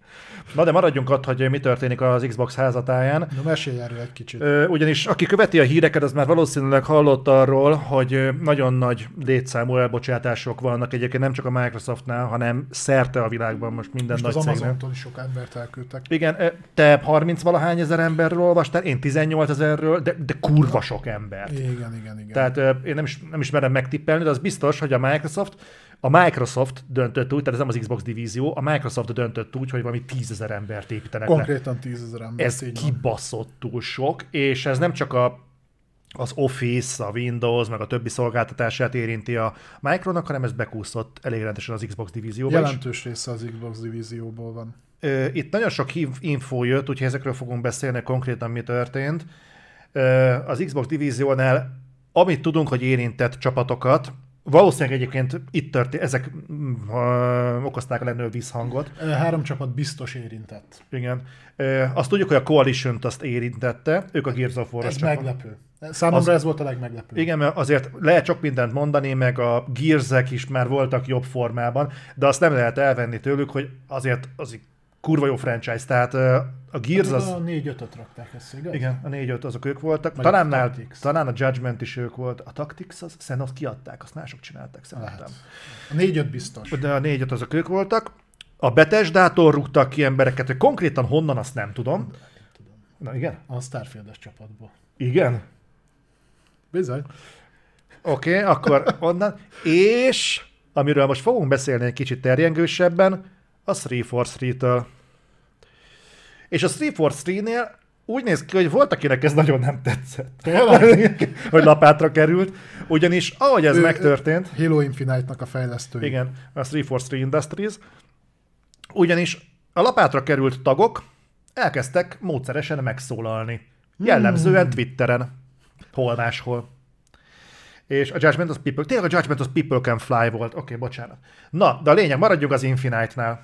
Na de maradjunk ott, hogy mi történik az Xbox házatáján. Na mesélj erről egy kicsit. Ugyanis aki követi a híreket, az már valószínűleg hallott arról, hogy nagyon nagy létszámú elbocsátások vannak egyébként nem csak a Microsoftnál, hanem szerte a világban most minden most nagy az cégnél. Amazontól is sok embert elküldtek. Igen, te 30-valahány ezer emberről olvastál, én 18 ezerről, de kurva sok embert. Igen. Tehát én nem is merem megtippelni, de az biztos, hogy a Microsoft döntött úgy, tehát ez nem az Xbox divízió, a Microsoft döntött úgy, hogy valami 10 000 embert építenek Konkrétan 10 000 ember. Ez kibaszottul sok, és ez nem csak az Office, a Windows, meg a többi szolgáltatását érinti a Micronak, hanem ez bekúszott elég rendesen az Xbox divízióba Jelentős része az Xbox divízióból van. Itt nagyon sok info jött, úgyhogy ezekről fogunk beszélni konkrétan, mi történt. Az Xbox divíziónál, amit tudunk, hogy érintett csapatokat, valószínűleg egyébként itt történt, ezek okozták a legnagyobb visszhangot. 3 csapat biztos érintett. Igen. Azt tudjuk, hogy a Coalition-t azt érintette, ők a Gears of War-os csapat. Ez meglepő. Számomra ez volt a legmeglepőbb. Igen, mert azért lehet sok mindent mondani, meg a Gears-ek is már voltak jobb formában, de azt nem lehet elvenni tőlük, hogy azért az kurva jó franchise, tehát a Gears az... A 4-5-öt rakták ezt, igaz? Igen, a 4-5 azok ők voltak. Talán a Judgment is ők volt. A Tactics, szerintem azt kiadták, azt mások csinálták szerintem. Lehet. A 4-5 biztos. De a 4-5 azok ők voltak. A Bethesdától rúgtak ki embereket, hogy konkrétan honnan, azt nem tudom. Nem tudom. Na igen? A Starfield-es csapatból. Igen? Bizony. Oké, akkor onnan. És amiről most fogunk beszélni egy kicsit terjengősebben, a 343-től. És a 343-nél úgy néz ki, hogy volt, akinek ez nagyon nem tetszett. Hogy lapátra került. Ugyanis ahogy ez megtörtént... Halo Infinite-nak a fejlesztői. Igen, a 343 Industries. Ugyanis a lapátra került tagok elkezdtek módszeresen megszólalni. Jellemzően Twitteren. Hol máshol. És a Judgment of People... Tényleg a Judgment of People Can Fly volt. Oké, bocsánat. Na, de a lényeg, maradjunk az Infinite-nál.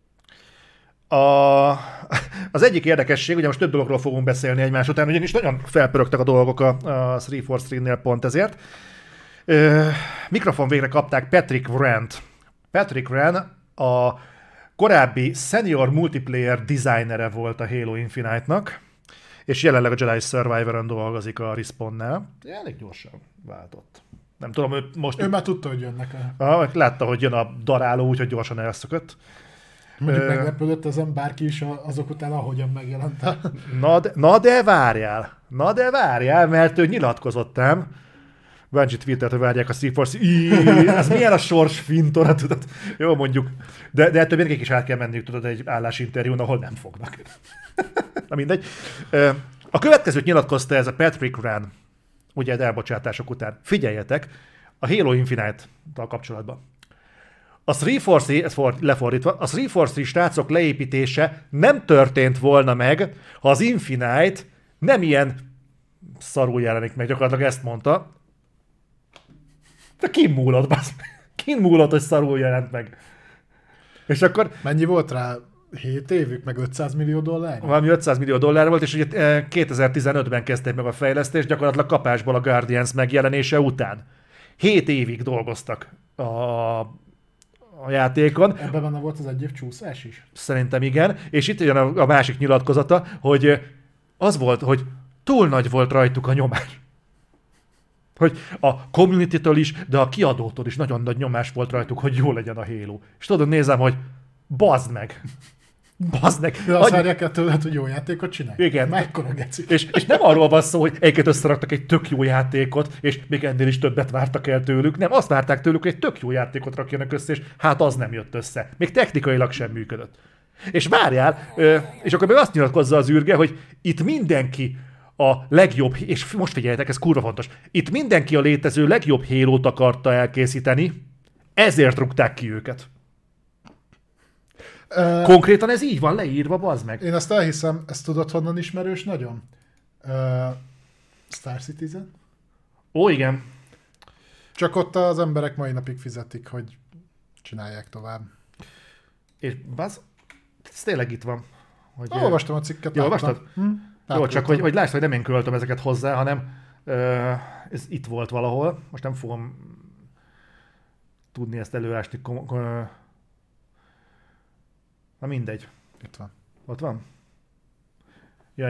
Az egyik érdekesség, ugye most több dologról fogunk beszélni egymás után, ugyanis nagyon felpörögtek a dolgok a 343-nél pont ezért. Mikrofon végre kapták Patrick Wrant. Patrick Wrant a korábbi senior multiplayer designere volt a Halo Infinite-nak, és jelenleg a Jedi Survivor-on dolgozik a Respawn-nál. Elég gyorsan váltott. Nem tudom, ő már tudta, hogy jönnek. Látta, hogy jön a daráló, úgyhogy gyorsan elszökött. Mondjuk meglepődött ezen bárki is azok után, ahogyan megjelent. Na de várjál, mert ő nyilatkozott ám. Bungie tweetelt, hogy várják a C4C. Ez milyen a sors fintora, tudod? Jó, mondjuk. De ettől mindenki is át kell menniük, tudod, egy állásinterjún, ahol nem fognak. Na mindegy. A következőt nyilatkozta ez a Patrick Wrant, ugye elbocsátások után. Figyeljetek, a Halo Infinite-tal kapcsolatban. A 343, ez lefordítva, a 343 srácok leépítése nem történt volna meg, ha az Infinite nem ilyen szarul jelenik meg, gyakorlatilag ezt mondta. De kin múlott, hogy szarul jelent meg. És akkor... Mennyi volt rá? 7 évük, meg $500 millió? Valami $500 millió volt, és ugye 2015-ben kezdték meg a fejlesztést, gyakorlatilag kapásból a Guardians megjelenése után. 7 évig dolgoztak a játékon. Ebben benne volt az egy év csúszás is? Szerintem igen, és itt jön a másik nyilatkozata, hogy az volt, hogy túl nagy volt rajtuk a nyomás. Hogy a community-től is, de a kiadótól is nagyon nagy nyomás volt rajtuk, hogy jó legyen a Halo. És tudod, nézem, hogy bazd meg. De azt várják el tőled, hogy jó játékot csinálj? Igen. Mekkora geci. És nem arról van szó, hogy egyiket összeraktak egy tök jó játékot, és még ennél is többet vártak el tőlük. Nem, azt várták tőlük, hogy egy tök jó játékot rakjanak össze, és hát az nem jött össze. Még technikailag sem működött. És várjál, és akkor még azt nyilatkozza az űrge, hogy itt mindenki a legjobb, és most figyeljetek, ez kurva fontos, itt mindenki a létező legjobb Halo-t akarta elkészíteni, ezért rúgták ki őket. Konkrétan ez így van leírva, bazd meg. Én azt elhiszem, ezt tudod honnan ismerős nagyon? Star Citizen? Ó, igen. Csak ott az emberek mai napig fizetik, hogy csinálják tovább. És bazd, ez tényleg itt van. Hogy olvastam a cikket. Jó, olvastad? Jó, csak hogy lásd, hogy nem én költöm ezeket hozzá, hanem ez itt volt valahol. Most nem fogom tudni ezt előásni. Na mindegy. Itt van. Ott van? Ja,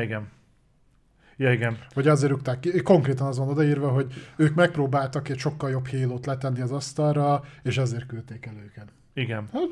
igen. Vagy azért rúgták ki, konkrétan az van odaírva, hogy ők megpróbáltak egy sokkal jobb Halo-t letenni az asztalra, és ezért küldték el őket. Igen. Hát,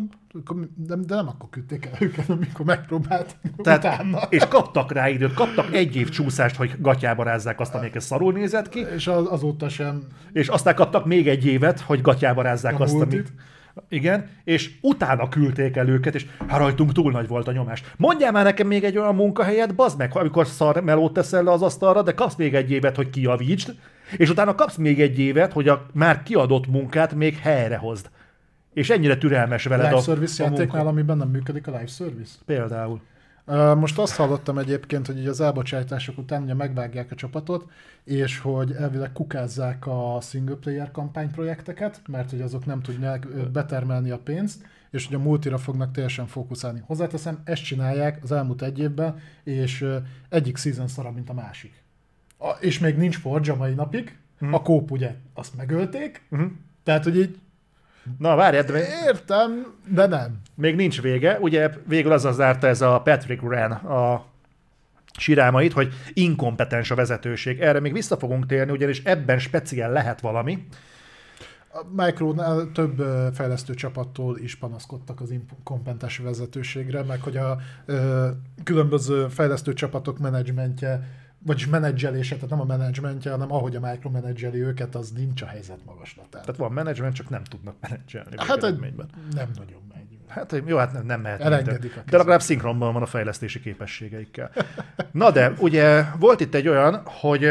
de nem akkor küldték el őket, amikor megpróbáltak utána. És kaptak rá időt, kaptak egy év csúszást, hogy gatyába rázzák azt, amelyik szarul nézett ki. És azóta sem. És aztán kaptak még egy évet, hogy gatyába rázzák azt, amit... Igen, és utána küldték el őket, és rajtunk túl nagy volt a nyomás. Mondjál már nekem még egy olyan munkahelyet, bazd meg, amikor szar melót teszel le az asztalra, de kapsz még egy évet, hogy kijavítsd, és utána kapsz még egy évet, hogy a már kiadott munkát még helyrehozd. És ennyire türelmes veled live service játéknál, amiben nem működik a live service? Például. Most azt hallottam egyébként, hogy az elbocsátások után ugye megvágják a csapatot, és hogy elvileg kukázzák a single player kampányprojekteket, mert hogy azok nem tudják betermelni a pénzt, és hogy a multira fognak teljesen fókuszálni. Hozzáteszem, ezt csinálják az elmúlt egy évben, és egyik season szarabb, mint a másik. És még nincs Forge a mai napig, a kóp ugye azt megölték, tehát hogy így na, várjad, értem, de nem. Még nincs vége. Ugye végül az zárta ez a Patrick Wren a sirámait, hogy inkompetens a vezetőség. Erre még vissza fogunk térni, ugyanis ebben speciál lehet valami. A Micronál több fejlesztő csapattól is panaszkodtak az inkompetens vezetőségre, meg hogy a különböző fejlesztő csapatok menedzsmentje, vagyis menedzselése, tehát nem a menedzsmentje, hanem ahogy a Micro menedzseli őket, az nincs a helyzet magaslatán. Tehát van menedzsment, csak nem tudnak menedzselni. Hát nem nagyon megy. Hát jó, hát nem mehet. Elengedik de legalább szinkronban van a fejlesztési képességeikkel. Na de, ugye volt itt egy olyan, hogy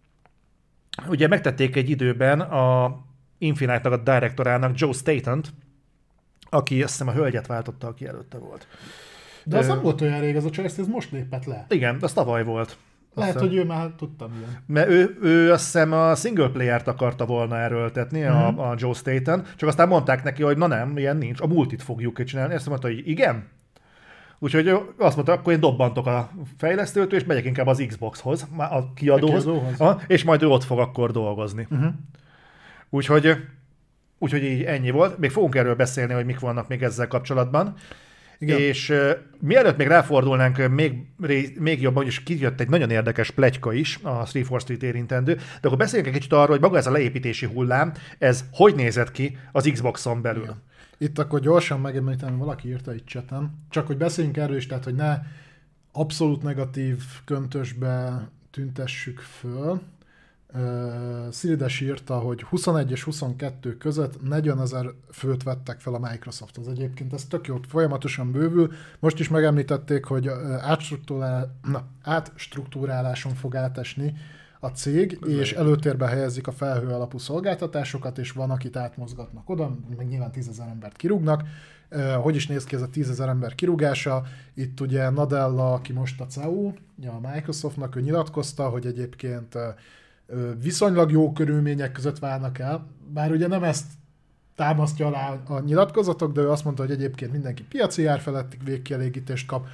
ugye megtették egy időben a Infinite-nak a direktorának, Joe Statent, aki azt hiszem a hölgyet váltotta, aki előtte volt. De az nem volt olyan rég, az a Choice, ez most lépett le. Igen, az tavaly volt. Lehet, hogy ő már tudtam ilyen. Mert ő azt hiszem a single player-t akarta volna erőltetni, a Joe Staten, csak aztán mondták neki, hogy na nem, ilyen nincs, a multit fogjuk csinálni. Ezt mondta, hogy igen. Úgyhogy azt mondta, akkor én dobbantok a fejlesztőtől, és megyek inkább az Xboxhoz, a kiadóhoz. És majd ő ott fog akkor dolgozni. Úgyhogy így ennyi volt. Még fogunk erről beszélni, hogy mik vannak még ezzel kapcsolatban. Igen. És mielőtt még ráfordulnánk még jobban, és kijött egy nagyon érdekes pletyka is a 343 érintendő, de akkor beszéljünk egy kicsit arról, hogy maga ez a leépítési hullám, ez hogy nézett ki az Xboxon belül. Igen. Itt akkor gyorsan megemlítem, valaki írta itt chaten, csak hogy beszéljünk erről is, tehát hogy ne abszolút negatív köntösbe tüntessük föl. Szilides írta, hogy 21 és 22 között 40 000 főt vettek fel a Microsofthoz. Egyébként ez tök jó, folyamatosan bővül. Most is megemlítették, hogy átstruktúráláson fog átesni a cég, és előtérbe helyezik a felhő alapú szolgáltatásokat, és van, akit átmozgatnak oda, meg nyilván 10 000 embert kirúgnak. Hogy is néz ki ez a 10 000 ember kirúgása? Itt ugye Nadella, aki most a CEO, a Microsoftnak, ő nyilatkozta, hogy egyébként viszonylag jó körülmények között válnak el, bár ugye nem ezt támasztja alá a nyilatkozatok, de ő azt mondta, hogy egyébként mindenki piaci ár feletti végkielégítést kap,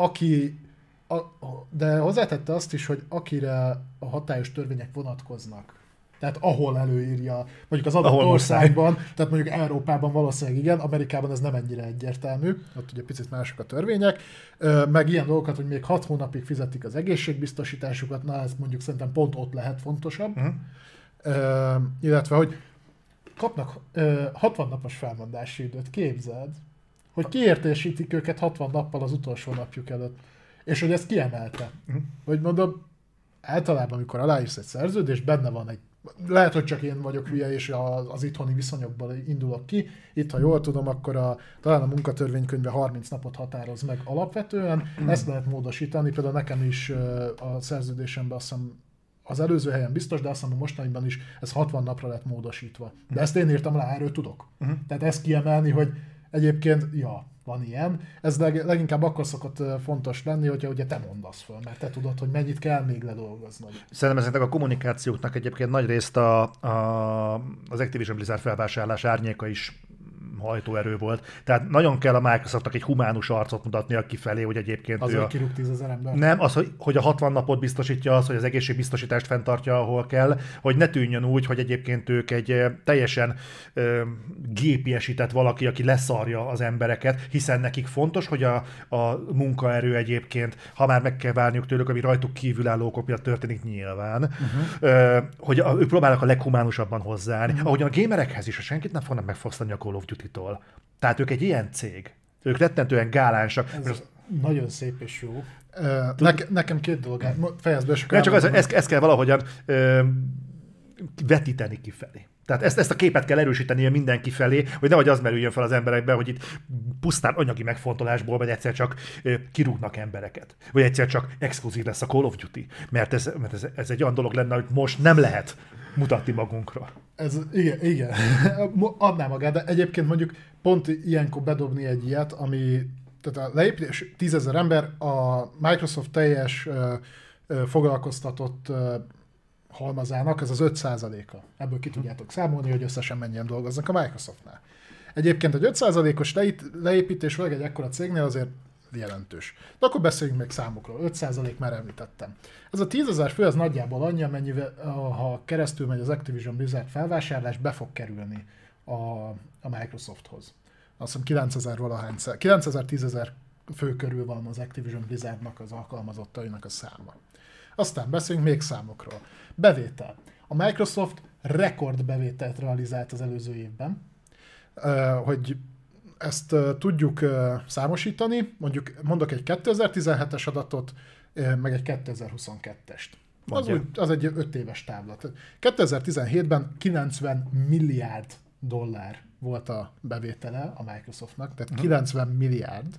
de hozzátette azt is, hogy akire a hatályos törvények vonatkoznak. Tehát ahol előírja, mondjuk az adott országban, tehát mondjuk Európában valószínűleg igen, Amerikában ez nem ennyire egyértelmű, ott ugye picit mások a törvények, meg ilyen dolgokat, hogy még 6 hónapig fizetik az egészségbiztosításukat, na ez mondjuk szerintem pont ott lehet fontosabb, illetve hogy kapnak 60 napos felmondási időt, képzeld, hogy kiértésítik őket 60 nappal az utolsó napjuk előtt, és hogy ezt kiemelte. Hogy mondom, általában, amikor aláírsz egy szerződést, benne van egy, lehet, hogy csak én vagyok hülye, és az itthoni viszonyokból indulok ki. Itt, ha jól tudom, akkor talán a munkatörvénykönyve 30 napot határoz meg alapvetően. Ezt lehet módosítani, például nekem is a szerződésemben azt hiszem, az előző helyen biztos, de azt hiszem a mostaniban is ez 60 napra lett módosítva. De ezt én írtam le, erről tudok. Tehát ezt kiemelni, hogy egyébként, van ilyen. Ez leginkább akkor szokott fontos lenni, hogyha ugye te mondasz föl, mert te tudod, hogy mennyit kell még ledolgoznod. Szerintem ezeknek a kommunikációknak egyébként nagy részt az Activision Blizzard felvásárlás árnyéka is hajtóerő volt. Tehát nagyon kell a Microsoftnak egy humánus arcot mutatnia kifelé, hogy egyébként az, hogy kirúg 10 000 ember? Nem, az, hogy a 60 napot biztosítja az, hogy az egészségbiztosítást fenntartja, ahol kell, hogy ne tűnjön úgy, hogy egyébként ők egy teljesen gépiesített valaki, aki leszarja az embereket, hiszen nekik fontos, hogy a munkaerő egyébként, ha már meg kell válniuk tőlük, ami rajtuk kívülálló okok miatt történik nyilván, hogy ők próbálnak a leghumánusabban hozzáállni. Ahogyan a gamerekhez is, senkit nem fognak megfosztani a Call of Duty-tól. Tehát ők egy ilyen cég. Ők rettentően gálánsak. Ez nagyon szép és jó. Nekem két dolog. Fejezd be, csak ezt kell valahogyan vetíteni kifelé. Tehát ezt a képet kell erősítenie mindenki felé, hogy nehogy az merüljön fel az emberekben, hogy itt pusztán anyagi megfontolásból, vagy egyszer csak kirúgnak embereket. Vagy egyszer csak exkluzív lesz a Call of Duty. Mert ez egy olyan dolog lenne, hogy most nem lehet mutatni magunkra. Igen. Adná magát, de egyébként mondjuk pont ilyenkor bedobni egy ilyet, ami tehát a leépítés 10 000 ember, a Microsoft teljes foglalkoztatott halmazának, ez az 5%-a. Ebből ki tudjátok számolni, hogy összesen mennyien dolgoznak a Microsoftnál. Egyébként egy 5%-os leépítés, vagy egy ekkora cégnél azért jelentős. De akkor beszéljünk még számokról. 5% már említettem. Ez a 10 000 fő az nagyjából annyi, amennyivel, ha keresztül megy az Activision Blizzard felvásárlás, be fog kerülni a Microsofthoz. Azt hiszem 9000-10 000 fő körül van az Activision Blizzardnak az alkalmazottainak a száma. Aztán beszéljünk még számokról. Bevétel. A Microsoft rekordbevételt realizált az előző évben. Hogy ezt tudjuk számosítani, mondok egy 2017-es adatot, meg egy 2022-est. Az egy 5 éves táblat. 2017-ben 90 milliárd dollár volt a bevétele a Microsoftnak, tehát 90 milliárd.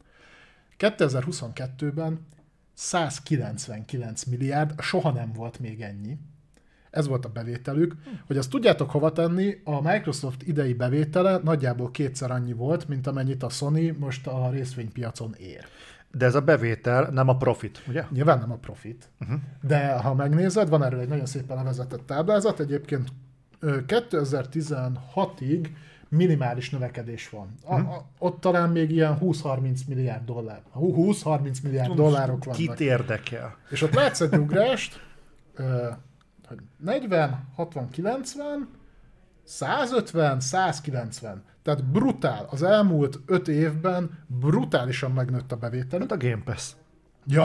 2022-ben 199 milliárd, soha nem volt még ennyi. Ez volt a bevételük. Hogy azt tudjátok hova tenni, a Microsoft idei bevétele nagyjából 2-szer annyi volt, mint amennyit a Sony most a részvénypiacon ér. De ez a bevétel nem a profit, ugye? Nyilván nem a profit. De ha megnézed, van erről egy nagyon szépen levezetett táblázat, egyébként 2016-ig minimális növekedés van. Ott talán még ilyen 20-30 milliárd dollár. 20-30 milliárd dollárok vannak. Kit érdekel? És ott látsz egy ugrást, 40, 60, 90, 150, 190. Tehát brutál. Az elmúlt 5 évben brutálisan megnőtt a bevétel. Hát a Game Pass. Ja,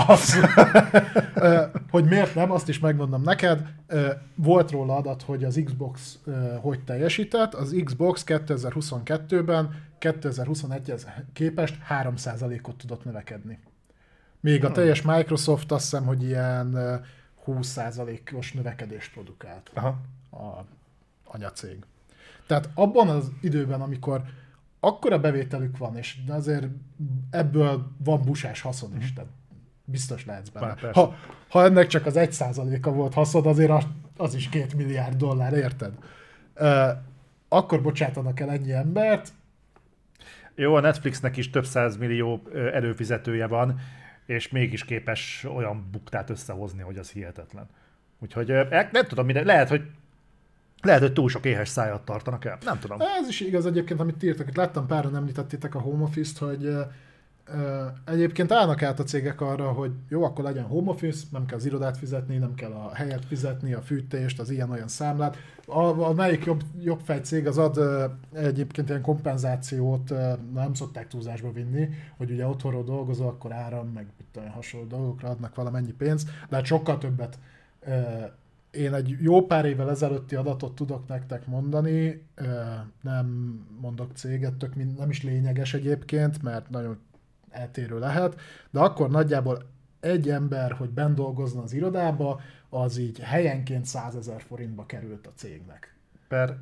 hogy miért nem, azt is megmondom neked. Volt róla adat, hogy az Xbox hogy teljesített. Az Xbox 2022-ben 2021-hez képest 3%-ot tudott növekedni. Még a teljes Microsoft azt hiszem, hogy ilyen 20%-os növekedést produkált. Aha. A anyacég. Tehát abban az időben, amikor akkora bevételük van, és azért ebből van busás haszon is, tehát biztos lehetsz benne. Ha ennek csak az 1%-a volt haszon, azért az is 2 milliárd dollár, érted? Akkor bocsátanak el ennyi embert. Jó, a Netflixnek is több 100 millió előfizetője van, és mégis képes olyan buktát összehozni, hogy az hihetetlen. Úgyhogy nem tudom, lehet, hogy túl sok éhes szájat tartanak el. Nem tudom. Ez is igaz egyébként, amit írtak. Itt láttam, páran említettétek a home office-t, hogy egyébként állnak át a cégek arra, hogy jó, akkor legyen home office, nem kell az irodát fizetni, nem kell a helyet fizetni, a fűtést, az ilyen-olyan számlát. A melyik jobb fejcég az ad egyébként ilyen kompenzációt, nem szokták túlzásba vinni, hogy ugye otthonról dolgozol, akkor áram, meg olyan hasonló dolgokra adnak valamennyi pénzt, de hát sokkal többet. Én egy jó pár évvel ezelőtti adatot tudok nektek mondani, nem mondok céget, nem is lényeges egyébként, mert nagyon eltérő lehet, de akkor nagyjából egy ember, hogy benn dolgozna az irodába, az így helyenként 100 000 forintba került a cégnek. Per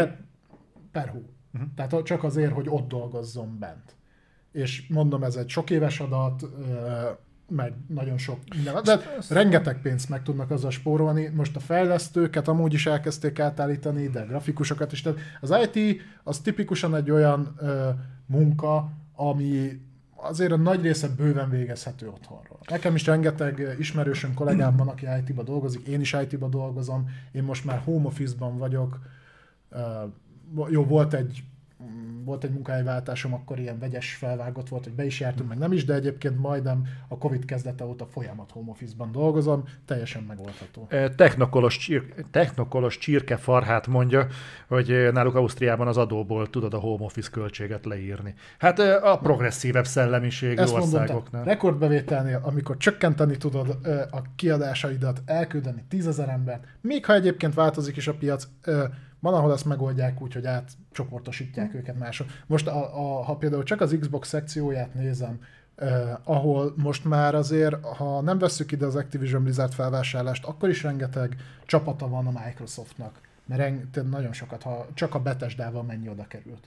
hó. Tehát csak azért, hogy ott dolgozzon bent. És mondom, ez egy sok éves adat, meg nagyon sok minden. De rengeteg pénzt meg tudnak azzal spórolni. Most a fejlesztőket amúgy is elkezdték átállítani, de grafikusokat is. Tehát az IT az tipikusan egy olyan munka, ami azért a nagy része bőven végezhető otthonról. Nekem is rengeteg ismerősöm, kollégám van, aki IT-ba dolgozik, én is IT-ba dolgozom, én most már home office-ban vagyok. Jó, volt egy volt egy munkahelyváltásom, akkor ilyen vegyes felvágott volt, hogy be is jártunk, meg nem is, de egyébként majdnem a Covid kezdete óta folyamat home office-ban dolgozom, teljesen megoldható. Technokolos csirkefarhát mondja, hogy náluk Ausztriában az adóból tudod a home office költséget leírni. Hát a progresszívebb szellemiségű országoknál. Mondom, rekordbevételnél, amikor csökkenteni tudod a kiadásaidat, elküldeni 10 000 embert, még ha egyébként változik is a piac, van, ahol ezt megoldják úgy, hogy átcsoportosítják őket mások. Most ha például csak az Xbox szekcióját nézem, ahol most már azért, ha nem vesszük ide az Activision Blizzard felvásárlást, akkor is rengeteg csapata van a Microsoftnak. Mert nagyon sokat, ha csak a Bethesdával mennyi oda került.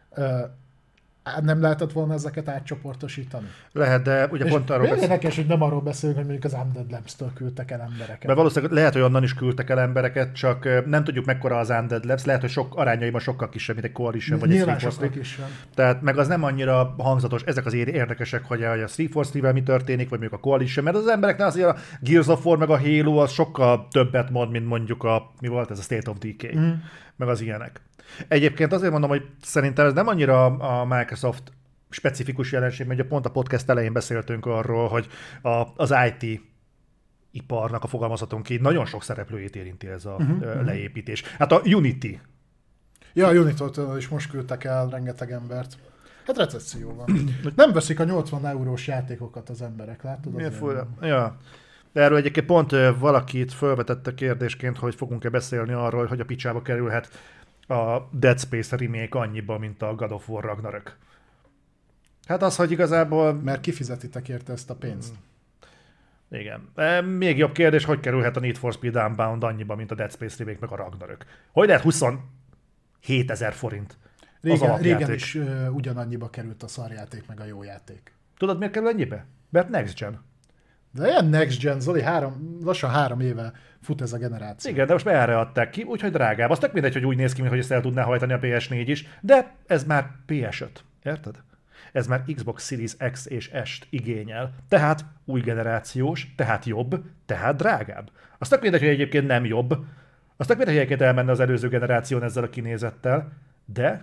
Nem lehetett volna ezeket átcsoportosítani? Lehet, de ugye és pont arról érdekes, hogy nem arról beszélünk, hogy mondjuk az Undead Labs-től küldtek el embereket. Mert valószínűleg lehet, hogy onnan is küldtek el embereket, csak nem tudjuk mekkora az Undead Labs, lehet, hogy sok arányaiban sokkal kisebb, mint egy Coalition vagy egy 343. Tehát meg az nem annyira hangzatos, ezek az érdekesek, hogy a 343-vel mi történik, vagy mondjuk a Coalition, mert az embereknek azért a Gears of War meg a Halo az sokkal többet mond, mint mondjuk mi volt ez a State of Decay, meg az ilyenek. Egyébként azért mondom, hogy szerintem ez nem annyira a Microsoft specifikus jelenség, mert pont a podcast elején beszéltünk arról, hogy az IT iparnak a fogalmazhatónk így nagyon sok szereplőjét érinti ez a leépítés. Hát a Unity. Ja, a Unity-től is most küldtek el rengeteg embert. Hát recesszió van. Nem veszik a 80 eurós játékokat az emberek, látod? Ja. De erről egyébként pont valakit felvetette kérdésként, hogy fogunk-e beszélni arról, hogy a picsába kerülhet a Dead Space remake annyiba, mint a God of War Ragnarök. Hát az, hogy igazából... Mert kifizetitek érte ezt a pénzt. Igen. Még jobb kérdés, hogy kerülhet a Need for Speed Unbound annyiba, mint a Dead Space remake meg a Ragnarök. Hogy lehet 27 000 forint régen is ugyanannyiba került a szarjáték meg a jó játék. Tudod, miért kerül ennyibe? Mert Next Gen. De ilyen Next Gen, Zoli, lassan 3 éve fut ez a generáció. Igen, de most már erre adták ki, úgyhogy drágább. Az tök mindegy, hogy úgy néz ki, mintha ezt el tudná hajtani a PS4 is, de ez már PS5. Érted? Ez már Xbox Series X és S-t igényel. Tehát új generációs, tehát jobb, tehát drágább. Az tök mindegy, hogy egyébként nem jobb. Az tök mindegy, hogy egyébként elmenne az előző generáción ezzel a kinézettel, de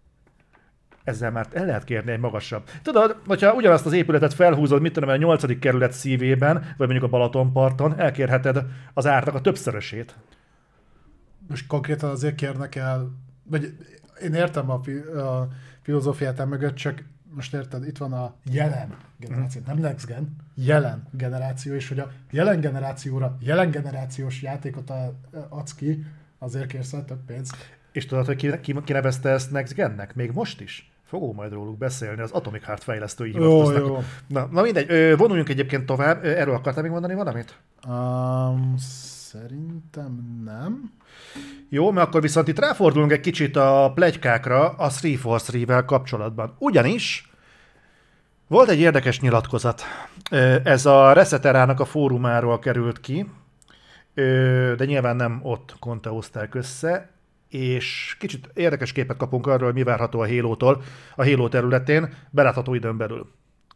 ezzel már el lehet kérni egy magasabb. Tudod, hogyha ugyanazt az épületet felhúzod, mit tudom, a 8. kerület szívében, vagy mondjuk a Balatonparton, elkérheted az árnak a többszörösét. Most konkrétan azért kérnek el, vagy én értem a filozófiát mögött, csak most érted, itt van a jelen generáció, nem next gen, jelen generáció, és hogy a jelen generációra jelen generációs játékot adsz ki, azért kérsz el több pénzt. És tudod, hogy ki nevezte ezt next gennek? Még most is? Fogunk majd róluk beszélni, az Atomic Heart fejlesztői hivatkoznak. Jó. Na mindegy, vonuljunk egyébként tovább. Erről akartál még mondani valamit? Szerintem nem. Jó, mert akkor viszont itt ráfordulunk egy kicsit a pletykákra a 343-vel kapcsolatban. Ugyanis volt egy érdekes nyilatkozat. Ez a Reseterának a fórumáról került ki, de nyilván nem ott konteózták össze, és kicsit érdekes képet kapunk arról, hogy mi várható a Halo-tól, a Halo területén, belátható időn belül.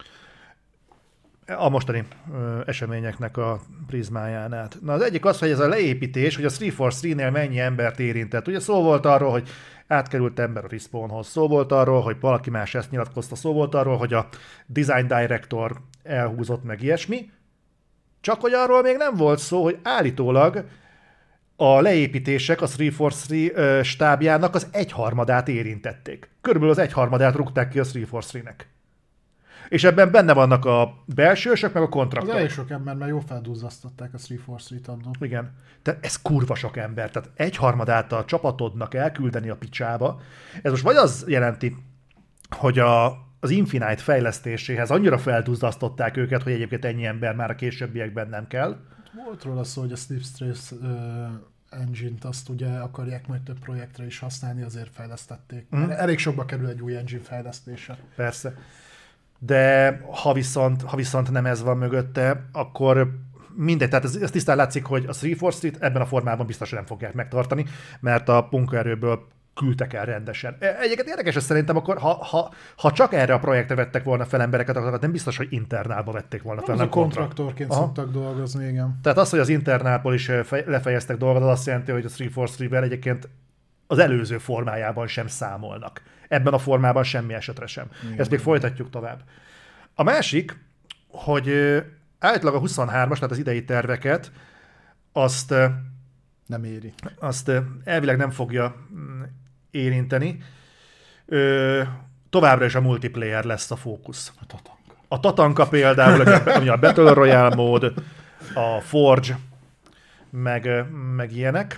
A mostani eseményeknek a prizmáján át. Na az egyik az, hogy ez a leépítés, hogy a 343-nél mennyi embert érintett. Ugye szó volt arról, hogy átkerült ember a Respawnhoz, szó volt arról, hogy valaki más ezt nyilatkozta, szó volt arról, hogy a Design Director elhúzott meg ilyesmi, csak hogy arról még nem volt szó, hogy állítólag a leépítések a 343 stábjának az 1/3 érintették. Körülbelül az 1/3 rúgták ki a 343-nek. És ebben benne vannak a belsősök, meg a kontraktorok. Az elég sok ember, mert jól felduzzasztották a 343-t annól. Igen. Tehát ez kurva sok ember. Tehát 1/3 a csapatodnak elküldeni a picsába. Ez most vagy az jelenti, hogy az Infinite fejlesztéséhez annyira felduzzasztották őket, hogy egyébként ennyi ember már a későbbiekben nem kell. Volt róla szó, hogy a Slipstream engine-t azt ugye akarják majd több projektre is használni, azért fejlesztették. Elég sokba kerül egy új engine fejlesztése. Persze. De ha viszont nem ez van mögötte, akkor mindegy. Tehát ez tisztán látszik, hogy a 343-t ebben a formában biztos, hogy nem fogják megtartani, mert a munkaerőből küldtek el rendesen. Egyébként érdekes, ez szerintem akkor, ha csak erre a projektre vettek volna fel embereket, akkor nem biztos, hogy internálba vették volna fel. Nem kontraktorként szoktak dolgozni, igen. Tehát az, hogy az internálból is lefejeztek dolgot, az azt jelenti, hogy a 343-vel egyébként az előző formájában sem számolnak. Ebben a formában semmi esetre sem. Igen. Ezt még folytatjuk tovább. A másik, hogy általában a 23-as, tehát az idei terveket, azt nem éri. Azt elvileg nem fogja érinteni. Továbbra is a multiplayer lesz a fókusz. A Tatanka például, ami a Battle Royale mód, a Forge, meg ilyenek.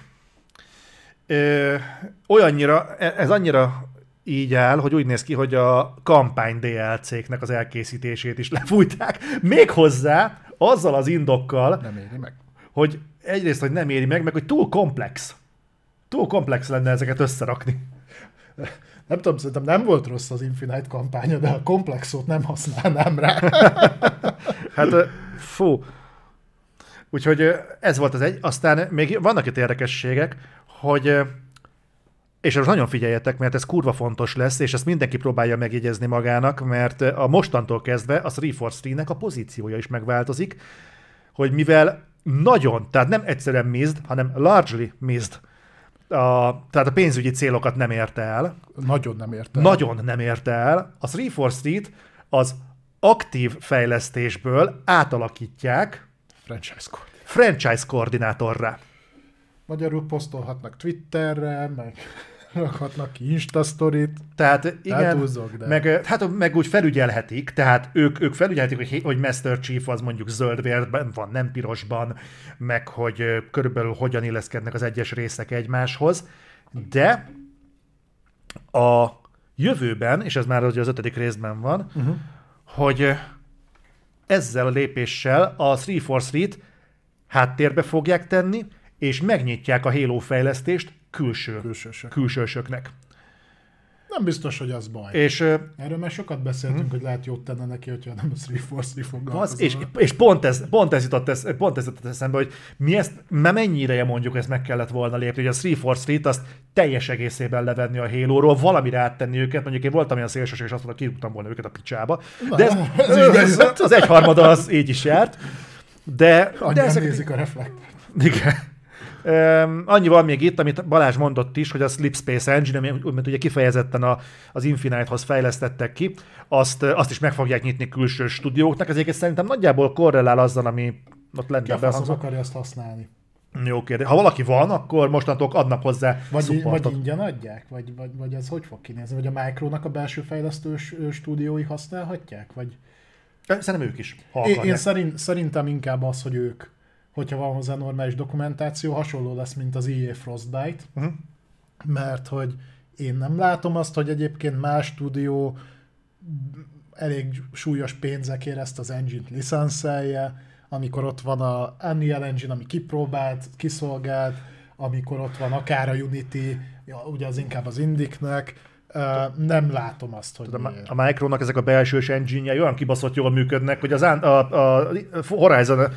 Ez annyira így áll, hogy úgy néz ki, hogy a kampány DLC-knek az elkészítését is lefújták. Méghozzá azzal az indokkal, nem éri meg. Hogy egyrészt, hogy nem éri meg hogy túl komplex. Túl komplex lenne ezeket összerakni. Nem tudom, szerintem nem volt rossz az Infinite kampánya, de a komplexot nem használnám rá. Hát, fú. Úgyhogy ez volt az egy. Aztán még vannak itt érdekességek, hogy és most nagyon figyeljetek, mert ez kurva fontos lesz, és ezt mindenki próbálja megjegyezni magának, mert a mostantól kezdve a 343-nek a pozíciója is megváltozik, hogy mivel nagyon, tehát nem egyszerűen missed, hanem largely missed, tehát a pénzügyi célokat nem érte el. Nagyon nem érte el. A 343-t az aktív fejlesztésből átalakítják franchise koordinátorra. Magyarul posztolhatnak Twitterre, meg rakhatnak ki Instastoryt. Tehát igen, meg úgy felügyelhetik, tehát ők felügyelhetik, hogy Master Chief az mondjuk zöldvérben van, nem pirosban, meg hogy körülbelül hogyan illeszkednek az egyes részek egymáshoz, de a jövőben, és ez már az 5. részben van, hogy ezzel a lépéssel a 343-t háttérbe fogják tenni, és megnyitják a Halo fejlesztést külsősöknek. Nem biztos, hogy az baj. És, erről már sokat beszéltünk, hogy lehet jót tenne neki, hogyha nem a 343 foglalkozol. És pont ez jutott eszembe, hogy mi ezt, mennyi ideje mondjuk ezt meg kellett volna lépni, hogy a 343-t azt teljes egészében levenni a Halo-ról, valamire áttenni őket, mondjuk én voltam olyan szélsőség, és azt mondta, kirúgtam volna őket a picsába. De ez az egyharmada az így is járt. De ezek nézik a reflektort. Igen. Annyi van még itt, amit Balázs mondott is, hogy a Slip Space Engine, amit ugye kifejezetten az Infinite-hoz fejlesztettek ki, azt is meg fogják nyitni külső stúdióknak, ezért szerintem nagyjából korrelál azzal, ami ott lenne behangzva. Ki akarja azt használni? Jó kérdés. Ha valaki van, akkor mostantól adnak hozzá supportot. Vagy ingyen adják? Vagy ez hogy fog kinézni? Vagy a Micronak a belső fejlesztő stúdiói használhatják? Vagy... Szerintem ők is, ha én szerintem inkább az, hogy ők, hogyha van hozzá normális dokumentáció, hasonló lesz, mint az EA Frostbite, mert hogy én nem látom azt, hogy egyébként más stúdió elég súlyos pénzekért ezt az engine-t licenszelje, amikor ott van a Unreal Engine, ami kipróbált, kiszolgált, amikor ott van akár a Unity, ugye az inkább az Indie-nek, nem látom azt, hogy a Micronak ezek a belsős engine-jei olyan kibaszott jól működnek, hogy a Horizon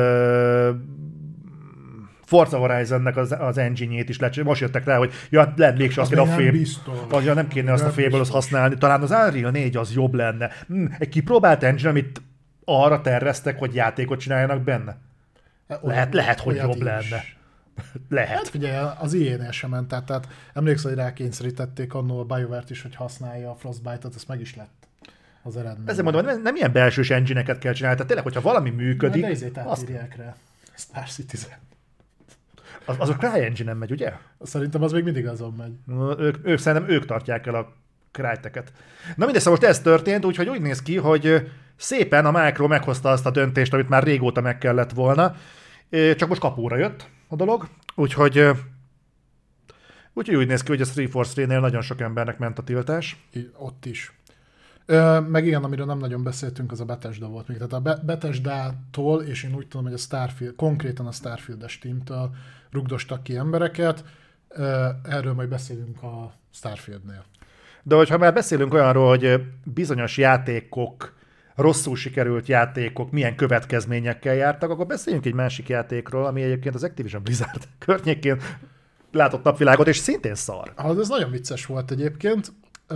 Forza Horizonnek az engine-jét is most jöttek rá, hogy mégse azt kéne a fél. Nem kéne azt a félből használni. Talán az Unreal 4 az jobb lenne. Egy kipróbált engine, amit arra terveztek, hogy játékot csináljanak benne. Lehet, hogy jobb lenne. Lehet. Hát figyelj, az IE-nél sem ment, tehát emlékszel, hogy rákényszerítették annól a BioWare-t is, hogy használja a Frostbite-ot, ez meg is lett az eredmény. Ezért mondom, nem ilyen belsős engine-eket kell csinálni, tehát tényleg, hogyha valami működik... De ezért átírják rá. Star Citizen. Az a CryEngine-en megy, ugye? Szerintem az még mindig azon megy. Szerintem ők tartják el a Crytek-et. Na mindegy, szóval most ez történt, úgyhogy úgy néz ki, hogy szépen a Micro meghozta azt a döntést, amit már régóta meg kellett volna, csak most kapóra jött a dolog, úgyhogy úgy néz ki, hogy a 343-nél nagyon sok embernek ment a tiltás. Ott is. Meg igen, amiről nem nagyon beszéltünk, az a Bethesda volt még. Tehát a Bethesda-tól, és én úgy tudom, hogy a Starfield, konkrétan a Starfield-es teamtől rugdostak ki embereket, erről majd beszélünk a Starfieldnél. De hogyha már beszélünk olyanról, hogy bizonyos játékok, rosszul sikerült játékok milyen következményekkel jártak, akkor beszéljünk egy másik játékról, ami egyébként az Activision Blizzard környékén látott napvilágot, és szintén szar. Ez nagyon vicces volt egyébként.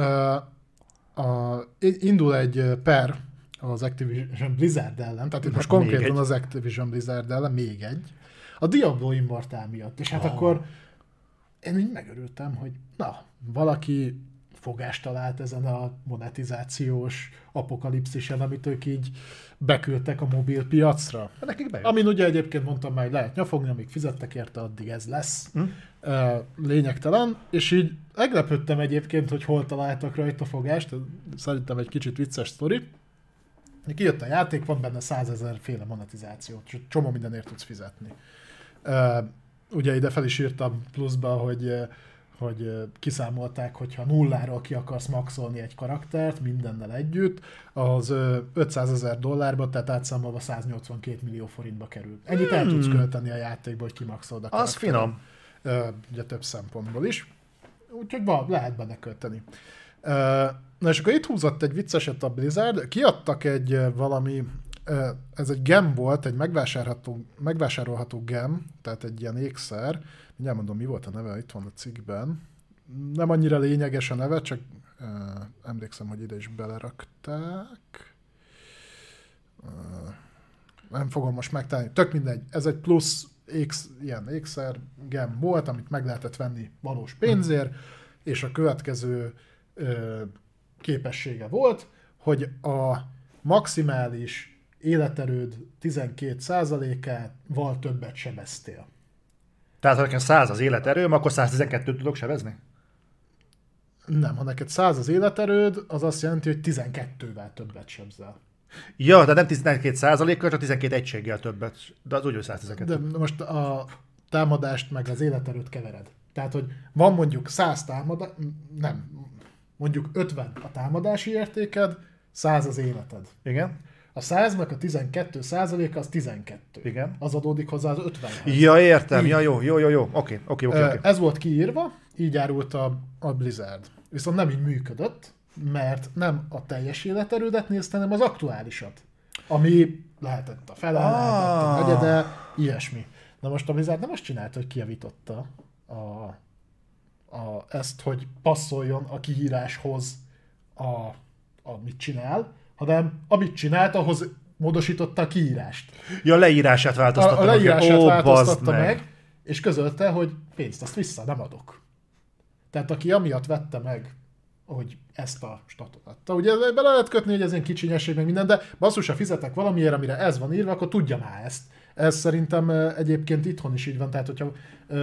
Indul egy per az Activision Blizzard ellen, tehát itt most konkrétan az Activision Blizzard ellen, még egy, a Diablo Immortal miatt. És hát akkor én így megörültem, hogy valaki fogást talált ezen a monetizációs apokalipszisen, amit ők így beküldtek a mobil piacra. Amin ugye egyébként mondtam már, hogy lehet nyafogni, amíg fizettek érte, addig ez lesz. Lényegtelen. És így meglepődtem egyébként, hogy hol találtak rajta fogást. Szerintem egy kicsit vicces sztori. Kijött a játék, van benne 100 000 féle monetizáció, és csomó mindenért tudsz fizetni. Ugye ide fel is írtam pluszba, hogy kiszámolták, hogyha nulláról ki akarsz maxolni egy karaktert mindennel együtt, az $500,000, tehát átszámolva 182 millió forintba kerül. Ennyit el tudsz költeni a játékba, hogy kimaxold a karaktert. Az finom. Ugye több szempontból is. Úgyhogy lehet benne költeni. Na és akkor itt húzott egy vicceset a Blizzard, kiadtak egy valami, ez egy gem volt, egy megvásárolható gem, tehát egy ilyen ékszer, mindjárt mondom, mi volt a neve, itt van a cikkben. Nem annyira lényeges a neve, csak emlékszem, hogy ide is belerakták. Nem fogom most megtalálni, tök mindegy, ez egy plusz ilyen ékszer gem volt, amit meg lehetett venni valós pénzért, és a következő képessége volt, hogy a maximális életerőd 12%-ával többet sebeztél. Tehát ha nekem 100 az életerőm, akkor 112-t tudok sebezni? Nem, ha neked 100 az életerőd, az azt jelenti, hogy 12-vel többet sebzel. Ja, de nem 12%-kal, csak 12 egységgel többet. De az úgy, hogy 112. De most a támadást meg az életerőt kevered. Tehát, hogy van mondjuk 100 támadás, nem, mondjuk 50 a támadási értéked, 100 az életed. Igen. A 100-nak a 12%-a az 12. Igen. Az adódik hozzá az 50-hez. Ja, értem. Ja, jó. Oké. Ez volt kiírva, így árult a Blizzard. Viszont nem így működött, mert nem a teljes életerődet nézte, hanem az aktuálisat. Ami lehetett a fele, lehetett a negyede, ilyesmi. Na most a Blizzard nem azt csinálta, hogy kijavította ezt, hogy passzoljon a kihíráshoz amit csinál, hanem amit csinált, ahhoz módosította a kiírást. Ja, a leírását változtatta meg. A leírását változtatta meg, és közölte, hogy pénzt azt vissza nem adok. Tehát aki amiatt vette meg, hogy ezt a statot adta. Ugye bele lehet kötni, hogy ez ilyen kicsinyesség, meg minden, de basszus, ha fizetek valamiért, amire ez van írva, akkor tudja már ezt. Ez szerintem egyébként itthon is így van, tehát hogyha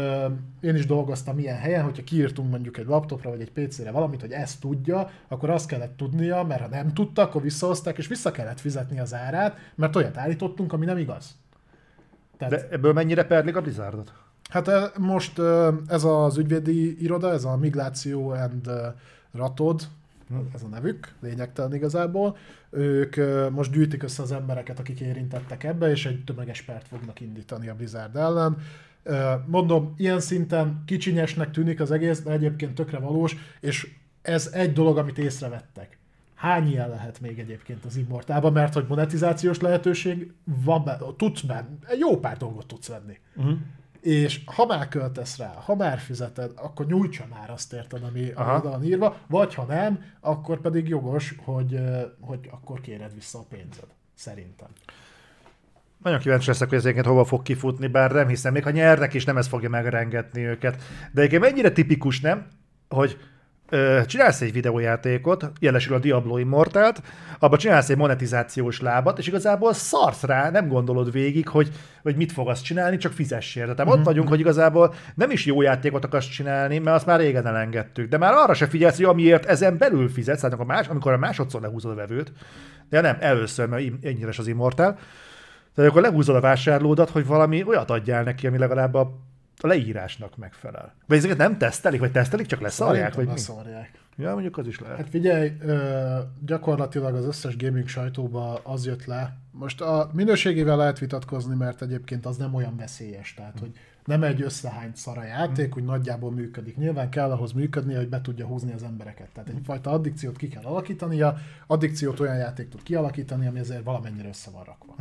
én is dolgoztam ilyen helyen, hogyha kiírtunk mondjuk egy laptopra vagy egy PC-re valamit, hogy ezt tudja, akkor azt kellett tudnia, mert ha nem tudta, akkor visszahozták, és vissza kellett fizetni az árát, mert olyat állítottunk, ami nem igaz. Tehát... De ebből mennyire perlik a Blizzardot? Hát most ez az ügyvédi iroda, ez a Migráció and Ratod, ez a nevük, lényegtelen igazából. Ők most gyűjtik össze az embereket, akik érintettek ebbe, és egy tömeges pert fognak indítani a Blizzard ellen. Mondom, ilyen szinten kicsinyesnek tűnik az egész, de egyébként tökre valós, és ez egy dolog, amit észrevettek. Hány ilyen lehet még egyébként az Immortálban, mert hogy monetizációs lehetőség van, tudsz benne, jó pár dolgot tudsz venni. És ha már költesz rá, ha már fizeted, akkor nyújtsa már azt érted, ami oda van írva, vagy ha nem, akkor pedig jogos, hogy akkor kéred vissza a pénzed. Szerintem. Nagyon kíváncsi leszek, hogy ezeket hova fog kifutni, bár nem hiszem, még ha nyernek is, nem ez fogja megrengetni őket. De egyébként mennyire tipikus, nem? Hogy csinálsz egy videójátékot, jelesül a Diablo Immortalt, abba csinálsz egy monetizációs lábat, és igazából szarsz rá, nem gondolod végig, hogy mit fog azt csinálni, csak fizessél. Tehát ott vagyunk, hogy igazából nem is jó játékot akarsz csinálni, mert azt már régen elengedtük. De már arra se figyelsz, hogy amiért ezen belül fizetsz, tehát amikor a másodszor lehúzod a vevőt, de nem, először, mert ennyire az Immortal, tehát akkor lehúzod a vásárlódat, hogy valami olyat adjál neki, ami legalább a leírásnak megfelel. Vagy ezeket nem tesztelik, vagy tesztelik, csak leszarják? Vagy leszarják. Ja, mondjuk az is lehet. Hát figyelj, gyakorlatilag az összes gaming sajtóban az jött le. Most a minőségével lehet vitatkozni, mert egyébként az nem olyan veszélyes. Tehát, hogy nem egy összehányt szara játék, hogy nagyjából működik. Nyilván kell ahhoz működnie, hogy be tudja húzni az embereket. Tehát egyfajta addikciót ki kell alakítania, addikciót olyan játék tud kialakítani, ami azért valamennyire össze van rakva.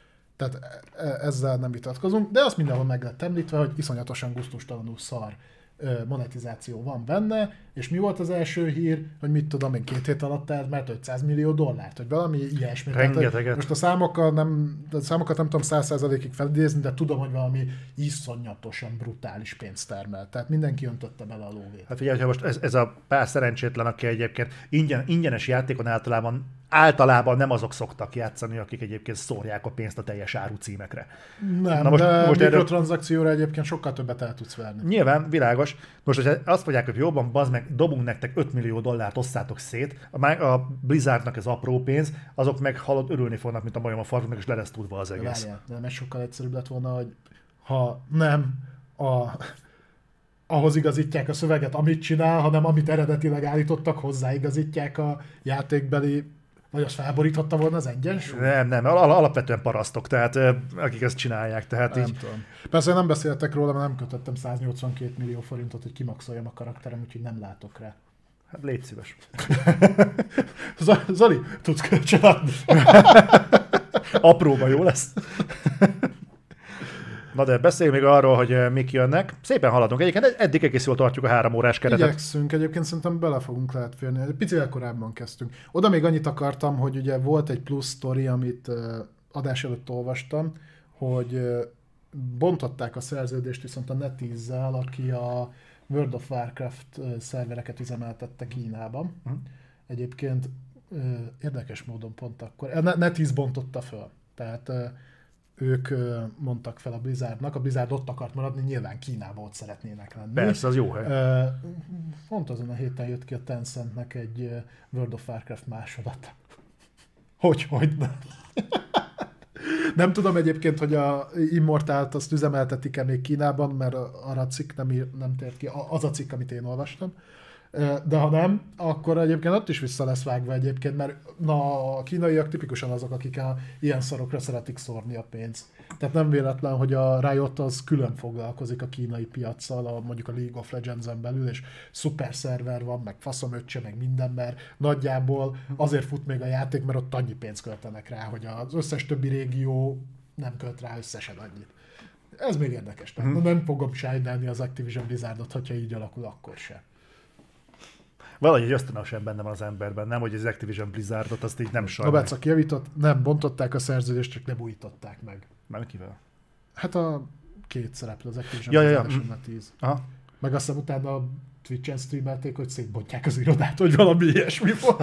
Tehát ezzel nem vitatkozunk, de azt mindenhol meg lett említve, hogy iszonyatosan gusztustalanul szar monetizáció van benne, és mi volt az első hír, hogy mit tudom én, 2 hét alatt elmert $500 millió, vagy valami ilyesmi. Rengeteget. Most a számokat nem tudom 100%-ig felidézni, de tudom, hogy valami iszonyatosan brutális pénzt termel. Tehát mindenki öntötte bele a lóvét. Hát figyelj, most ez a pár szerencsétlen, aki egyébként ingyenes játékon általában nem azok szoktak játszani, akik egyébként szórják a pénzt a teljes áru címekre. Nem, de most mikrotranszakcióra egyébként sokkal többet el tudsz verni. Nyilván, világos. Most, hogyha azt mondják, hogy jobban, bazd meg, dobunk nektek $5 millió, osszátok szét, a Blizzardnak ez apró pénz, azok meg halott örülni fognak, mint a majom a farknak, és le lesz tudva az egész. Várjál, de ez sokkal egyszerűbb lett volna, hogy ha nem ahhoz igazítják a szöveget, amit csinál, hanem amit eredetileg állítottak, hozzáigazítják a játékbeli, vagy azt felboríthatta volna az egyensúly? Nem, alapvetően parasztok, tehát akik ezt csinálják, tehát nem így... Tudom. Persze nem beszéltek róla, mert nem kötöttem 182 millió forintot, hogy kimaxoljam a karakterem, úgyhogy nem látok rá. Hát légy szíves. Zoli, tudsz kölcsön adni? Apróban jó lesz. Na de beszéljünk még arról, hogy mik jönnek. Szépen haladunk. Egyébként eddig egész jól tartjuk a 3 órás keretet. Igyekszünk, egyébként szerintem bele fogunk lehet férni. Egy picivel korábban kezdtünk. Oda még annyit akartam, hogy ugye volt egy plusz sztori, amit adás előtt olvastam, hogy bontották a szerződést viszont a NetEase-zel, aki a World of Warcraft szervereket üzemeltette Kínában. Egyébként érdekes módon pont akkor. NetEase bontotta föl. Tehát ők mondtak fel a Blizzardnak, a Blizzard ott akart maradni, nyilván Kínában ott szeretnének lenni. Persze, az jó hely. Pont azon a héten jött ki a Tencentnek egy World of Warcraft másolat. Hogy nem. Nem tudom egyébként, hogy a Immortalt azt üzemeltetik-e még Kínában, mert arra a cikk nem tért ki, az a cikk, amit én olvastam. De ha nem, akkor egyébként ott is vissza lesz vágva egyébként, mert a kínaiak tipikusan azok, akik ilyen szarokra szeretik szórni a pénzt. Tehát nem véletlen, hogy a Riot az külön foglalkozik a kínai piaccal, mondjuk a League of Legends-en belül, és szuper szerver van, meg faszomöccse, meg minden, mert nagyjából azért fut még a játék, mert ott annyi pénzt költenek rá, hogy az összes többi régió nem költ rá összesen annyit. Ez még érdekes. Tehát nem fogom sajnálni az Activision Blizzardot, hogyha így alakul, akkor se. Valahogy egy ösztönösen benne van az emberben, nem, hogy az Activision Blizzardot azt így nem sajnálja. Robert, aki javított, nem bontották a szerződést, csak nem újították meg. Már kivel? Hát a két szereplő, az Activision Blizzard és a NetEase. Aha. Meg aztán utána a Twitch-en streamelték, hogy szétbontják az irodát, hogy valami ilyesmi volt.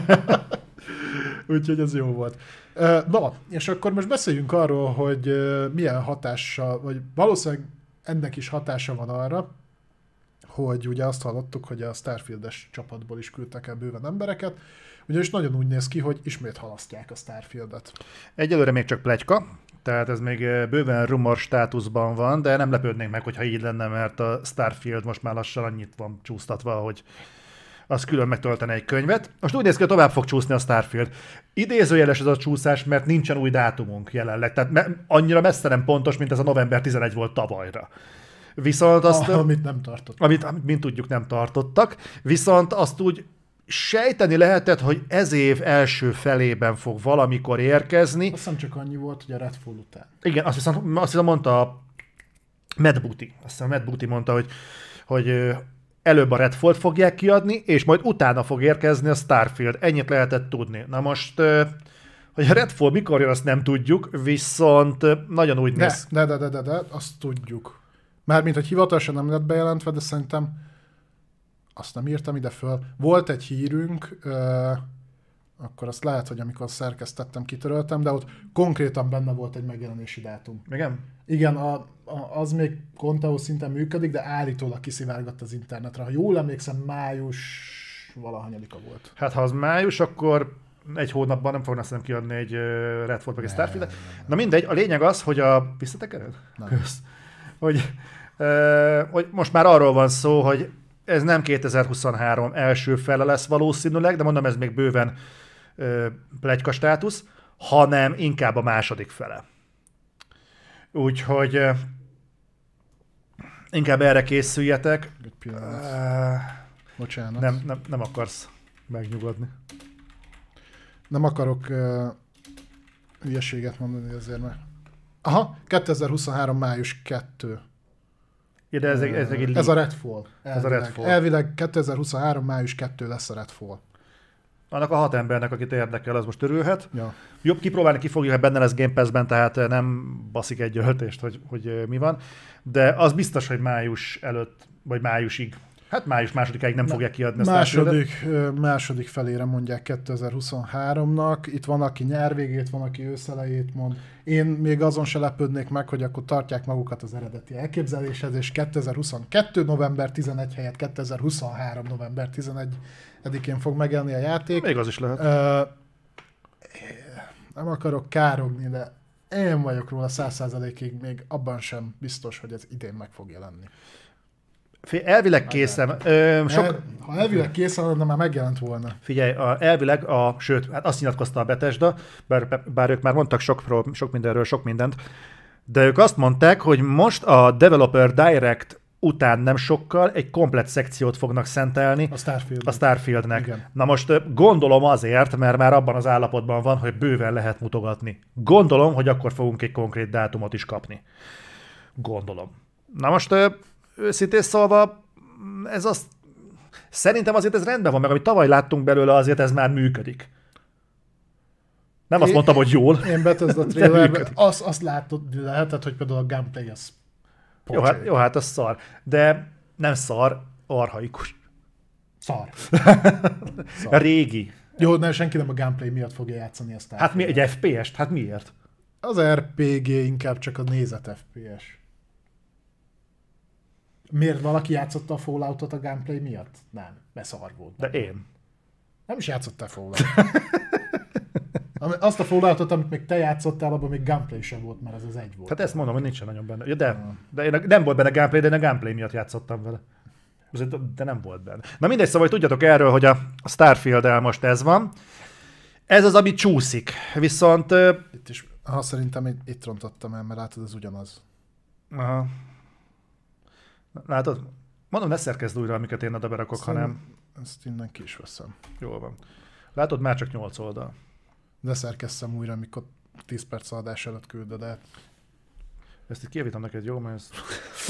Úgyhogy ez jó volt. Na, és akkor most beszéljünk arról, hogy milyen hatással, vagy valószínűleg ennek is hatása van arra, hogy ugye azt hallottuk, hogy a Starfield-es csapatból is küldtek el bőven embereket, ugyanis nagyon úgy néz ki, hogy ismét halasztják a Starfieldet. Egyelőre még csak pletyka, tehát ez még bőven rumor státuszban van, de nem lepődnénk meg, hogyha így lenne, mert a Starfield most már lassan annyit van csúsztatva, hogy az külön megtöltene egy könyvet. Most úgy néz ki, hogy tovább fog csúszni a Starfield. Idézőjeles ez a csúszás, mert nincsen új dátumunk jelenleg, tehát annyira messze nem pontos, mint ez a november 11 volt tavalyra. Viszont azt, amit nem tartottak. Amit, mint tudjuk, nem tartottak. Viszont azt úgy sejteni lehetett, hogy ez év első felében fog valamikor érkezni. Azt hiszem csak annyi volt, hogy a Redfall után. Igen, azt hiszem mondta a Matt Booty. Azt hiszem Matt Booty mondta, hogy előbb a Redfall-t fogják kiadni, és majd utána fog érkezni a Starfield. Ennyit lehetett tudni. Na most, hogy a Redfall mikor jön, azt nem tudjuk, viszont nagyon úgy néz. De, azt tudjuk. Mármint, hogy hivatalosan nem lett bejelentve, de szerintem azt nem írtam ide föl. Volt egy hírünk, akkor azt lehet, hogy amikor szerkesztettem, kitöröltem, de ott konkrétan benne volt egy megjelenési dátum. Igen? Igen, az még Conteo szinten működik, de állítólag kiszivárgott az internetre. Ha jól emlékszem, május valahanyadika volt. Hát ha az május, akkor egy hónapban nem fognak szerintem kiadni egy Redfall meg egy Starfield. Na mindegy, a lényeg az, hogy visszatekered? Hogy most már arról van szó, hogy ez nem 2023 első fele lesz valószínűleg, de mondom, ez még bőven pletyka státusz, hanem inkább a második fele. Úgyhogy inkább erre készüljetek. Egy pillanat. Bocsánat. Nem akarsz megnyugodni. Nem akarok hülyeséget mondani azért, mert... Aha, 2023. május 2. Ja, de ez a Redfall. Ez a Redfall. Elvileg 2023. május 2 lesz a Redfall. Annak a 6 embernek, akit érdekel, az most örülhet. Ja. Jobb kipróbálni, ki fogja, ha benne lesz Game Pass-ben, tehát nem baszik egy öltést, hogy mi van. De az biztos, hogy május előtt, vagy májusig, hát május másodikáig nem fogják kiadni ezt. Második felére mondják 2023-nak. Itt van, aki nyár végét, van, aki ősz elejét mond. Én még azon se lepődnék meg, hogy akkor tartják magukat az eredeti elképzeléshez, és 2022. november 11 helyett 2023. november 11-én fog megjelenni a játék. Még az is lehet. Nem akarok károgni, de én vagyok róla 100%-ig még abban sem biztos, hogy ez idén meg fog jelenni. Elvileg készen. Ha elvileg készen, lenne, már megjelent volna. Figyelj, elvileg, sőt, hát azt nyilatkozta a Bethesda, bár ők már mondtak sok mindenről, sok mindent, de ők azt mondták, hogy most a Developer Direct után nem sokkal egy komplett szekciót fognak szentelni a Starfieldnek. Igen. Na most gondolom azért, mert már abban az állapotban van, hogy bőven lehet mutogatni. Gondolom, hogy akkor fogunk egy konkrét dátumot is kapni. Gondolom. Na most őszintén szólva, szerintem azért ez rendben van, meg amit tavaly láttunk belőle, azért ez már működik. Nem azt mondtam, hogy jól. Én Bethesda trailerben azt látod, lehetett, hogy például a gameplay az jó, hát az szar. De nem szar, archaikus. Szar. Régi. Jó, de senki nem a gameplay miatt fogja játszani ezt. Hát mi egy FPS-t? Hát miért? Az RPG inkább csak a nézet FPS. Miért valaki játszotta a Falloutot a gameplay miatt? Nem, mert szar volt. De én. Nem is játszottál Fallout. Azt a Falloutot, amit még te játszottál, abban még gameplay sem volt, mert ez az egy volt. Hát ezt mondom, hogy nincsen nagyon benne. Ja, de én nem volt benne gameplay, de én a gameplay miatt játszottam vele. De nem volt benne. Na mindegy, szóval, hogy tudjatok erről, hogy a Starfield-el most ez van. Ez az, ami csúszik. Viszont... Itt is, szerintem itt rontottam el, mert látod, ez ugyanaz. Aha. Látod? Mondom, ne szerkezd újra, amiket én oda berakok, hanem... Ezt innen ki is veszem. Jól van. Látod, már csak 8 oldal. De szerkesszem újra, amikor 10 perc adás előtt küldöd el. Ezt itt kijavítom neked, jó? Mert ezt...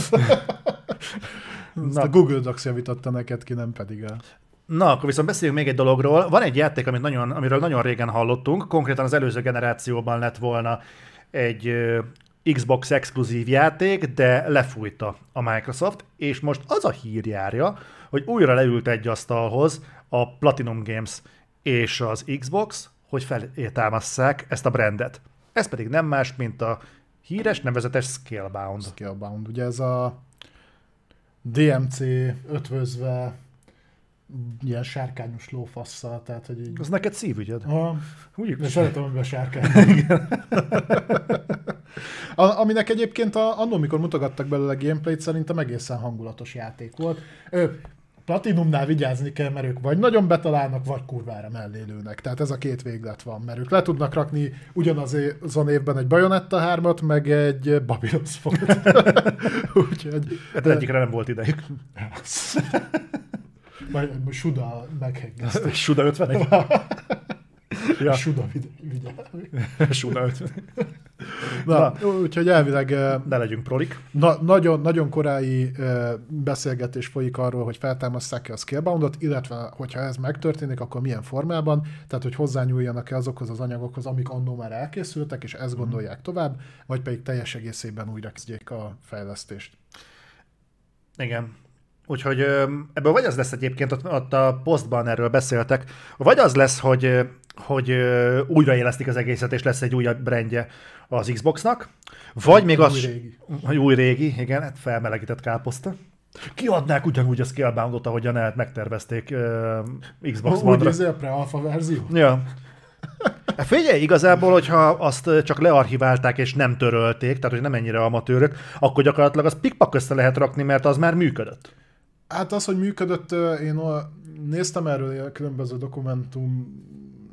A Google Docs javította neked ki, nem pedig el. Na, akkor viszont beszéljünk még egy dologról. Van egy játék, amiről nagyon régen hallottunk, konkrétan az előző generációban lett volna egy Xbox exkluzív játék, de lefújta a Microsoft, és most az a hír járja, hogy újra leült egy asztalhoz a Platinum Games és az Xbox, hogy feltámasszák ezt a brandet. Ez pedig nem más, mint a híres, nevezetes Scalebound. Scalebound, ugye ez a DMC ötvözve ilyen sárkányos lófasszal, tehát hogy így... Az neked szívügyed. De szeretem, amiben sárkány. Aminek egyébként annól, mikor mutogattak belőle gameplayt, szerintem egészen hangulatos játék volt. Platinumnál vigyázni kell, mert ők vagy nagyon betalálnak, vagy kurvára mellé lőnek. Tehát ez a két véglet van, mert ők le tudnak rakni ugyanazon évben egy Bayonetta 3-at, meg egy Babylon's Fall-t. Úgyhogy... Hát egyikre nem volt idejük. Majd Suda meghegesztő. Suda 51? Ja. Suda vigyel. Suda 50. Na, úgyhogy elvileg... Ne legyünk prolik. Nagyon korai beszélgetés folyik arról, hogy feltámasszák-e a Scaleboundot, illetve hogyha ez megtörténik, akkor milyen formában, tehát hogy hozzányúljanak-e azokhoz az anyagokhoz, amik annól már elkészültek, és ezt gondolják tovább, vagy pedig teljes egészében újra kezdjék a fejlesztést. Igen. Úgyhogy ebből vagy az lesz egyébként, ott a posztban erről beszéltek, vagy az lesz, hogy újraélesztik az egészet, és lesz egy újabb brandje az Xboxnak, vagy még az... Új régi, igen, hát felmelegített káposzta. Kiadnák ugyanúgy a Scaleboundot, ahogyan megtervezték Xbox One-ra. Úgy ez a pre-alpha verzió? Ja. Figyelj, igazából, hogyha azt csak learchiválták és nem törölték, tehát hogy nem ennyire amatőrök, akkor gyakorlatilag az pikpak össze lehet rakni, mert az már működött. Hát az, hogy működött, én néztem erről különböző dokumentum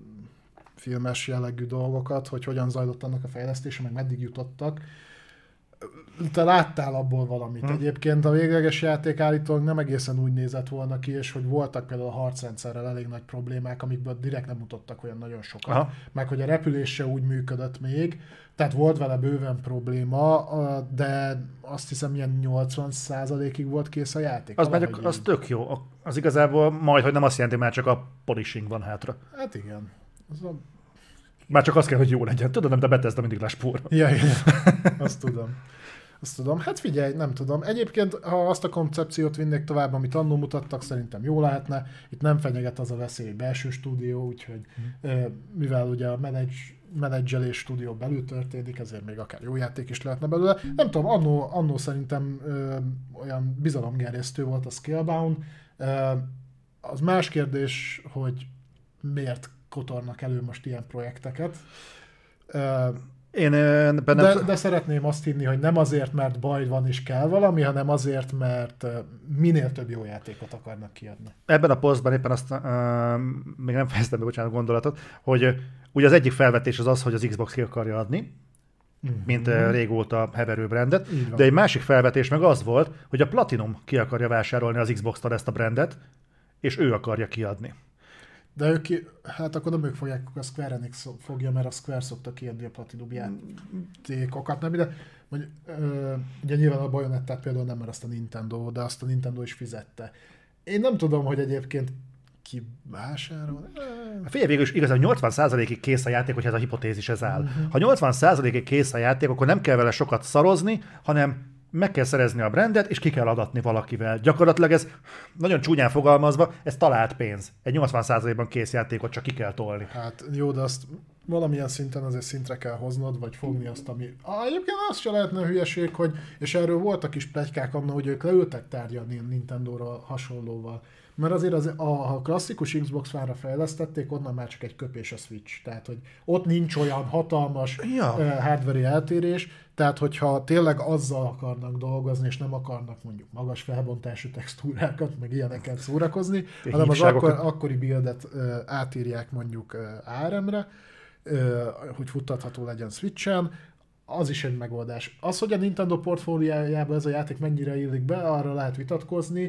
filmes jellegű dolgokat, hogy hogyan zajlott annak a fejlesztése, meg meddig jutottak. Te láttál abból valamit. Egyébként a végleges játék állítólag nem egészen úgy nézett volna ki, és hogy voltak például a harcrendszerrel elég nagy problémák, amikből direkt nem mutattak olyan nagyon sokat. Aha. Meg hogy a repülés se úgy működött még, tehát volt vele bőven probléma, de azt hiszem ilyen 80%-ig volt kész a játék. Az tök jó. Az igazából majd, hogy nem azt jelenti, már csak a polishing van hátra. Hát igen. Már csak az kell, hogy jó legyen. Tudod, nem te Bethesda mindig lespóra. Ja, azt tudom. Hát figyelj, nem tudom. Egyébként, ha azt a koncepciót vinnék tovább, amit annól mutattak, szerintem jó lehetne. Itt nem fenyeget az a veszély, belső stúdió, úgyhogy mivel ugye a menedzselés stúdió belül történik, ezért még akár jó játék is lehetne belőle. Nem tudom, annó szerintem olyan bizalomgerjesztő volt a Scalebound. Az más kérdés, hogy miért kotornak elő most ilyen projekteket. De szeretném azt hinni, hogy nem azért, mert baj van és kell valami, hanem azért, mert minél több jó játékot akarnak kiadni. Ebben a posztban éppen azt még nem fejeztem be, bocsánat, gondolatot, hogy ugye az egyik felvetés az, hogy az Xbox ki akarja adni, mint régóta heverő brandet, de egy másik felvetés meg az volt, hogy a Platinum ki akarja vásárolni az Xbox-tól ezt a brandet, és ő akarja kiadni. De ők, hát akkor nem ők fogják, a Square Enix fogja, mert a Square szokta kiadni a Platinum játékokat, nem ide. Ugye nyilván a Bayonettát például nem, mert azt a Nintendo, de azt a Nintendo is fizette. Én nem tudom, hogy egyébként ki vásárol. Figyelj, végül is igazán 80%-ig kész a játék, hogyha ez a hipotézis ez áll. Ha 80%-ig kész a játék, akkor nem kell vele sokat szarozni, hanem meg kell szerezni a brandet, és ki kell adatni valakivel. Gyakorlatilag ez, nagyon csúnyán fogalmazva, ez talált pénz. Egy 80%-ban kész játékot csak ki kell tolni. Hát jó, de azt valamilyen szinten azért szintre kell hoznod, vagy fogni azt, ami... Egyébként az se lehetne hülyeség, hogy... És erről voltak is pletykák annak, hogy ők leültek tárgyalni Nintendo-ral hasonlóval. Mert azért a klasszikus Xbox One-ra fejlesztették, onnan már csak egy köpés a Switch. Tehát, hogy ott nincs olyan hatalmas hardware-i eltérés, tehát, hogyha tényleg azzal akarnak dolgozni, és nem akarnak mondjuk magas felbontású textúrákat, meg ilyeneket szórakozni, hanem az akkori buildet átírják mondjuk ARM-re, hogy futtatható legyen Switchen, az is egy megoldás. Az, hogy a Nintendo portfóliájába ez a játék mennyire illik be, arra lehet vitatkozni,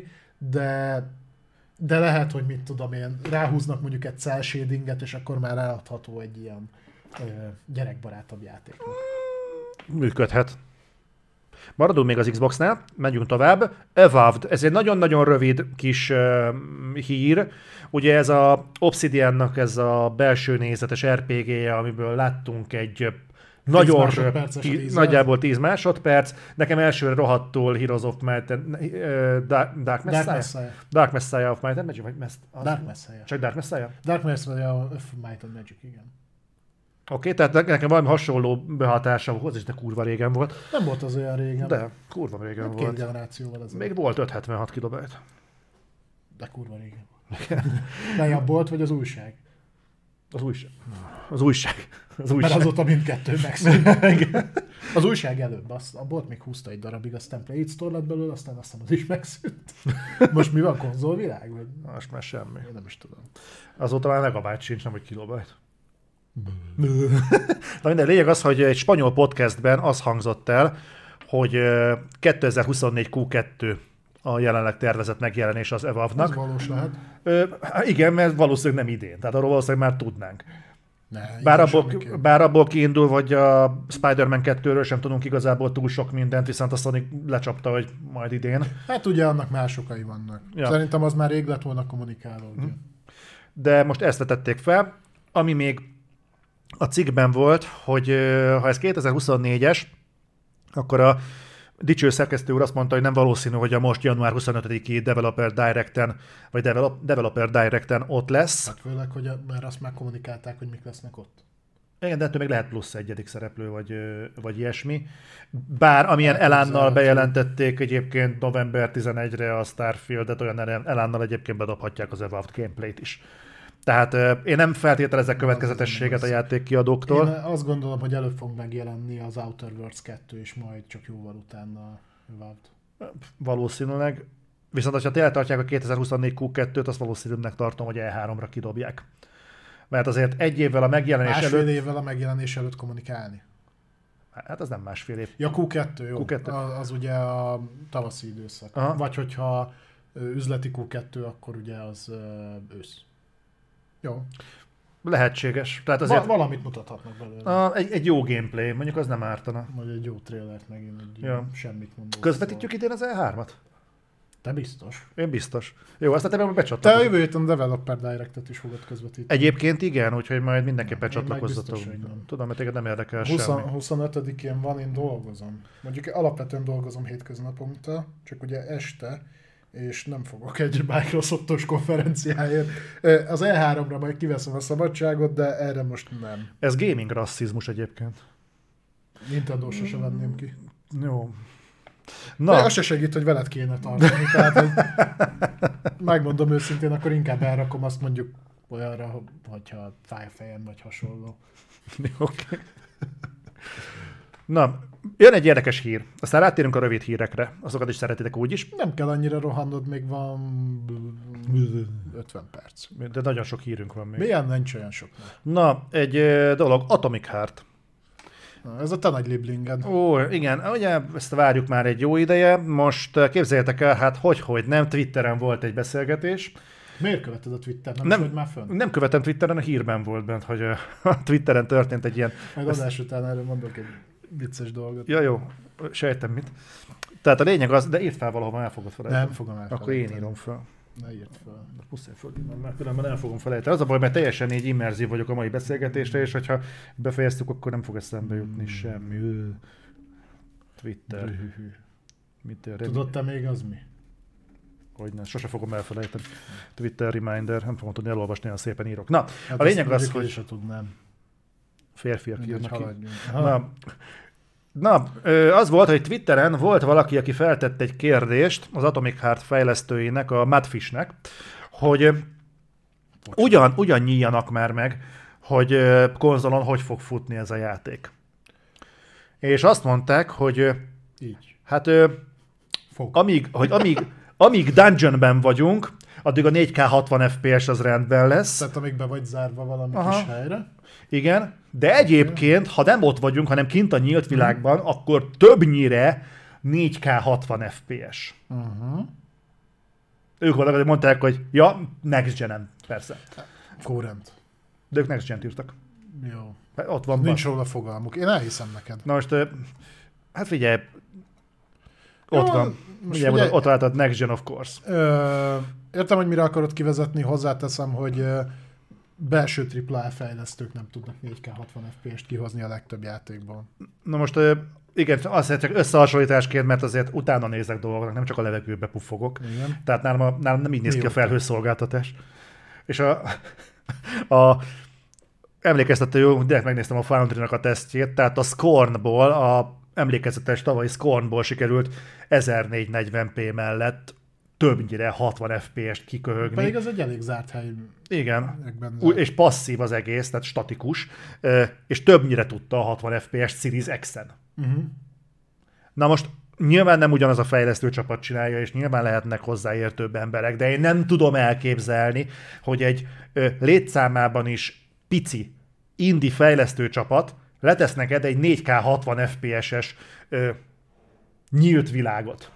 de lehet, hogy mit tudom én, ráhúznak mondjuk egy cel shadinget, és akkor már eladható egy ilyen gyerekbarátabb játéknak. Működhet. Maradunk még az Xboxnál, megyünk tovább. Evolved, ez egy nagyon-nagyon rövid kis hír. Ugye ez a Obsidiannak ez a belső nézetes RPG-je, amiből láttunk egy nagyon nagyjából 10 másodperc. Nekem elsőre rohadtul Heroes of Might and Dark Messiah? Dark Messiah of Might and Magic? Dark Messiah. Csak Dark Messiah? Dark Messiah of Might and Magic, igen. Oké, tehát nekem valami hasonló behatása volt, és de kurva régen volt. Nem volt az olyan régen. De, kurva régen volt. 2 generációval ez. Még volt 576 kilobajt. De kurva régen volt. Lejjebb volt, vagy az újság? Az újság. Az újság. Mert azóta mindkettő megszűnt. Az újság előbb, a bolt még húzta egy darabig, aztán Play It Store lett belőle, aztán az is megszűnt. Most mi van, konzolvilág? Vagy? Most már semmi. Én nem is tudom. Azóta már megabyte sincs, nem vagy kilobajt. Na minden, lényeg az, hogy egy spanyol podcastben az hangzott el, hogy 2024 Q2 a jelenleg tervezett megjelenés az Evolve-nak. Ez valós lehet. Igen, mert valószínűleg nem idén, tehát arról valószínűleg már tudnánk. Bár abból kiindul, hogy a Spider-Man 2-ről sem tudunk igazából túl sok mindent, viszont a Sony lecsapta, hogy majd idén. Hát ugye annak más okai vannak. Ja. Szerintem az már rég lett volna kommunikáló. De most ezt vetették fel, ami még a cikkben volt, hogy ha ez 2024-es, akkor a dicső szerkesztő úr azt mondta, hogy nem valószínű, hogy a most január 25-i Developer Directen, vagy Developer Directen ott lesz. Hát főleg, hogy már azt már kommunikálták, hogy mik lesznek ott. Igen, de ettől még lehet plusz egyedik szereplő, vagy ilyesmi. Bár amilyen elánnal bejelentették egyébként november 11-re a Starfieldet, olyan elánnal egyébként bedobhatják az Evolved Gameplayt is. Tehát én nem feltételezek következetességet a játékkiadóktól. Én azt gondolom, hogy előbb fog megjelenni az Outer Worlds 2, és majd csak jóval utána Evolved. Valószínűleg. Viszont ha tényleg tartják a 2024 Q2-t, azt valószínűleg tartom, hogy E3-ra kidobják. Mert azért egy évvel a megjelenés Másfél évvel a megjelenés előtt kommunikálni. Hát az nem másfél év. Ja, Q2, jó. Q2. Az ugye a tavaszi időszak. Aha. Vagy hogyha üzleti Q2, akkor ugye az ősz. Jó. Lehetséges. Tehát azért valamit mutathatnak belőle. Egy jó gameplay, mondjuk az nem ártana. Vagy egy jó trailert megint, semmit mondó. Közvetítjük idén az E3-at? Te biztos. Én biztos. Jó, aztán te meg becsatlakozol. Te jövő héten Developer Direct-et is fogod közvetíteni. Egyébként igen, úgyhogy majd mindenképpen csatlakozzatok. Tudom, mert téged nem érdekel semmi. 25-én van, én dolgozom. Mondjuk alapvetően dolgozom hétköznaponta, csak ugye este, és nem fogok egy Microsoftos konferenciáért. Az E3-ra majd kiveszem a szabadságot, de erre most nem. Ez gaming rasszizmus egyébként. Nintendo sose venném ki. Jó. Na. De az se segít, hogy veled kéne tartani. Tehát, hogy megmondom őszintén, akkor inkább elrakom azt mondjuk olyanra, hogyha fáj a fejem, vagy hasonló. Okay. Na, jön egy érdekes hír. Aztán rátérünk a rövid hírekre. Azokat is szeretitek úgyis. Nem kell annyira rohannod, még van 50 perc. De nagyon sok hírünk van még. Milyen? Nincs olyan sok. Na, egy dolog. Atomic Heart. Ez a te nagy lieblinged. Ó, igen, ugye ezt várjuk már egy jó ideje. Most képzeljétek el, hát hogy nem, Twitteren volt egy beszélgetés. Miért követed a Twittert? Nem vagy már fönn? Nem követem Twitteren, a hírben volt bent, hogy a Twitteren történt egy ilyen... Meg adás után erről mondok egy vicces dolgot. Ja, jó, sejtem mit. Tehát a lényeg az, de írd fel valahol, el fogod felejteni. Nem fogom elfelejteni. Akkor én írom fel. Ne írd fel. Pusztán fölírom, mert különben el fogom felejteni. Az a baj, mert teljesen így immerzív vagyok a mai beszélgetésre, és hogyha befejeztük, akkor nem fog eszembe jutni semmi. Twitter. Tudod te még az mi? Hogyne, sose fogom elfelejteni. Twitter reminder, nem fogom tudni elolvasni, olyan szépen írok. Na, hát a lényeg az, hogy... Sem tudnám. Férfiak írnak ki. Na, az volt, hogy Twitteren volt valaki, aki feltett egy kérdést az Atomic Heart fejlesztőinek, a Madfishnek, hogy ugyan nyíljanak már meg, hogy konzolon hogy fog futni ez a játék. És azt mondták, hogy így. Hát amíg dungeonben vagyunk, addig a 4K 60 FPS az rendben lesz. Tehát amíg be vagy zárva valami kis helyre. Igen, de egyébként, ha nem ott vagyunk, hanem kint a nyílt világban, akkor többnyire 4K 60 FPS. Ők voltak, hogy mondták, hogy ja, Next Gen-en, persze. Current. De ők Next Gen-t írtak. Jó. Ott van. Nincs róla fogalmuk. Én elhiszem neked. Na most, hát figyelj, ott van. Ugye, ott álltad Next Gen, of course. Értem, hogy mire akarod kivezetni, hozzáteszem, hogy belső AAA fejlesztők nem tudnak 4K 60 FPS-t kihozni a legtöbb játékból. Na most igen, azt csak összehasonlításként, mert azért utána nézek dolgoknak, nem csak a levegőbe puffogok. Igen. Tehát nálam nem így néz ki a felhőszolgáltatás. És emlékeztető, jó, direkt megnéztem a Foundry-nak a tesztjét, tehát a Scornból, a emlékezetes tavalyi Scornból sikerült 1440p mellett többnyire 60 FPS-t kiköhögni. Pedig az egy elég zárt hely. Igen, és passzív az egész, tehát statikus, és többnyire tudta a 60 FPS Series X-en. Na most nyilván nem ugyanaz a fejlesztő csapat csinálja, és nyilván lehetnek hozzáértőbb emberek, de én nem tudom elképzelni, hogy egy létszámában is pici indie fejlesztő csapat letesz neked egy 4K 60 FPS-es nyílt világot.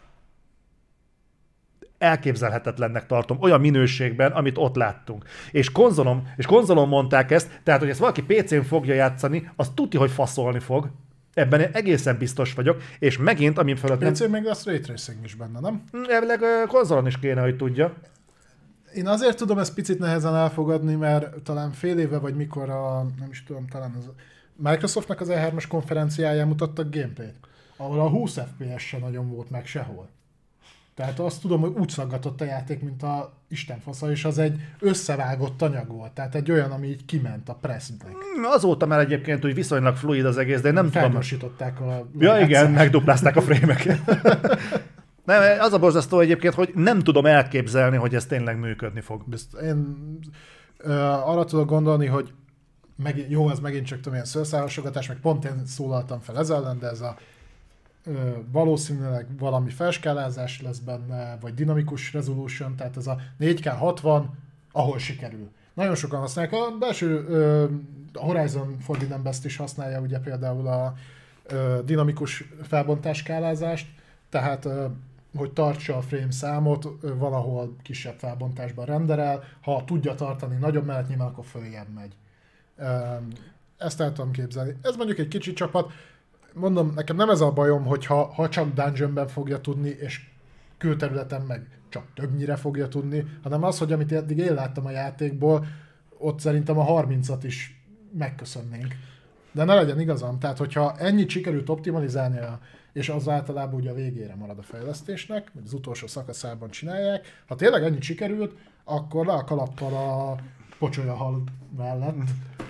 Elképzelhetetlennek tartom olyan minőségben, amit ott láttunk. És konzolon mondták ezt, tehát hogy ezt valaki PC-n fogja játszani, az tuti, hogy faszolni fog. Ebben egészen biztos vagyok, és megint, amin felett... PC még lesz Ray Tracing is benne, nem? Elvileg konzolon is kéne, hogy tudja. Én azért tudom ezt picit nehezen elfogadni, mert talán fél éve, vagy mikor nem is tudom, talán az Microsoftnak az E3-as konferenciáján mutattak gameplayt, ahol a 20 FPS se nagyon volt meg sehol. Tehát azt tudom, hogy úgy szaggatott a játék, mint a istenfasza, és az egy összevágott anyag volt. Tehát egy olyan, ami így kiment a pressnek. Azóta már egyébként úgy viszonylag fluid az egész, de nem tudom... Felgyorsították a... Ja igen, megduplázták a frémeket. Nem, az a borzasztó egyébként, hogy nem tudom elképzelni, hogy ez tényleg működni fog. Én arra tudok gondolni, hogy jó, ez megint csak tudom, ilyen szőrszálhasogatás, meg pont én szólaltam fel ez ellen, de ez a valószínűleg valami felskálázás lesz benne, vagy dinamikus resolution, tehát ez a 4K 60, ahol sikerül. Nagyon sokan használják. A belső Horizon Forbidden West is használja ugye például a dinamikus felbontáskálázást, tehát hogy tartsa a frame számot, valahol kisebb felbontásban renderel, ha tudja tartani nagyobb mellett, nyilván akkor följebb megy. Ezt el tudom képzelni. Ez mondjuk egy kicsi csapat, mondom, nekem nem ez a bajom, hogy ha csak dungeonben fogja tudni, és külterületen meg csak többnyire fogja tudni, hanem az, hogy amit eddig én láttam a játékból, ott szerintem a 30-at is megköszönnénk. De ne legyen igazam, tehát hogyha ennyit sikerült optimalizálnia, és az általában ugye a végére marad a fejlesztésnek, vagy az utolsó szakaszában csinálják, ha tényleg ennyit sikerült, akkor le a kalappal a pocsolyahal mellett,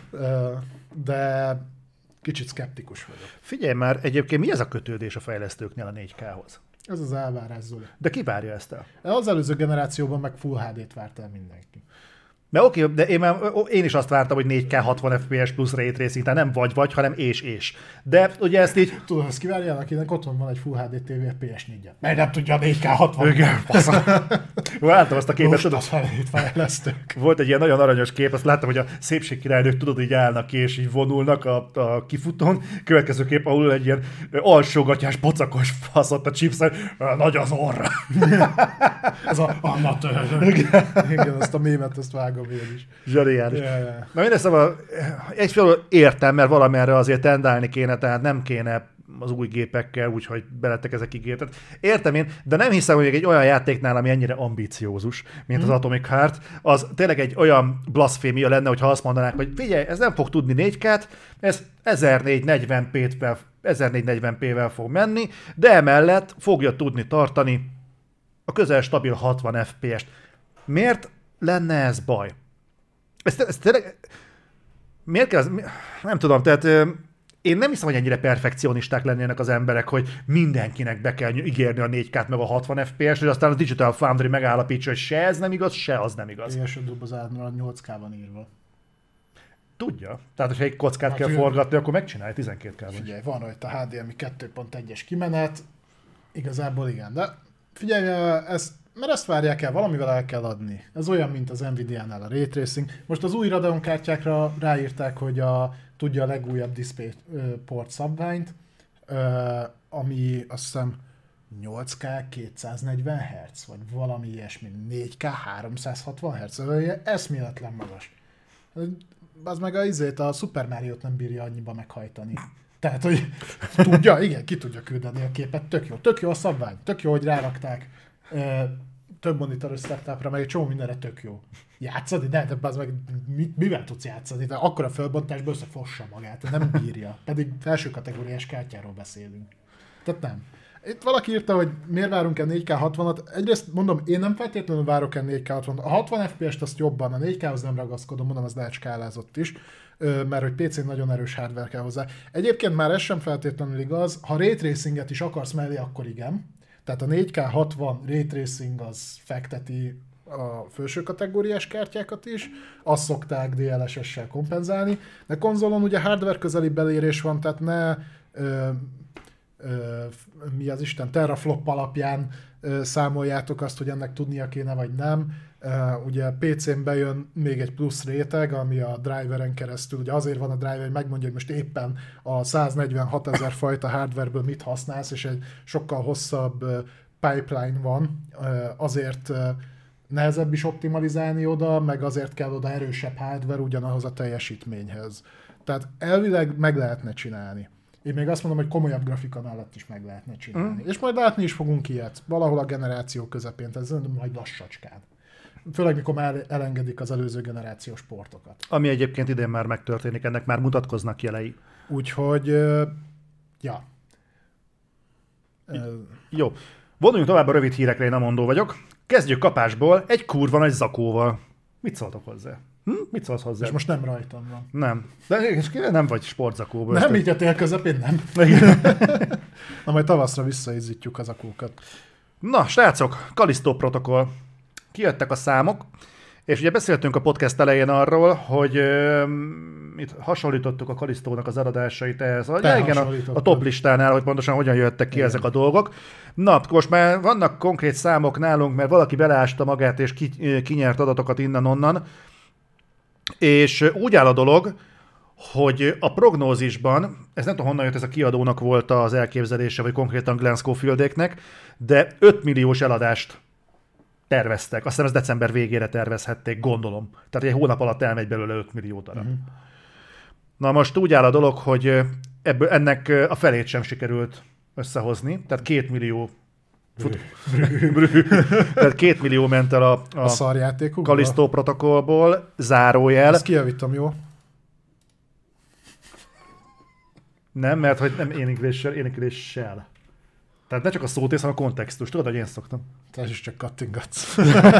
de kicsit szkeptikus vagyok. Figyelj már, egyébként mi ez a kötődés a fejlesztőknél a 4K-hoz? Ez az elvárás, Zoli. De ki várja ezt el? Az előző generációban meg Full HD-t várt el mindenki. Mert oké, de én is azt vártam, hogy 4K 60 FPS plusz Ray Tracing, tehát nem vagy, hanem és. De ugye ezt így... Tudod, ezt kivárjál, akinek otthon van egy Full HD TV PS4-et. Mert nem tudja a 4K 60. Igen, láttam azt a képet. Volt egy ilyen nagyon aranyos kép, azt láttam, hogy a szépségkirálynők tudod, így állnak ki, és így vonulnak a kifutón. Következő kép, ahol egy ilyen alsógatyás, pocakos faszott a chipszel, nagy az orra. Ez a Anna Turner. Igen, azt a mémet, azt vágom én is. Zsariális. Na mindegy, szóval egyfelől értem, mert valamerre azért tendálni kéne, tehát nem kéne az új gépekkel, úgyhogy belettek ezek ígértet. Értem én, de nem hiszem, hogy egy olyan játéknál, ami ennyire ambiciózus, mint az Atomic Heart, az tényleg egy olyan blaszfémia lenne, hogyha azt mondanák, hogy figyelj, ez nem fog tudni 4K-t, ez 1440p-vel fog menni, de emellett fogja tudni tartani a közel stabil 60 FPS-t. Miért lenne ez baj? Ez tényleg... Miért kell ez... Nem tudom, tehát én nem hiszem, hogy ennyire perfekcionisták lennének az emberek, hogy mindenkinek be kell ígérni a 4K-t meg a 60 FPS-t, hogy aztán a Digital Foundry megállapítsa, hogy se ez nem igaz, se az nem igaz. Élsődőbb az áldra 8K van írva. Tudja. Tehát, hogyha egy kockát kell forgatni, akkor megcsinálja 12K-ban. Figyelj, van rajta HDMI 2.1-es kimenet, igazából igen, de figyelj, mert ezt várják el, valamivel el kell adni. Ez olyan, mint az Nvidia-nál a Ray Tracing. Most az új Radeon kártyákra ráírták, hogy tudja a legújabb DisplayPort szabványt, ami azt hiszem 8K 240 Hz, vagy valami ilyesmi, 4K 360 Hz, eszméletlen magas. Az meg a Super Mario-t nem bírja annyiba meghajtani. Tehát, hogy tudja, igen, ki tudja küldeni a képet, tök jó a szabvány, tök jó, hogy rárakták. Több monitoros setupra, meg egy csomó mindenre tök jó. Játszani? De az meg mivel tudsz játszani? De akkora fölbontásban összefossa magát, nem bírja. Pedig felső kategóriás kártyáról beszélünk. Tehát nem. Itt valaki írta, hogy miért várunk el 4K 60-at. Egyrészt mondom, én nem feltétlenül várok el 4K 60-at. A 60 FPS-t azt jobban, a 4K-hoz nem ragaszkodom, mondom, az lehet skálázott is, mert hogy PC-n nagyon erős hardware kell hozzá. Egyébként már ez sem feltétlenül igaz. Ha Ray Tracinget is akarsz mellé, akkor igen. Tehát a 4K 60 Ray Tracing az fekteti a felső kategóriás kártyákat is, azt szokták DLSS-sel kompenzálni, de konzolon ugye hardware közeli belérés van, tehát ne mi az Isten, teraflop alapján számoljátok azt, hogy ennek tudnia kéne, vagy nem. Ugye PC-n bejön még egy plusz réteg, ami a driveren keresztül, ugye azért van a driver, hogy megmondja, hogy most éppen a 146 000 fajta hardwareből mit használsz, és egy sokkal hosszabb pipeline van, azért nehezebb is optimalizálni oda, meg azért kell oda erősebb hardware ugyanahoz a teljesítményhez. Tehát elvileg meg lehetne csinálni. Én még azt mondom, hogy komolyabb grafika mellett is meg lehetne csinálni. És majd látni is fogunk ilyet, valahol a generáció közepén, tehát majd lassacskán. Főleg, mikor már elengedik az előző generációs sportokat. Ami egyébként idén már megtörténik, ennek már mutatkoznak jelei. Úgyhogy, ja. Jó. Vonuljunk tovább a rövid hírekre, én Amondó vagyok. Kezdjük kapásból egy kurva nagy zakóval. Mit szóltok hozzá? Mit szólsz hozzá? És most nem rajtam van. Nem. De nem vagy sportzakóból. Nem, így a tél közepén nem. Na majd tavaszra visszaizzítjuk az zakókat. Na, srácok, Callisto protokoll. Kijöttek a számok, és ugye beszéltünk a podcast elején arról, hogy itt hasonlítottuk a Callisto-nak az eladásait ehhez. Igen, a top listánál, hogy pontosan hogyan jöttek ki ezek a dolgok. Na, most már vannak konkrét számok nálunk, mert valaki beleásta magát, és kinyert adatokat innen-onnan, és úgy áll a dolog, hogy a prognózisban, ez nem tudom honnan jött, ez a kiadónak volt az elképzelése, vagy konkrétan Glenn Schofieldéknek, de 5 milliós eladást terveztek. Azt hiszem, ez december végére tervezhették, gondolom. Tehát egy hónap alatt elmegy belőle 5 millió darab. Na most úgy áll a dolog, hogy ennek a felét sem sikerült összehozni, tehát 2 millió tehát 2 millió ment el a szarjátékukba? Callisto protokollból, zárójel. Ezt kijavítom, jó? Nem, mert hogy nem énekléssel. Tehát ne csak a szótész, hanem a kontextus. Tudod, hogy én szoktam. Tehát is csak kattingatsz.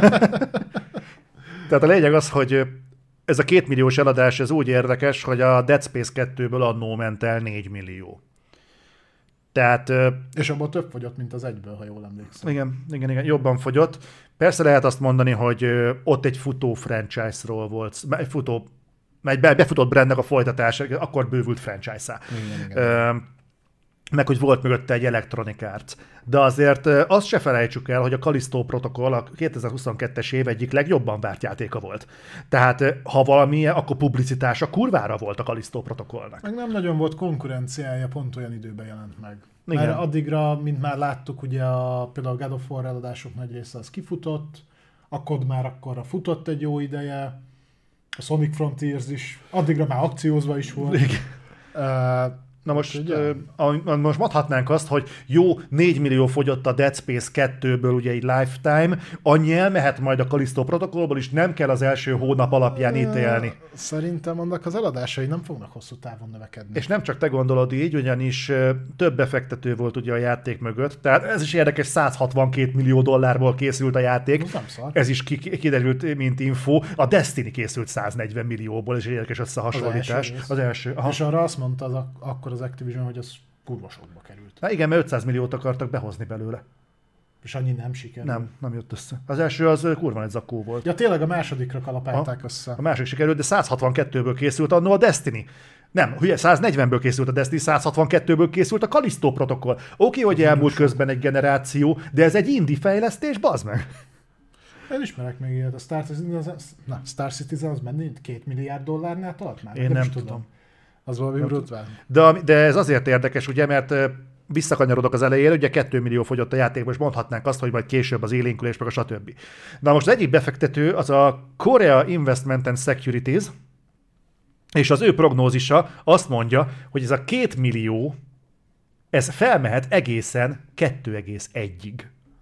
Tehát a lényeg az, hogy ez a 2 milliós eladás, ez úgy érdekes, hogy a Dead Space 2-ből annó ment el 4 millió. Tehát... És abból több fogyott, mint az egyből, ha jól emlékszem. Igen, jobban fogyott. Persze lehet azt mondani, hogy ott egy futó franchise-ról volt, egy befutott brandnek a folytatása, akkor bővült franchise-á. Meg hogy volt mögötte egy Electronic Arts. De azért azt se felejtsük el, hogy a Callisto Protocol a 2022-es év egyik legjobban várt játéka volt. Tehát ha valamilyen, akkor publicitása kurvára volt a Callisto Protokolnak. Meg nem nagyon volt konkurenciája, pont olyan időben jelent meg. Igen. Mert addigra, mint már láttuk, ugye például a God of War eladások nagy része az kifutott, a COD már akkorra futott egy jó ideje, a Sonic Frontiers is, addigra már akciózva is volt. Na most mondhatnánk azt, hogy jó, 4 millió fogyott a Dead Space 2-ből ugye egy lifetime, annyi elmehet majd a Callisto protokollból is, nem kell az első hónap alapján ítélni. Szerintem annak az eladásai nem fognak hosszú távon növekedni. És nem csak te gondolod így, ugyanis több befektető volt ugye a játék mögött, tehát ez is érdekes, 162 millió dollárból készült a játék. Ez is kiderült, mint info. A Destiny készült 140 millióból, és egy érdekes összehasonlítás. Az első. És arra azt mondta akkor az Activision, hogy az kurva sokba került. Na igen, mert 500 milliót akartak behozni belőle. És annyi nem sikerült. Nem jött össze. Az első az kurva egy zakó volt. Ja, tényleg a másodikra kalapálták össze. A második sikerült, de 162-ből készült annó a Destiny. Nem, hülye, 140-ből készült a Destiny, 162-ből készült a Callisto protokoll. Oké, hogy elmúlt közben egy generáció, de ez egy indie fejlesztés, bazd meg. Én ismerek még ilyet. A Star Citizen az mennyi? 2 milliárd dollárnál tart már? Én nem tudom. Az valami brutván. De ez azért érdekes, ugye, mert visszakanyarodok az elejére, ugye 2 millió fogyott a játékba, és mondhatnánk azt, hogy majd később az élénkülés, meg a stb. Na most az egyik befektető az a Korea Investment and Securities, és az ő prognózisa azt mondja, hogy ez a 2 millió, ez felmehet egészen 2,1-ig.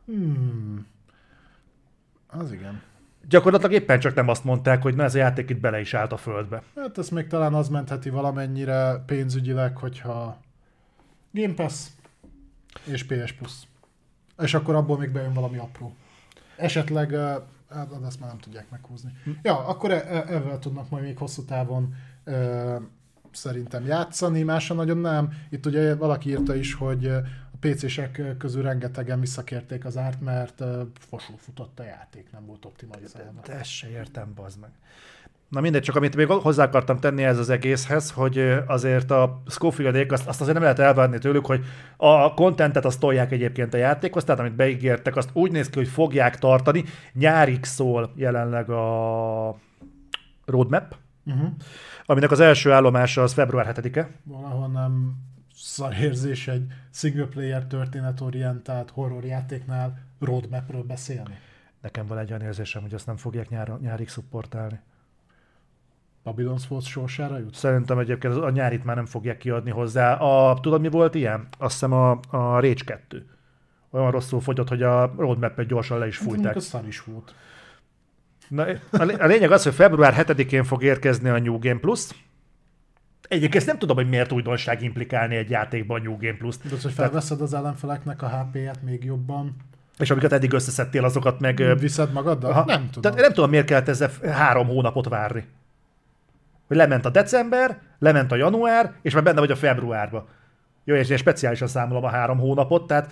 Az igen. Gyakorlatilag éppen csak nem azt mondták, hogy na ez a játék itt bele is állt a földbe. Hát ezt még talán az mentheti valamennyire pénzügyileg, hogyha Game Pass és PS Plus. És akkor abból még bejön valami apró. Esetleg, azt már nem tudják meghúzni. Ja, akkor ezzel tudnak majd még hosszú távon szerintem játszani, másra nagyon nem. Itt ugye valaki írta is, hogy a PC-sek közül rengetegen visszakérték az árt, mert fosul futott a játék, nem volt optimalizálva. De ezt se értem, bazd meg. Na mindegy, csak amit még hozzá akartam tenni ez az egészhez, hogy azért a Schofieldék azt azért nem lehet elvárni tőlük, hogy a contentet azt tolják egyébként a játékhoz, tehát amit beígértek, azt úgy néz ki, hogy fogják tartani. Nyárig szól jelenleg a roadmap, aminek az első állomása az február 7-e. Valahol nem szarérzés egy single player történetorientált horror játéknál roadmapről beszélni. Nekem van egy olyan érzésem, hogy azt nem fogják nyárig szupportálni. Babylon's Fall sorsára jut? Szerintem egyébként a nyárit már nem fogják kiadni hozzá. Tudod, mi volt ilyen? Azt hiszem a Rage 2. Olyan rosszul fogyott, hogy a roadmap-et gyorsan le is fújták. A szar is volt. Na, a lényeg az, hogy február 7-én fog érkezni a New Game Plus. Egyébként ezt nem tudom, hogy miért újdonság implikálni egy játékban a New Game Plus-t. De az, hogy felveszed az ellenfeleknek a HP-ját még jobban. És amiket eddig összeszedtél, azokat meg... Viszed magaddal? Nem tudom. Tehát nem tudom, miért kellett ezzel 3 hónapot várni. Hogy lement a december, lement a január, és már benne vagy a februárba. Jó, és én speciálisan számolom a 3 hónapot, tehát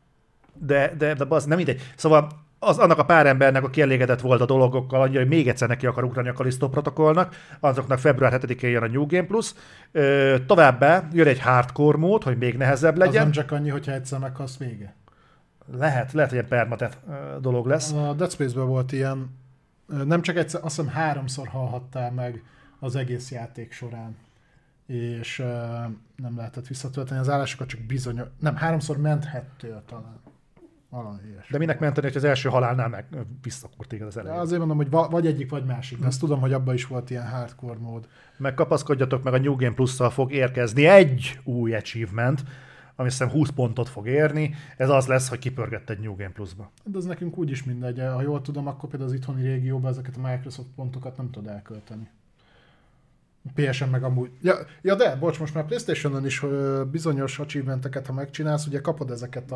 de az nem mindegy. Szóval annak a pár embernek, aki elégedett volt a dolgokkal, annyira, hogy még egyszer neki akar ugrani a Callisto protokollnak, azoknak február 7-én jön a New Game Plus. Továbbá jön egy hardcore mód, hogy még nehezebb legyen. Az nem csak annyi, hogyha egyszer meghalsz, vége. Lehet, hogy egy permatet dolog lesz. A Dead Space-ben volt ilyen, nem csak egyszer, azt hiszem 3-szor halhattál meg az egész játék során. és nem lehetett visszatölteni az állásokat, csak bizony, nem, 3-szor menthettél talán. Valami ilyesmi. De minek menteni, hogy az első halálnál meg visszakurt téged az elején? Azért mondom, hogy vagy egyik, vagy másik. De azt tudom, hogy abban is volt ilyen hardcore mód. Meg kapaszkodjatok meg, a New Game Plus-szal fog érkezni egy új achievement, ami hiszem 20 pontot fog érni. Ez az lesz, hogy kipörgett egy New Game Plus-ba. De ez nekünk úgyis mindegy. Ha jól tudom, akkor például az itthoni régióban ezeket a Microsoft pontokat nem tud elkölteni. PSN meg amúgy. Ja de, bocs, most már PlayStation-on is bizonyos achievementeket, ha megcsinálsz, ugye kapod ezeket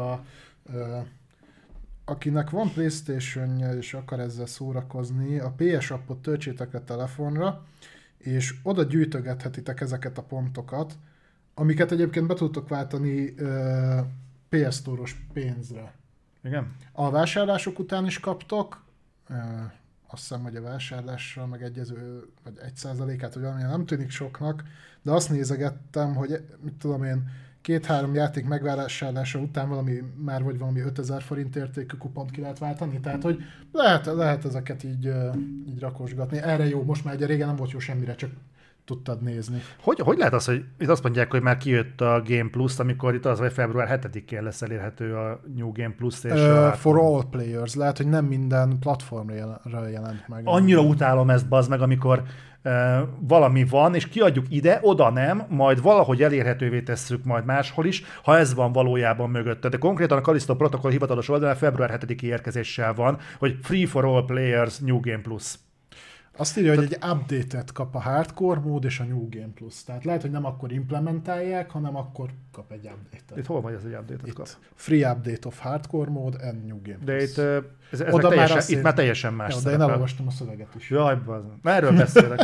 akinek van PlayStation-je és akar ezzel szórakozni, a PS appot töltsétek a telefonra, és oda gyűjtögethetitek ezeket a pontokat, amiket egyébként be tudtok váltani PS Store-os pénzre. Igen. A vásárlások után is kaptok, azt hiszem, hogy a vásárlással meg egyező, vagy 1%-át, vagy valamilyen nem tűnik soknak, de azt nézegettem, hogy mit tudom én, 2-3 játék megvásárlása után valami 5000 forint értékű kupont ki lehet váltani, tehát hogy lehet ezeket így rakosgatni. Erre jó, most már ugye régen nem volt jó semmire, csak tudtad nézni. Hogy lehet az, hogy itt azt mondják, hogy már kijött a Game Plus, amikor itt az, hogy február 7-én lesz elérhető a New Game Plus, és for all players. Lehet, hogy nem minden platformra jelent meg. Annyira utálom ezt, bazd meg, amikor valami van, és kiadjuk ide, oda nem, majd valahogy elérhetővé tesszük majd máshol is, ha ez van valójában mögötte. De konkrétan a Callisto Protocol hivatalos oldalán február 7-i érkezéssel van, hogy Free for all players New Game Plus. Azt írja, hogy egy update-et kap a hardcore mód és a New Game Plus. Tehát lehet, hogy nem akkor implementálják, hanem akkor kap egy update-et. Itt hol van ez egy update-et kap? Free update of hardcore mode and New Game Plus. De itt már teljesen más szerepel. De én elolvastam a szöveget is. Jaj, bazdmeg. Erről beszélek.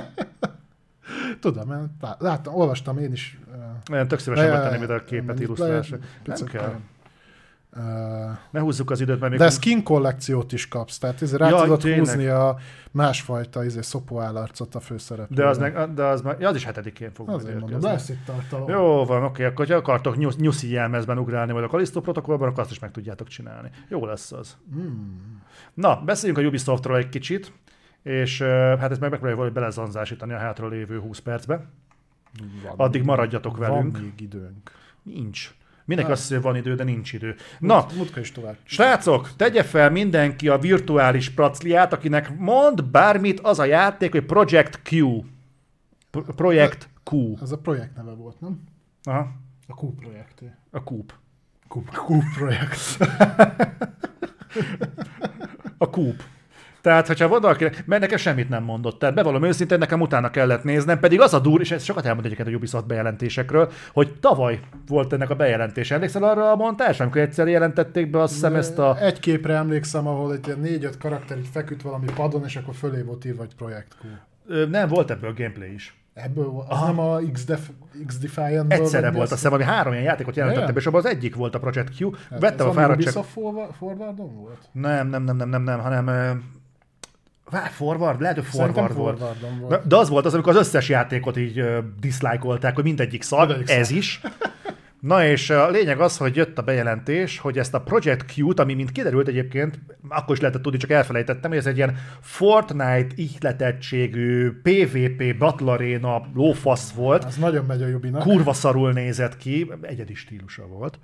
Tudom, olvastam én is. Olyan tök szívesen vettem ide a képet illusztrálásra. Nem kell. Ne húzzuk az időt, mert de skin kollekciót is kapsz, tehát rá tudod húzni a másfajta szopóállarcot a főszereplőre. De az is 7-én fog majd érkezni. Lesz itt tartalom. Jó van, oké, akkor ha akartok nyuszi jelmezben ugrálni, vagy a Callisto Protokolban, akkor azt is meg tudjátok csinálni. Jó lesz az. Na, beszéljünk a Ubisoftról egy kicsit, és hát ezt megpróbáljuk valahogy belezanzásítani a hátra lévő 20 percbe. Addig maradjatok velünk. Van még időnk. Nincs. Mindenki azt mondja, hogy van idő, de nincs idő. Na, is tovább. Srácok, tegye fel mindenki a virtuális pracliát, akinek mond bármit az a játék, hogy Project Q. Projekt Q. Ez a projekt neve volt, nem? Aha. A Q projekté. A Coop. Q projekt. A Coop. Tehát, hogyha van valaki, mert nekem semmit nem mondott. Tehát bevallom őszintén, nekem utána kellett néznem, pedig az a dur, és ez sokat elmond egyébként a Ubisoft bejelentésekről, hogy tavaly volt ennek a bejelentése. Emlékszel arra a montásra, amikor egyszer jelentették be, azt hiszem ezt a... Egy képre emlékszem, ahol egy 4-5 karakter így feküdt valami padon, és akkor fölé volt írva, vagy Projekt Q. Nem, volt ebből gameplay is. Ebből volt? Az nem a X-Defiant-ből? Egyszerre volt, azt hiszem, ami 3 ilyen játékot jelentettek be, és abban az egyik volt a Project Q. Hát vettem a fáradtság... Ubisoft Forwardon volt? Nem, hanem... Forward? Lehet, hogy Forward volt. volt. De az volt az, amikor az összes játékot így dislike-olták, hogy mindegyik szar, ez is. Na és a lényeg az, hogy jött a bejelentés, hogy ezt a Project Q-t, ami mint kiderült egyébként, akkor is lehetett tudni, csak elfelejtettem, hogy ez egy ilyen Fortnite ihletettségű PvP Battle Arena lófasz volt. Ez nagyon megy a Jubinak. Kurva szarul nézett ki, egyedi stílusa volt.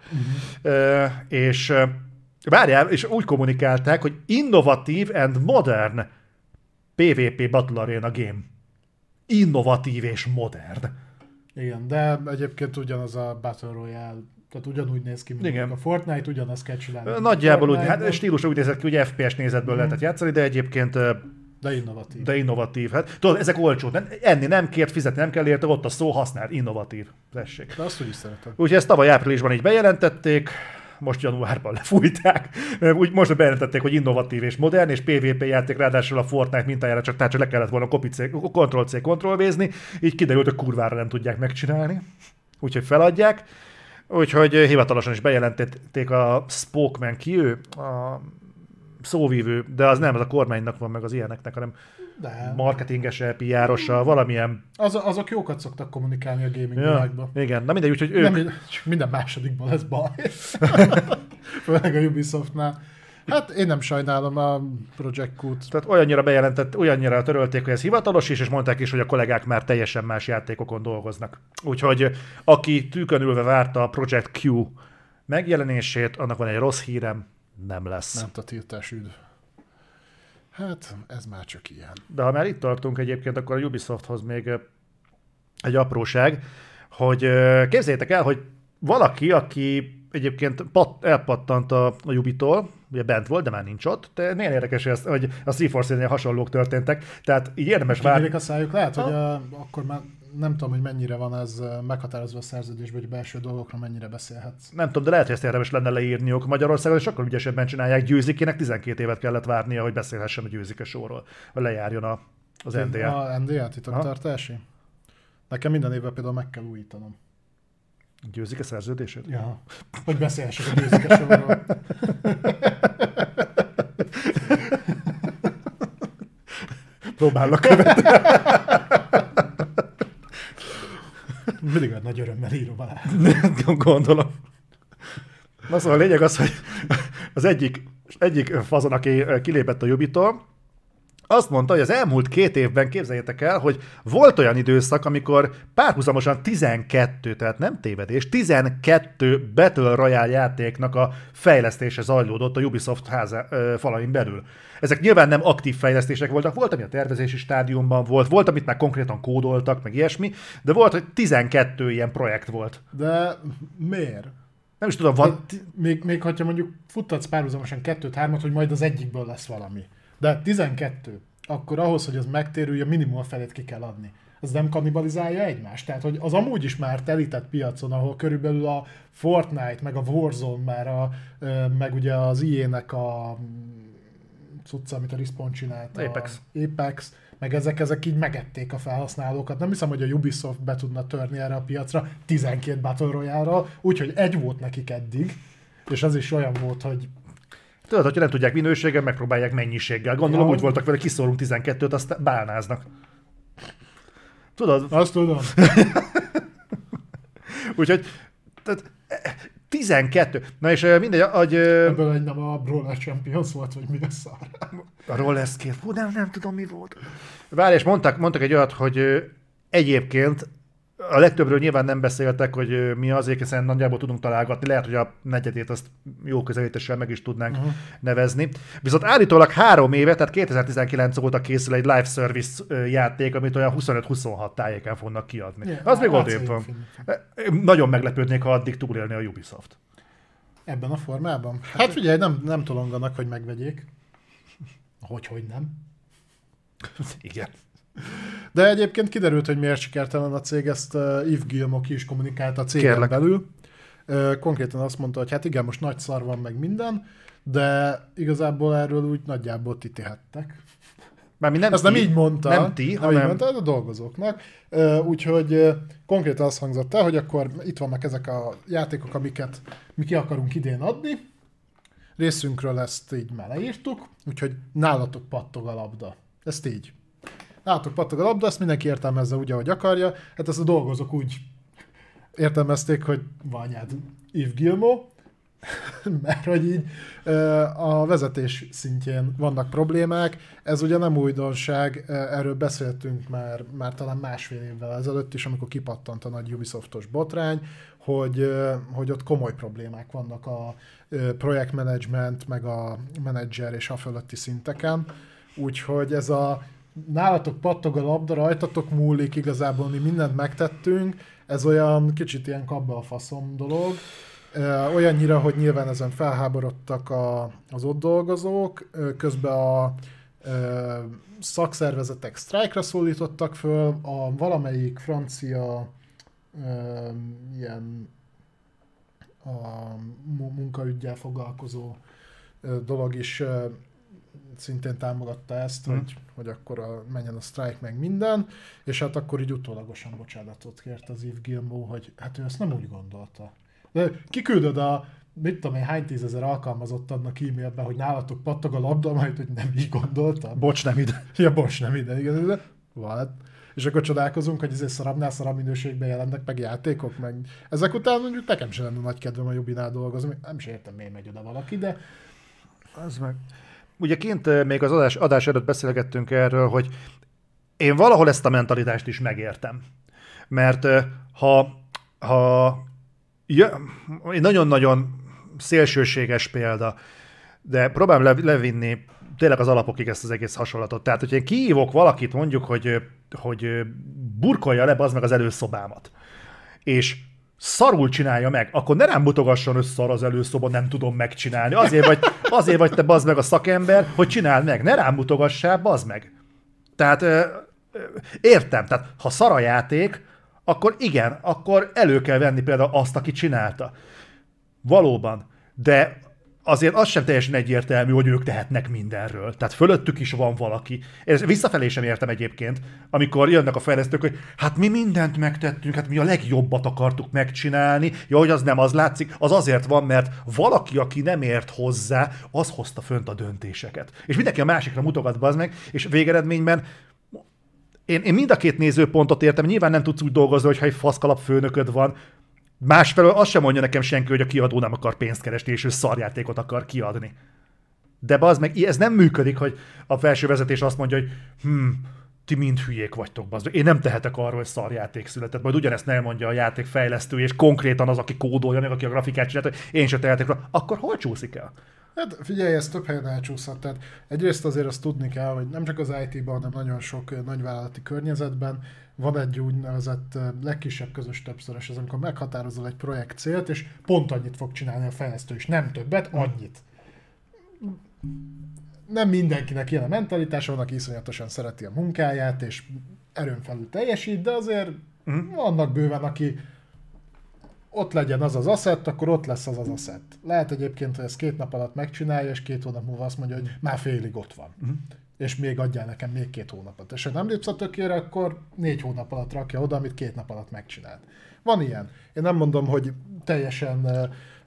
És várjál, és úgy kommunikálták, hogy innovatív and modern PvP Battle Arena game. Innovatív és modern. Igen, de egyébként ugyanaz a Battle Royale, tehát ugyanúgy néz ki, mint a Fortnite, ugyanaz kell csinálni. Nagyjából úgy, hát stílusra úgy nézett ki, hogy FPS nézetből lehetett játszani, de egyébként... De innovatív. Hát, tudod, ezek olcsó. Enni nem kért, fizetni nem kell érte, ott a szó, használd, innovatív. Tessék. De azt úgy is szeretem. Úgyhogy ezt tavaly áprilisban így bejelentették, most januárban lefújták. Úgy most bejelentették, hogy innovatív és modern, és PvP játék, ráadásul a Fortnite mintájára csak le kellett volna Ctrl-C, Ctrl-V-zni, így kiderült, hogy kurvára nem tudják megcsinálni. Úgyhogy feladják. Úgyhogy hivatalosan is bejelentették a Spokeman, ki ő? A szóvívő, de az nem, az a kormánynak van meg az ilyeneknek, hanem marketingese, PR-osa, valamilyen... Azok jókat szoktak kommunikálni a gaming világban. Igen, na mindegy, úgyhogy ők... Minden másodikban lesz baj. Főleg a Ubisoftnál. Hát én nem sajnálom a Project Q-t. Tehát olyannyira törölték, hogy ez hivatalos is, és mondták is, hogy a kollégák már teljesen más játékokon dolgoznak. Úgyhogy aki tűkön ülve várta a Project Q megjelenését, annak van egy rossz hírem, nem lesz. Nem a tiltás üdv. Hát, ez már csak ilyen. De ha már itt tartunk egyébként, akkor a Ubisofthoz még egy apróság, hogy képzeljétek el, hogy valaki, aki egyébként elpattant a Ubitól, ugye bent volt, de már nincs ott, de nagyon érdekes, hogy a Sea-Force-nél hasonlók történtek, tehát így érdemes várni. A szájuk, lehet, hogy akkor már nem tudom, hogy mennyire van ez meghatározva a szerződésben, hogy belső dolgokra mennyire beszélhetsz. Nem tudom, de lehet, hogy ezt érdemes lenne leírniuk Magyarországon, és akkor ügyesebben csinálják. Győzikének 12 évet kellett várnia, hogy beszélhessen a Győzike showról, hogy lejárjon az NDA. A NDA titoktartási? Nekem minden évben például meg kell újítanom. Győzike szerződését? Ja, hogy beszélhessek a Győzike showról. Próbálok követni. Mindig nagy örömmel írom alá. Gondolom. Na szóval a lényeg az, hogy az egyik fazon, aki kilépett a Ubitól, azt mondta, hogy az elmúlt 2 évben, képzeljétek el, hogy volt olyan időszak, amikor párhuzamosan 12, tehát nem tévedés, 12 Battle Royale játéknak a fejlesztése zajlódott a Ubisoft falain belül. Ezek nyilván nem aktív fejlesztések voltak, volt, ami a tervezési stádiumban volt, amit már konkrétan kódoltak, meg ilyesmi, de volt, hogy 12 ilyen projekt volt. De miért? Nem is tudom, van... Még hogyha mondjuk futtatsz párhuzamosan 2-3-at, hogy majd az egyikből lesz valami. De 12, akkor ahhoz, hogy az megtérülje, minimum a felét ki kell adni. Ez nem kannibalizálja egymást? Tehát, hogy az amúgy is már telített piacon, ahol körülbelül a Fortnite, meg a Warzone már, meg ugye az EA-nek a cucca, amit a Respawn csinált, Apex, meg ezek így megették a felhasználókat. Nem hiszem, hogy a Ubisoft be tudna törni erre a piacra 12 Battle Royale-ral, úgyhogy egy volt nekik eddig, és az is olyan volt, hogy tudod, hogyha nem tudják minőséggel, megpróbálják mennyiséggel. Gondolom úgy voltak vele, kiszórunk 12-t, azt bálnáznak. Tudod? Azt tudom. Úgyhogy 12. Na és mindegy, hogy... Ebből egy nem a Roller Champions volt, vagy mi a szar. A Roller Skate. Hú, nem tudom, mi volt. Várj, és mondtak egy olyat, hogy egyébként a legtöbbről nyilván nem beszéltek, hogy mi az, hiszen nagyjából tudunk találgatni, lehet, hogy a negyedét azt jó közelítéssel meg is tudnánk nevezni. Viszont állítólag 3 éve, tehát 2019 óta készül egy live service játék, amit olyan 25-26 tájéken fognak kiadni. Yeah, az még odébb van. Nagyon meglepődnék, ha addig túlélni a Ubisoft. Ebben a formában? Hát figyelj, nem tolonganak, hogy megvegyék. Hogy nem. Igen. De egyébként kiderült, hogy miért sikertelen a cég, ezt Yves Guillemot ki is kommunikálta a cégen belül. Konkrétan azt mondta, hogy hát igen, most nagy szar van meg minden, de igazából erről úgy nagyjából ti tehettek. Ezt nem így mondta, nem ti, hanem így mondta, a dolgozóknak. Úgyhogy konkrétan azt hangzott el, hogy akkor itt vannak ezek a játékok, amiket mi ki akarunk idén adni. Részünkről ezt így már leírtuk, úgyhogy nálatok pattog a labda. Ezt így. Nálatok pattog a labda, ezt mindenki értelmezze úgy, ahogy akarja. Hát ezt a dolgozók úgy értelmezték, hogy van anyád Yves Guillemot, mert hogy így a vezetés szintjén vannak problémák. Ez ugye nem újdonság, erről beszéltünk már talán 1,5 évvel ezelőtt is, amikor kipattant a nagy Ubisoftos botrány, hogy ott komoly problémák vannak a projektmenedzsment, meg a menedzser és a fölötti szinteken. Úgyhogy ez a nálatok pattog a labda, rajtatok múlik, igazából mi mindent megtettünk, ez olyan kicsit ilyen kabba a faszom dolog. Olyannyira, hogy nyilván ezen felháborodtak az ott dolgozók, közben a szakszervezetek sztrájkra szólítottak föl, a valamelyik francia ilyen a munkaüggyel foglalkozó dolog is szintén támogatta ezt, hogy akkor menjen a sztrájk meg minden, és hát akkor így utólagosan bocsánatot kért az Yves Guillemot, hogy hát ő ezt nem úgy gondolta. De kiküldöd mit tudom én, hány 10 000 alkalmazott adnak e-mailben, hogy nálatok pattog a labda, majd hogy nem így gondoltam. Bocs, nem ide. Ja, bocs, nem ide, igen. What? És akkor csodálkozunk, hogy ezért szarabb minőségben jelennek meg játékok, meg ezek után mondjuk nekem sem lenne nagy kedvem a Jubinál dolgozni, nem is értem, miért megy oda valaki, de Az meg. Ugye kint még az adás előtt beszélgettünk erről, hogy én valahol ezt a mentalitást is megértem. Mert ha nagyon-nagyon szélsőséges példa, de próbálom levinni tényleg az alapokig ezt az egész hasonlatot. Tehát, hogyha én kihívok valakit, mondjuk, hogy burkolja le bazd meg az előszobámat, és szarul csinálja meg, akkor ne rám mutogasson össze az előszoba, nem tudom megcsinálni. Azért vagy te bazd meg a szakember, hogy csináld meg. Ne rám mutogassál, bazd meg. Tehát értem, tehát ha szar a játék, akkor igen, akkor elő kell venni például azt, aki csinálta. Valóban. De azért az sem teljesen egyértelmű, hogy ők tehetnek mindenről. Tehát fölöttük is van valaki. Ezt visszafelé sem értem egyébként, amikor jönnek a fejlesztők, hogy hát mi mindent megtettünk, hát mi a legjobbat akartuk megcsinálni. Ja, hogy az nem az látszik, az azért van, mert valaki, aki nem ért hozzá, az hozta fönt a döntéseket. És mindenki a másikra mutogat, bazd meg, és végeredményben én mind a két nézőpontot értem, nyilván nem tudsz úgy dolgozni, hogyha egy faszkalap főnököd van. Másfelől azt sem mondja nekem senki, hogy a kiadó nem akar pénzt keresni, és ő szarjátékot akar kiadni. De bazd meg, ez nem működik, hogy a felső vezetés azt mondja, hogy ti mind hülyék vagytok, bazd meg. Én nem tehetek arról, hogy szarjáték született. Majd ugyanezt nem mondja a játékfejlesztő, és konkrétan az, aki kódolja, meg aki a grafikát csinálta, hogy én se tehetek rá. Akkor hol csúszik el? Hát figyelj, ez több helyen elcsúszhat. Tehát egyrészt azért azt tudni kell, hogy nem csak az IT-ban, hanem nagyon sok nagyvállalati környezetben van egy úgynevezett legkisebb közös többszörös, az amikor meghatározol egy projekt célt, és pont annyit fog csinálni a fejlesztő, és nem többet, annyit. Nem mindenkinek ilyen a mentalitása, van, aki iszonyatosan szereti a munkáját, és erőn felül teljesít, de azért vannak bőven, aki ott legyen az az asset, akkor ott lesz az az asset. Lehet egyébként, hogy ezt 2 nap alatt megcsinálja, és 2 hónap múlva azt mondja, hogy már félig ott van. És még adjál nekem még 2 hónapot. És ha nem lépsz a tökére, akkor 4 hónap alatt rakja oda, amit 2 nap alatt megcsinált. Van ilyen. Én nem mondom, hogy teljesen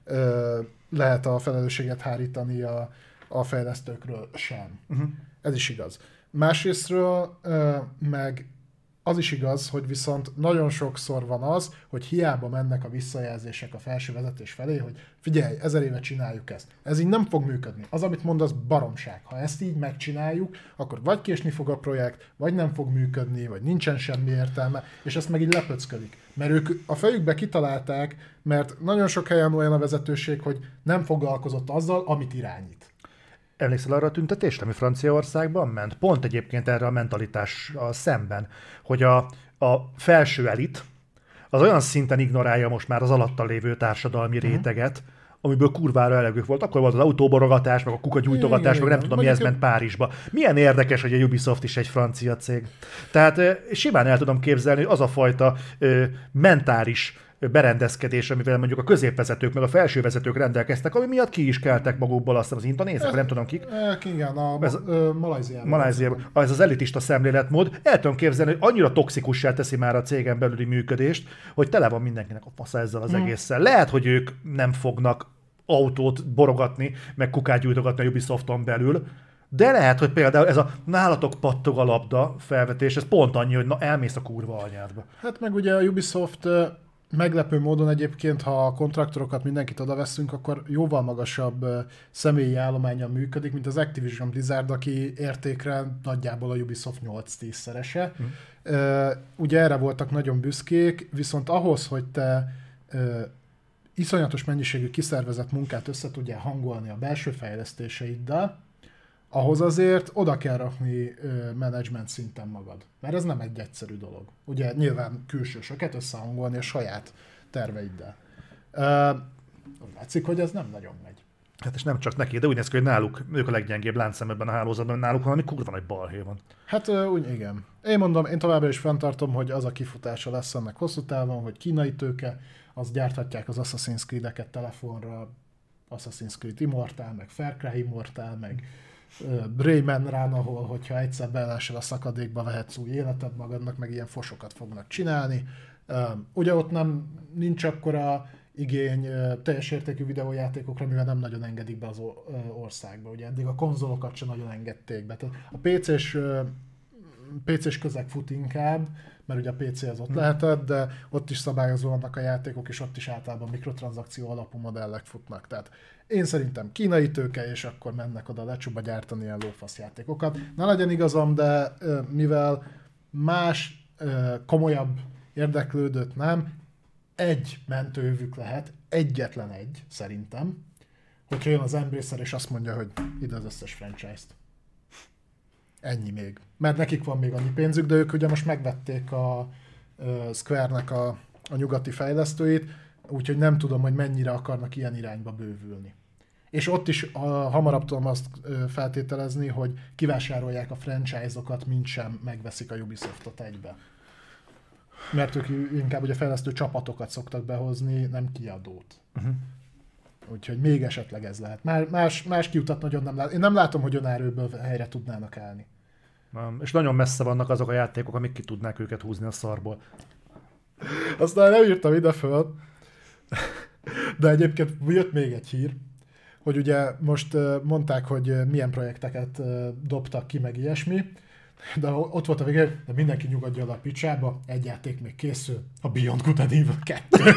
lehet a felelősséget hárítani a fejlesztőkről sem. Ez is igaz. Másrésztről meg az is igaz, hogy viszont nagyon sokszor van az, hogy hiába mennek a visszajelzések a felső vezetés felé, hogy figyelj, 1000 éve csináljuk ezt. Ez így nem fog működni. Az, amit mondasz, baromság. Ha ezt így megcsináljuk, akkor vagy késni fog a projekt, vagy nem fog működni, vagy nincsen semmi értelme, és ezt meg így lepöcködik. Mert ők a fejükbe kitalálták, mert nagyon sok helyen olyan a vezetőség, hogy nem foglalkozott azzal, amit irányít. Emlékszel arra a tüntetésre, ami Franciaországban ment? Pont egyébként erre a mentalitással szemben, hogy a felső elit az olyan szinten ignorálja most már az alatta lévő társadalmi réteget, amiből kurvára elegük volt. Akkor volt az autóborogatás, meg a kukagyújtogatás, meg nem tudom, mi ez ment Párizsba. Milyen érdekes, hogy a Ubisoft is egy francia cég. Tehát simán el tudom képzelni, hogy az a fajta mentális berendezkedés, amivel mondjuk a középvezetők, meg a felsővezetők rendelkeztek, ami miatt ki is keltek magukból, azt az indonézek, nem tudom kik. Igen, Malajziában. Ez az elitista szemléletmód. El tudom képzelni, hogy annyira toxikussá teszi már a cégen belüli működést, hogy tele van mindenkinek a fasza ezzel az egésszel. Lehet, hogy ők nem fognak autót borogatni, meg kukát gyújtogatni a Ubisofton belül, de lehet, hogy például ez a nálatok pattog a labda felvetés, ez pont annyi, hogy na elmész a kurva anyádba. Hát meg ugye a Ubisoft meglepő módon egyébként, ha a kontraktorokat mindenkit odaveszünk, akkor jóval magasabb személyi állománnyal működik, mint az Activision Blizzard, aki értékre nagyjából a Ubisoft 8-10-szerese. Ugye erre voltak nagyon büszkék, viszont ahhoz, hogy te iszonyatos mennyiségű kiszervezett munkát össze tudjál hangolni a belső fejlesztéseiddel, ahhoz azért oda kell rakni menedzsment szinten magad. Mert ez nem egy egyszerű dolog. Ugye nyilván külsősöket összehangolni a saját terveiddel. Látszik, hogy ez nem nagyon megy. Hát és nem csak neki, de úgy néz ki, hogy náluk, ők a leggyengébb láncszem ebben a hálózatban, náluk valami kurva nagy balhé van. Hát úgy igen. Én mondom, én továbbra is fenntartom, hogy az a kifutása lesz ennek hosszú távon, hogy kínai tőke, azt gyárthatják az Assassin's Creed-eket telefonra, Assassin's Creed Immortal, meg Far Cry Immortal, meg Rayman Run, ahol, hogyha egyszer belesel a szakadékba, vehetsz új életet magadnak, meg ilyen fosokat fognak csinálni. Ugye ott nincs akkora igény teljes értékű videójátékokra, mivel nem nagyon engedik be az országba. Ugye eddig a konzolokat sem nagyon engedték be. Tehát a PC-s közeg fut inkább, mert ugye a PC az ott lehetett, de ott is szabályozó vannak a játékok, és ott is általában mikrotranszakció alapú modellek futnak. Tehát én szerintem kínai tőke, és akkor mennek oda lecsuba gyártani ilyen lófasz játékokat. Ne legyen igazam, de mivel más komolyabb érdeklődőt nem, egy mentőjövük lehet, egyetlen egy szerintem, hogyha jön az Embracer és azt mondja, hogy ide az összes franchise-t. Ennyi még. Mert nekik van még annyi pénzük, de ők ugye most megvették a Square-nek a nyugati fejlesztőit, úgyhogy nem tudom, hogy mennyire akarnak ilyen irányba bővülni. És ott is hamarabb tudom azt feltételezni, hogy kivásárolják a franchise-okat, mint sem megveszik a Ubisoftot egybe. Mert ők inkább ugye fejlesztő csapatokat szoktak behozni, nem kiadót. Úgyhogy még esetleg ez lehet. Más kiutat nagyon nem látom. Én nem látom, hogy önerőből helyre tudnának állni. És nagyon messze vannak azok a játékok, amik ki tudnák őket húzni a szarból. Aztán nem írtam ide föl, de egyébként jött még egy hír, hogy ugye most mondták, hogy milyen projekteket dobtak ki, meg ilyesmi, de ott volt a vége, de mindenki nyugodjon a picsába, egy játék még készül, a Beyond Good and Evil 2.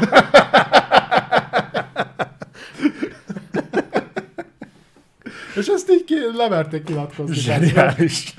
És ezt így lemerték kinyilatkozni. Zseniális.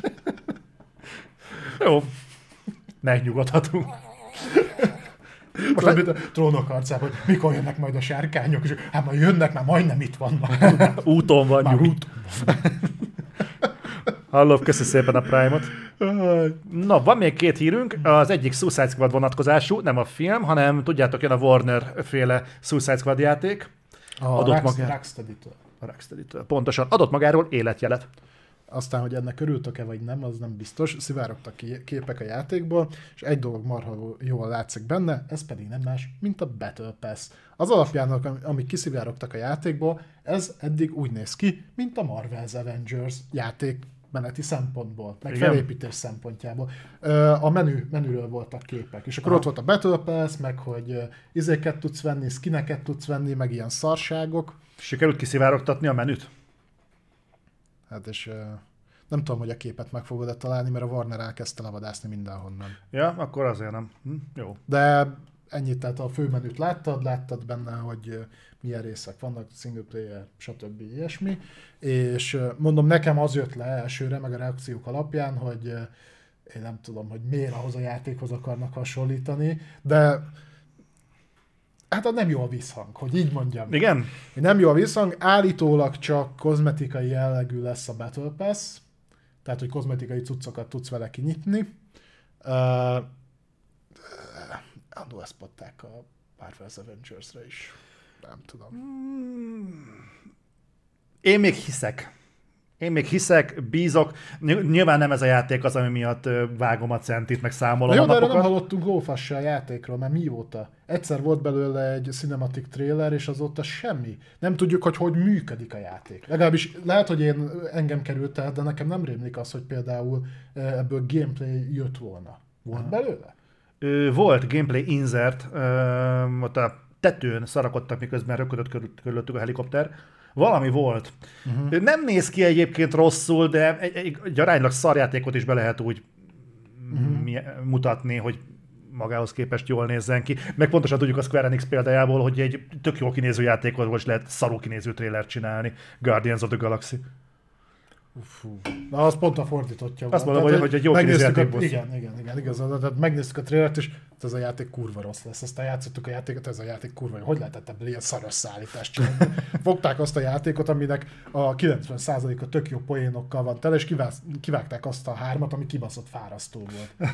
Jó. Megnyugodhatunk. Most mint a Trónok arcában, hogy mikor jönnek majd a sárkányok, és hát majd jönnek, már majdnem itt vannak. Úton van, már úton van. Hallom, köszi szépen a Prime-ot. Na, van még két hírünk. Az egyik Suicide Squad vonatkozású, nem a film, hanem tudjátok, jön a Warner-féle Suicide Squad játék. A Rocksteady-től. A Rocksteady-től. Pontosan. Adott magáról életjelet. Aztán, hogy ennek örültök-e vagy nem, az nem biztos. Szivárogtak képek a játékból, és egy dolog marha jól látszik benne, ez pedig nem más, mint a Battle Pass. Az alapján, amik kiszivárogtak a játékból, ez eddig úgy néz ki, mint a Marvel's Avengers játék meneti szempontból, meg felépítés szempontjából. A menüről voltak képek, és akkor ott volt a Battle Pass, meg hogy izéket tudsz venni, skineket tudsz venni, meg ilyen szarságok. Sikerült kiszivárogtatni a menüt? Hát és nem tudom, hogy a képet meg fogod találni, mert a Warner elkezdte levadászni mindenhonnan. Ja, akkor azért nem. Jó. De ennyit, tehát a főmenüt láttad benne, hogy milyen részek vannak, single player, stb. Ilyesmi. És mondom, nekem az jött le elsőre, meg a reakciók alapján, hogy én nem tudom, hogy miért ahhoz a játékhoz akarnak hasonlítani, de hát nem jó a visszhang, hogy így mondjam. Igen? Nem jó a visszhang, állítólag csak kozmetikai jellegű lesz a Battle Pass, tehát hogy kozmetikai cuccokat tudsz vele kinyitni. Andó ezt patták a Marvel's Avengers-re is. Nem tudom. Én még hiszek, bízok. Nyilván nem ez a játék az, ami miatt vágom a centit, meg számolom jó, a napokat. De erről nem hallottunk lófassal a játékról, mert mióta? Egyszer volt belőle egy cinematic trailer, és azóta semmi. Nem tudjuk, hogy működik a játék. Legalábbis lehet, hogy engem került el, de nekem nem rémlik az, hogy például ebből gameplay jött volna. Volt belőle? Volt gameplay insert, ott a tetőn szarakodtak, miközben röködött körülöttük a helikopter. Valami volt. Nem néz ki egyébként rosszul, de egy aránylag szarjátékot is be lehet úgy mutatni, hogy magához képest jól nézzen ki. Meg pontosan tudjuk a Square Enix példájából, hogy egy tök jól kinéző játékot is lehet szarul kinéző trailert csinálni. Guardians of the Galaxy. Na, az pont a fordítottja. Azt mondom, hogy egy jó kinéző játék volt. Igen, igazán. Tehát megnéztük a trailert, és ez a játék kurva rossz lesz. Aztán játszottuk a játékot, ez a játék kurva jó. Hogy lehetett ebből ilyen szaros szállítást csinálni? Fogták azt a játékot, aminek a 90%-a tök jó poénokkal van tele, és kivágták azt a 3-at, ami kibaszott fárasztó volt.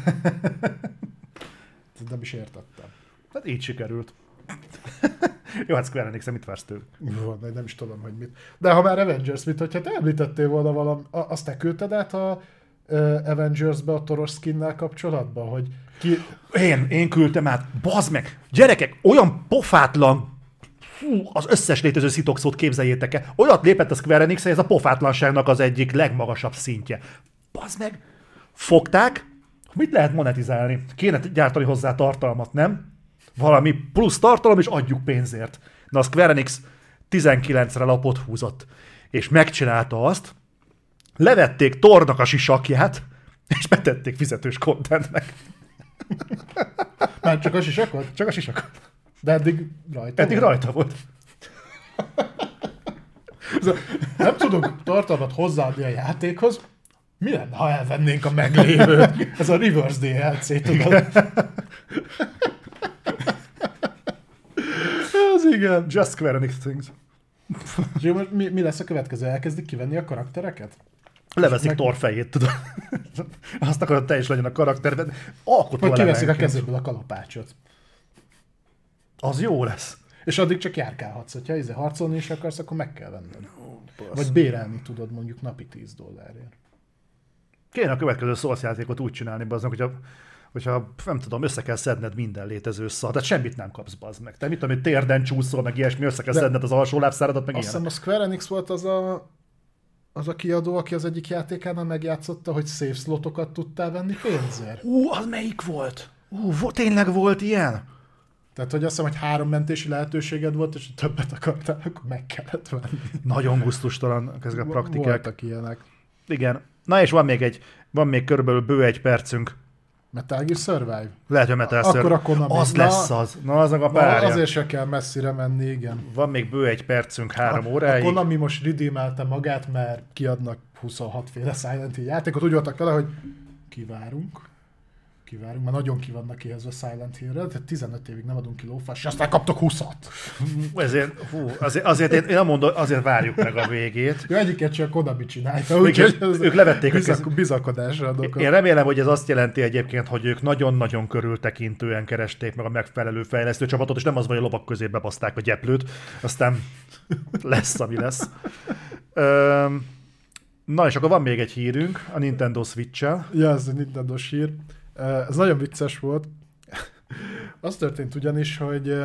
Nem is értettem. Hát így sikerült. Jó, hát Square Enix, mit vársz tőle? Jó, nem is tudom, hogy mit. De ha már Avengers, mit, hogyha te említettél volna valami, azt te küldted át a Avengers-be a toros skinnel kapcsolatban, hogy ki... Én küldtem át, bazd meg! Gyerekek, olyan pofátlan, az összes létező szitokszót képzeljétek el, olyat lépett a Square Enix, hogy ez a pofátlanságnak az egyik legmagasabb szintje. Bazd meg! Fogták, mit lehet monetizálni? Kéne gyártani hozzá tartalmat, nem? Valami plusz tartalom, és adjuk pénzért. Na, a Square Enix 19-re lapot húzott, és megcsinálta azt, levették Thornak a sisakját, és betették fizetős contentnek. Már csak a sisakot? Csak a sisakot. De eddig rajta Eddig volt. rajta volt. Nem tudunk tartalmat hozzáadni a játékhoz. Mi lenne, ha elvennénk a meglévőt? Ez a reverse DLC, tudod? Ez igen. Just Square Enix things. És jó, most mi lesz a következő? Elkezdik kivenni a karaktereket? Leveszik Thor fejét, tudod. Azt akarod, te is legyen a karakterben. Alkotó Vagy kiveszik a elemenként. kezéből a kalapácsot. Az jó lesz. És addig csak járkálhatsz, hogyha harcolni is akarsz, akkor meg kell venned. Vagy bérelni tudod mondjuk napi $10. Kéne a következő Souls játékot úgy csinálni, bazdmeg, hogyha nem tudom, össze kell szedned minden létező szar, tehát semmit nem kapsz, bazd meg. Te mit tudom, hogy térden csúszol, meg ilyesmi, össze kell szedned az alsó lábszáradat, meg Azt ilyen. hiszem a Square Enix volt az a kiadó, aki az egyik játékánál megjátszotta, hogy save slotokat tudtál venni pénzért. Az melyik volt? Tényleg volt ilyen? Tehát, hogy azt hiszem, hogy 3 mentési lehetőséged volt, és ha többet akartál, akkor meg kellett venni. Nagyon gusztustalan ezek a praktikák. Voltak ilyenek. Igen. Na és van még körülbelül bő 1 percünk. Metal Gear Survive? Lehet, hogy Metal Akkor Survive. a Konami. Az lesz az. Na, az a párja. Azért se kell messzire menni, igen. Van még bő 1 percünk 3 A óráig. Konami most redeemelte magát, mert kiadnak 26 féle Silent Hill játékot. Úgy voltak vele, hogy kivárunk, mert nagyon ki vannak éhezve Silent Hill-re, tehát 15 évig nem adunk ki lófás, és aztán kaptok 20-at. Azért én nem mondom, azért várjuk meg a végét. Jó, egyiket csak a Konami csinálta, úgyhogy Ők levették a bizakodásra adok. Én remélem, hogy ez azt jelenti egyébként, hogy ők nagyon-nagyon körültekintően keresték meg a megfelelő fejlesztő csapatot, és nem az, hogy a lovak közé bebaszták a gyeplőt, aztán lesz, ami lesz. Na és akkor van még egy hírünk a Nintendo Switch-el. Ja, ez egy Nintendo-s hír. Ez nagyon vicces volt. Az történt ugyanis, hogy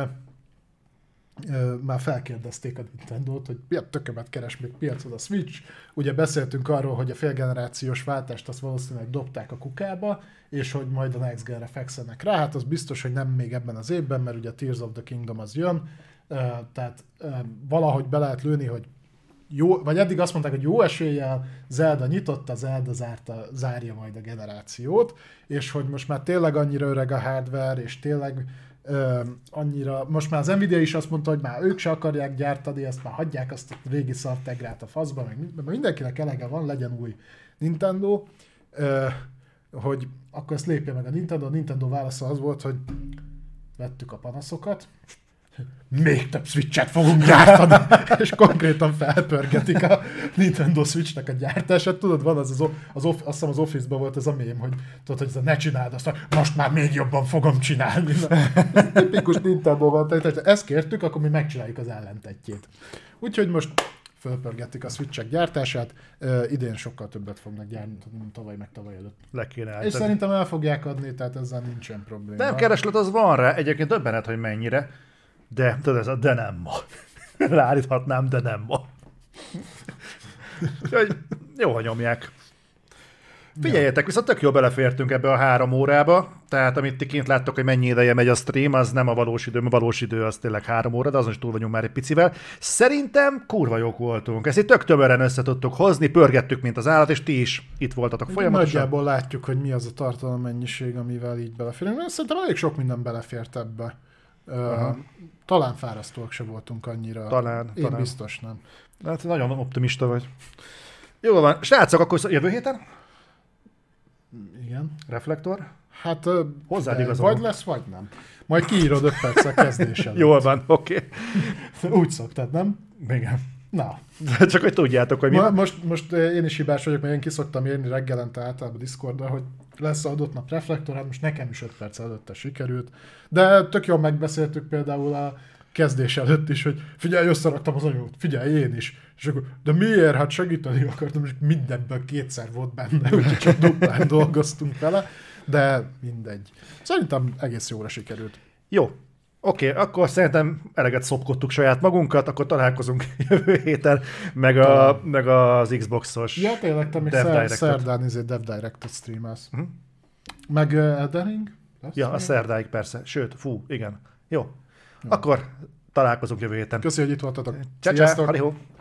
már felkérdezték a Nintendo-t, hogy milyen tökömet keres még piacon a Switch. Ugye beszéltünk arról, hogy a félgenerációs váltást azt valószínűleg dobták a kukába, és hogy majd a Next Gen-re fekszenek rá. Hát az biztos, hogy nem még ebben az évben, mert ugye a Tears of the Kingdom az jön. Tehát valahogy be lehet lőni, hogy jó, vagy eddig azt mondták, hogy jó eséllyel Zelda nyitotta, Zelda zárja majd a generációt, és hogy most már tényleg annyira öreg a hardware, és tényleg annyira, most már az Nvidia is azt mondta, hogy már ők se akarják gyártani, ezt már hagyják azt a régi szartegrát a faszba, meg mindenkinek elege van, legyen új Nintendo, hogy akkor ezt lépje meg a Nintendo válasza az volt, hogy vettük a panaszokat, még több Switch-et fogunk gyártani, és konkrétan felpörgetik a Nintendo Switch-nek a gyártását. Tudod, van azt hiszem az Office-ban volt ez a mém, hogy tudod, hogy ez a ne csináld azt, most már még jobban fogom csinálni. Tipikus Nintendo van, tehát ezt kértük, akkor mi megcsináljuk az ellentetjét. Úgyhogy most fölpörgetik a Switch-ek gyártását, idén sokkal többet fognak gyártani, mint tavaly meg tavaly előtt. Le kéne És állítani. szerintem el fogják adni, tehát ezzel nincsen probléma. Nem kereslet az van rá, egyébként döbbenet, hogy mennyire, de tudod, ez a de nem ma. Ráállíthatnám, de nem ma. Úgyhogy jó, ha nyomják. Figyeljetek, viszont tök jól belefértünk ebbe a 3 órába, tehát amit ti kint láttok, hogy mennyi ideje megy a stream, az nem a valós idő, a valós idő az tényleg 3 óra, de azon is túl vagyunk már egy picivel. Szerintem kurva jók voltunk. Ezt itt tök tömören össze tudtuk hozni, pörgettük, mint az állat, és ti is itt voltatok folyamatosan. Nagyjából látjuk, hogy mi az a tartalommennyiség, amivel így beleférünk. Szerintem elég sok minden belefért ebbe. Talán fárasztóak se voltunk annyira. Talán. Biztos nem. Hát nagyon optimista vagy. Jó van, srácok, akkor jövő héten? Igen. Reflektor? Hát hozzád vagy igazolom. lesz, vagy nem. Majd kiírod 5 perccel kezdésen. Jól van, oké. Úgy szoktad, nem? Igen. Na. Csak hogy tudjátok, hogy mi... Most én is hibás vagyok, mert én kiszoktam írni reggelente általában Discordra, hogy lesz adott nap reflektor, hát most nekem is 5 perc előtte sikerült. De tök jól megbeszéltük például a kezdés előtt is, hogy figyelj, összeraktam az anyagot, figyelj, én is. És akkor, de miért? Hát segíteni akartam, és mindenből 2-szer volt benne, úgyhogy csak duplán dolgoztunk vele, de mindegy. Szerintem egész jóra sikerült. Jó. Oké, akkor szerintem eleget szopkodtuk saját magunkat, akkor találkozunk jövő héten, meg az Xbox-os Ja, tényleg, te még szerdán Dev Direct-et streamelsz. Meg Elden Ring? Ja, a szerdáig persze. Sőt, igen. Jó. Akkor találkozunk jövő héten. Köszönjük, hogy itt voltatok. Ciao, ciao, halihó.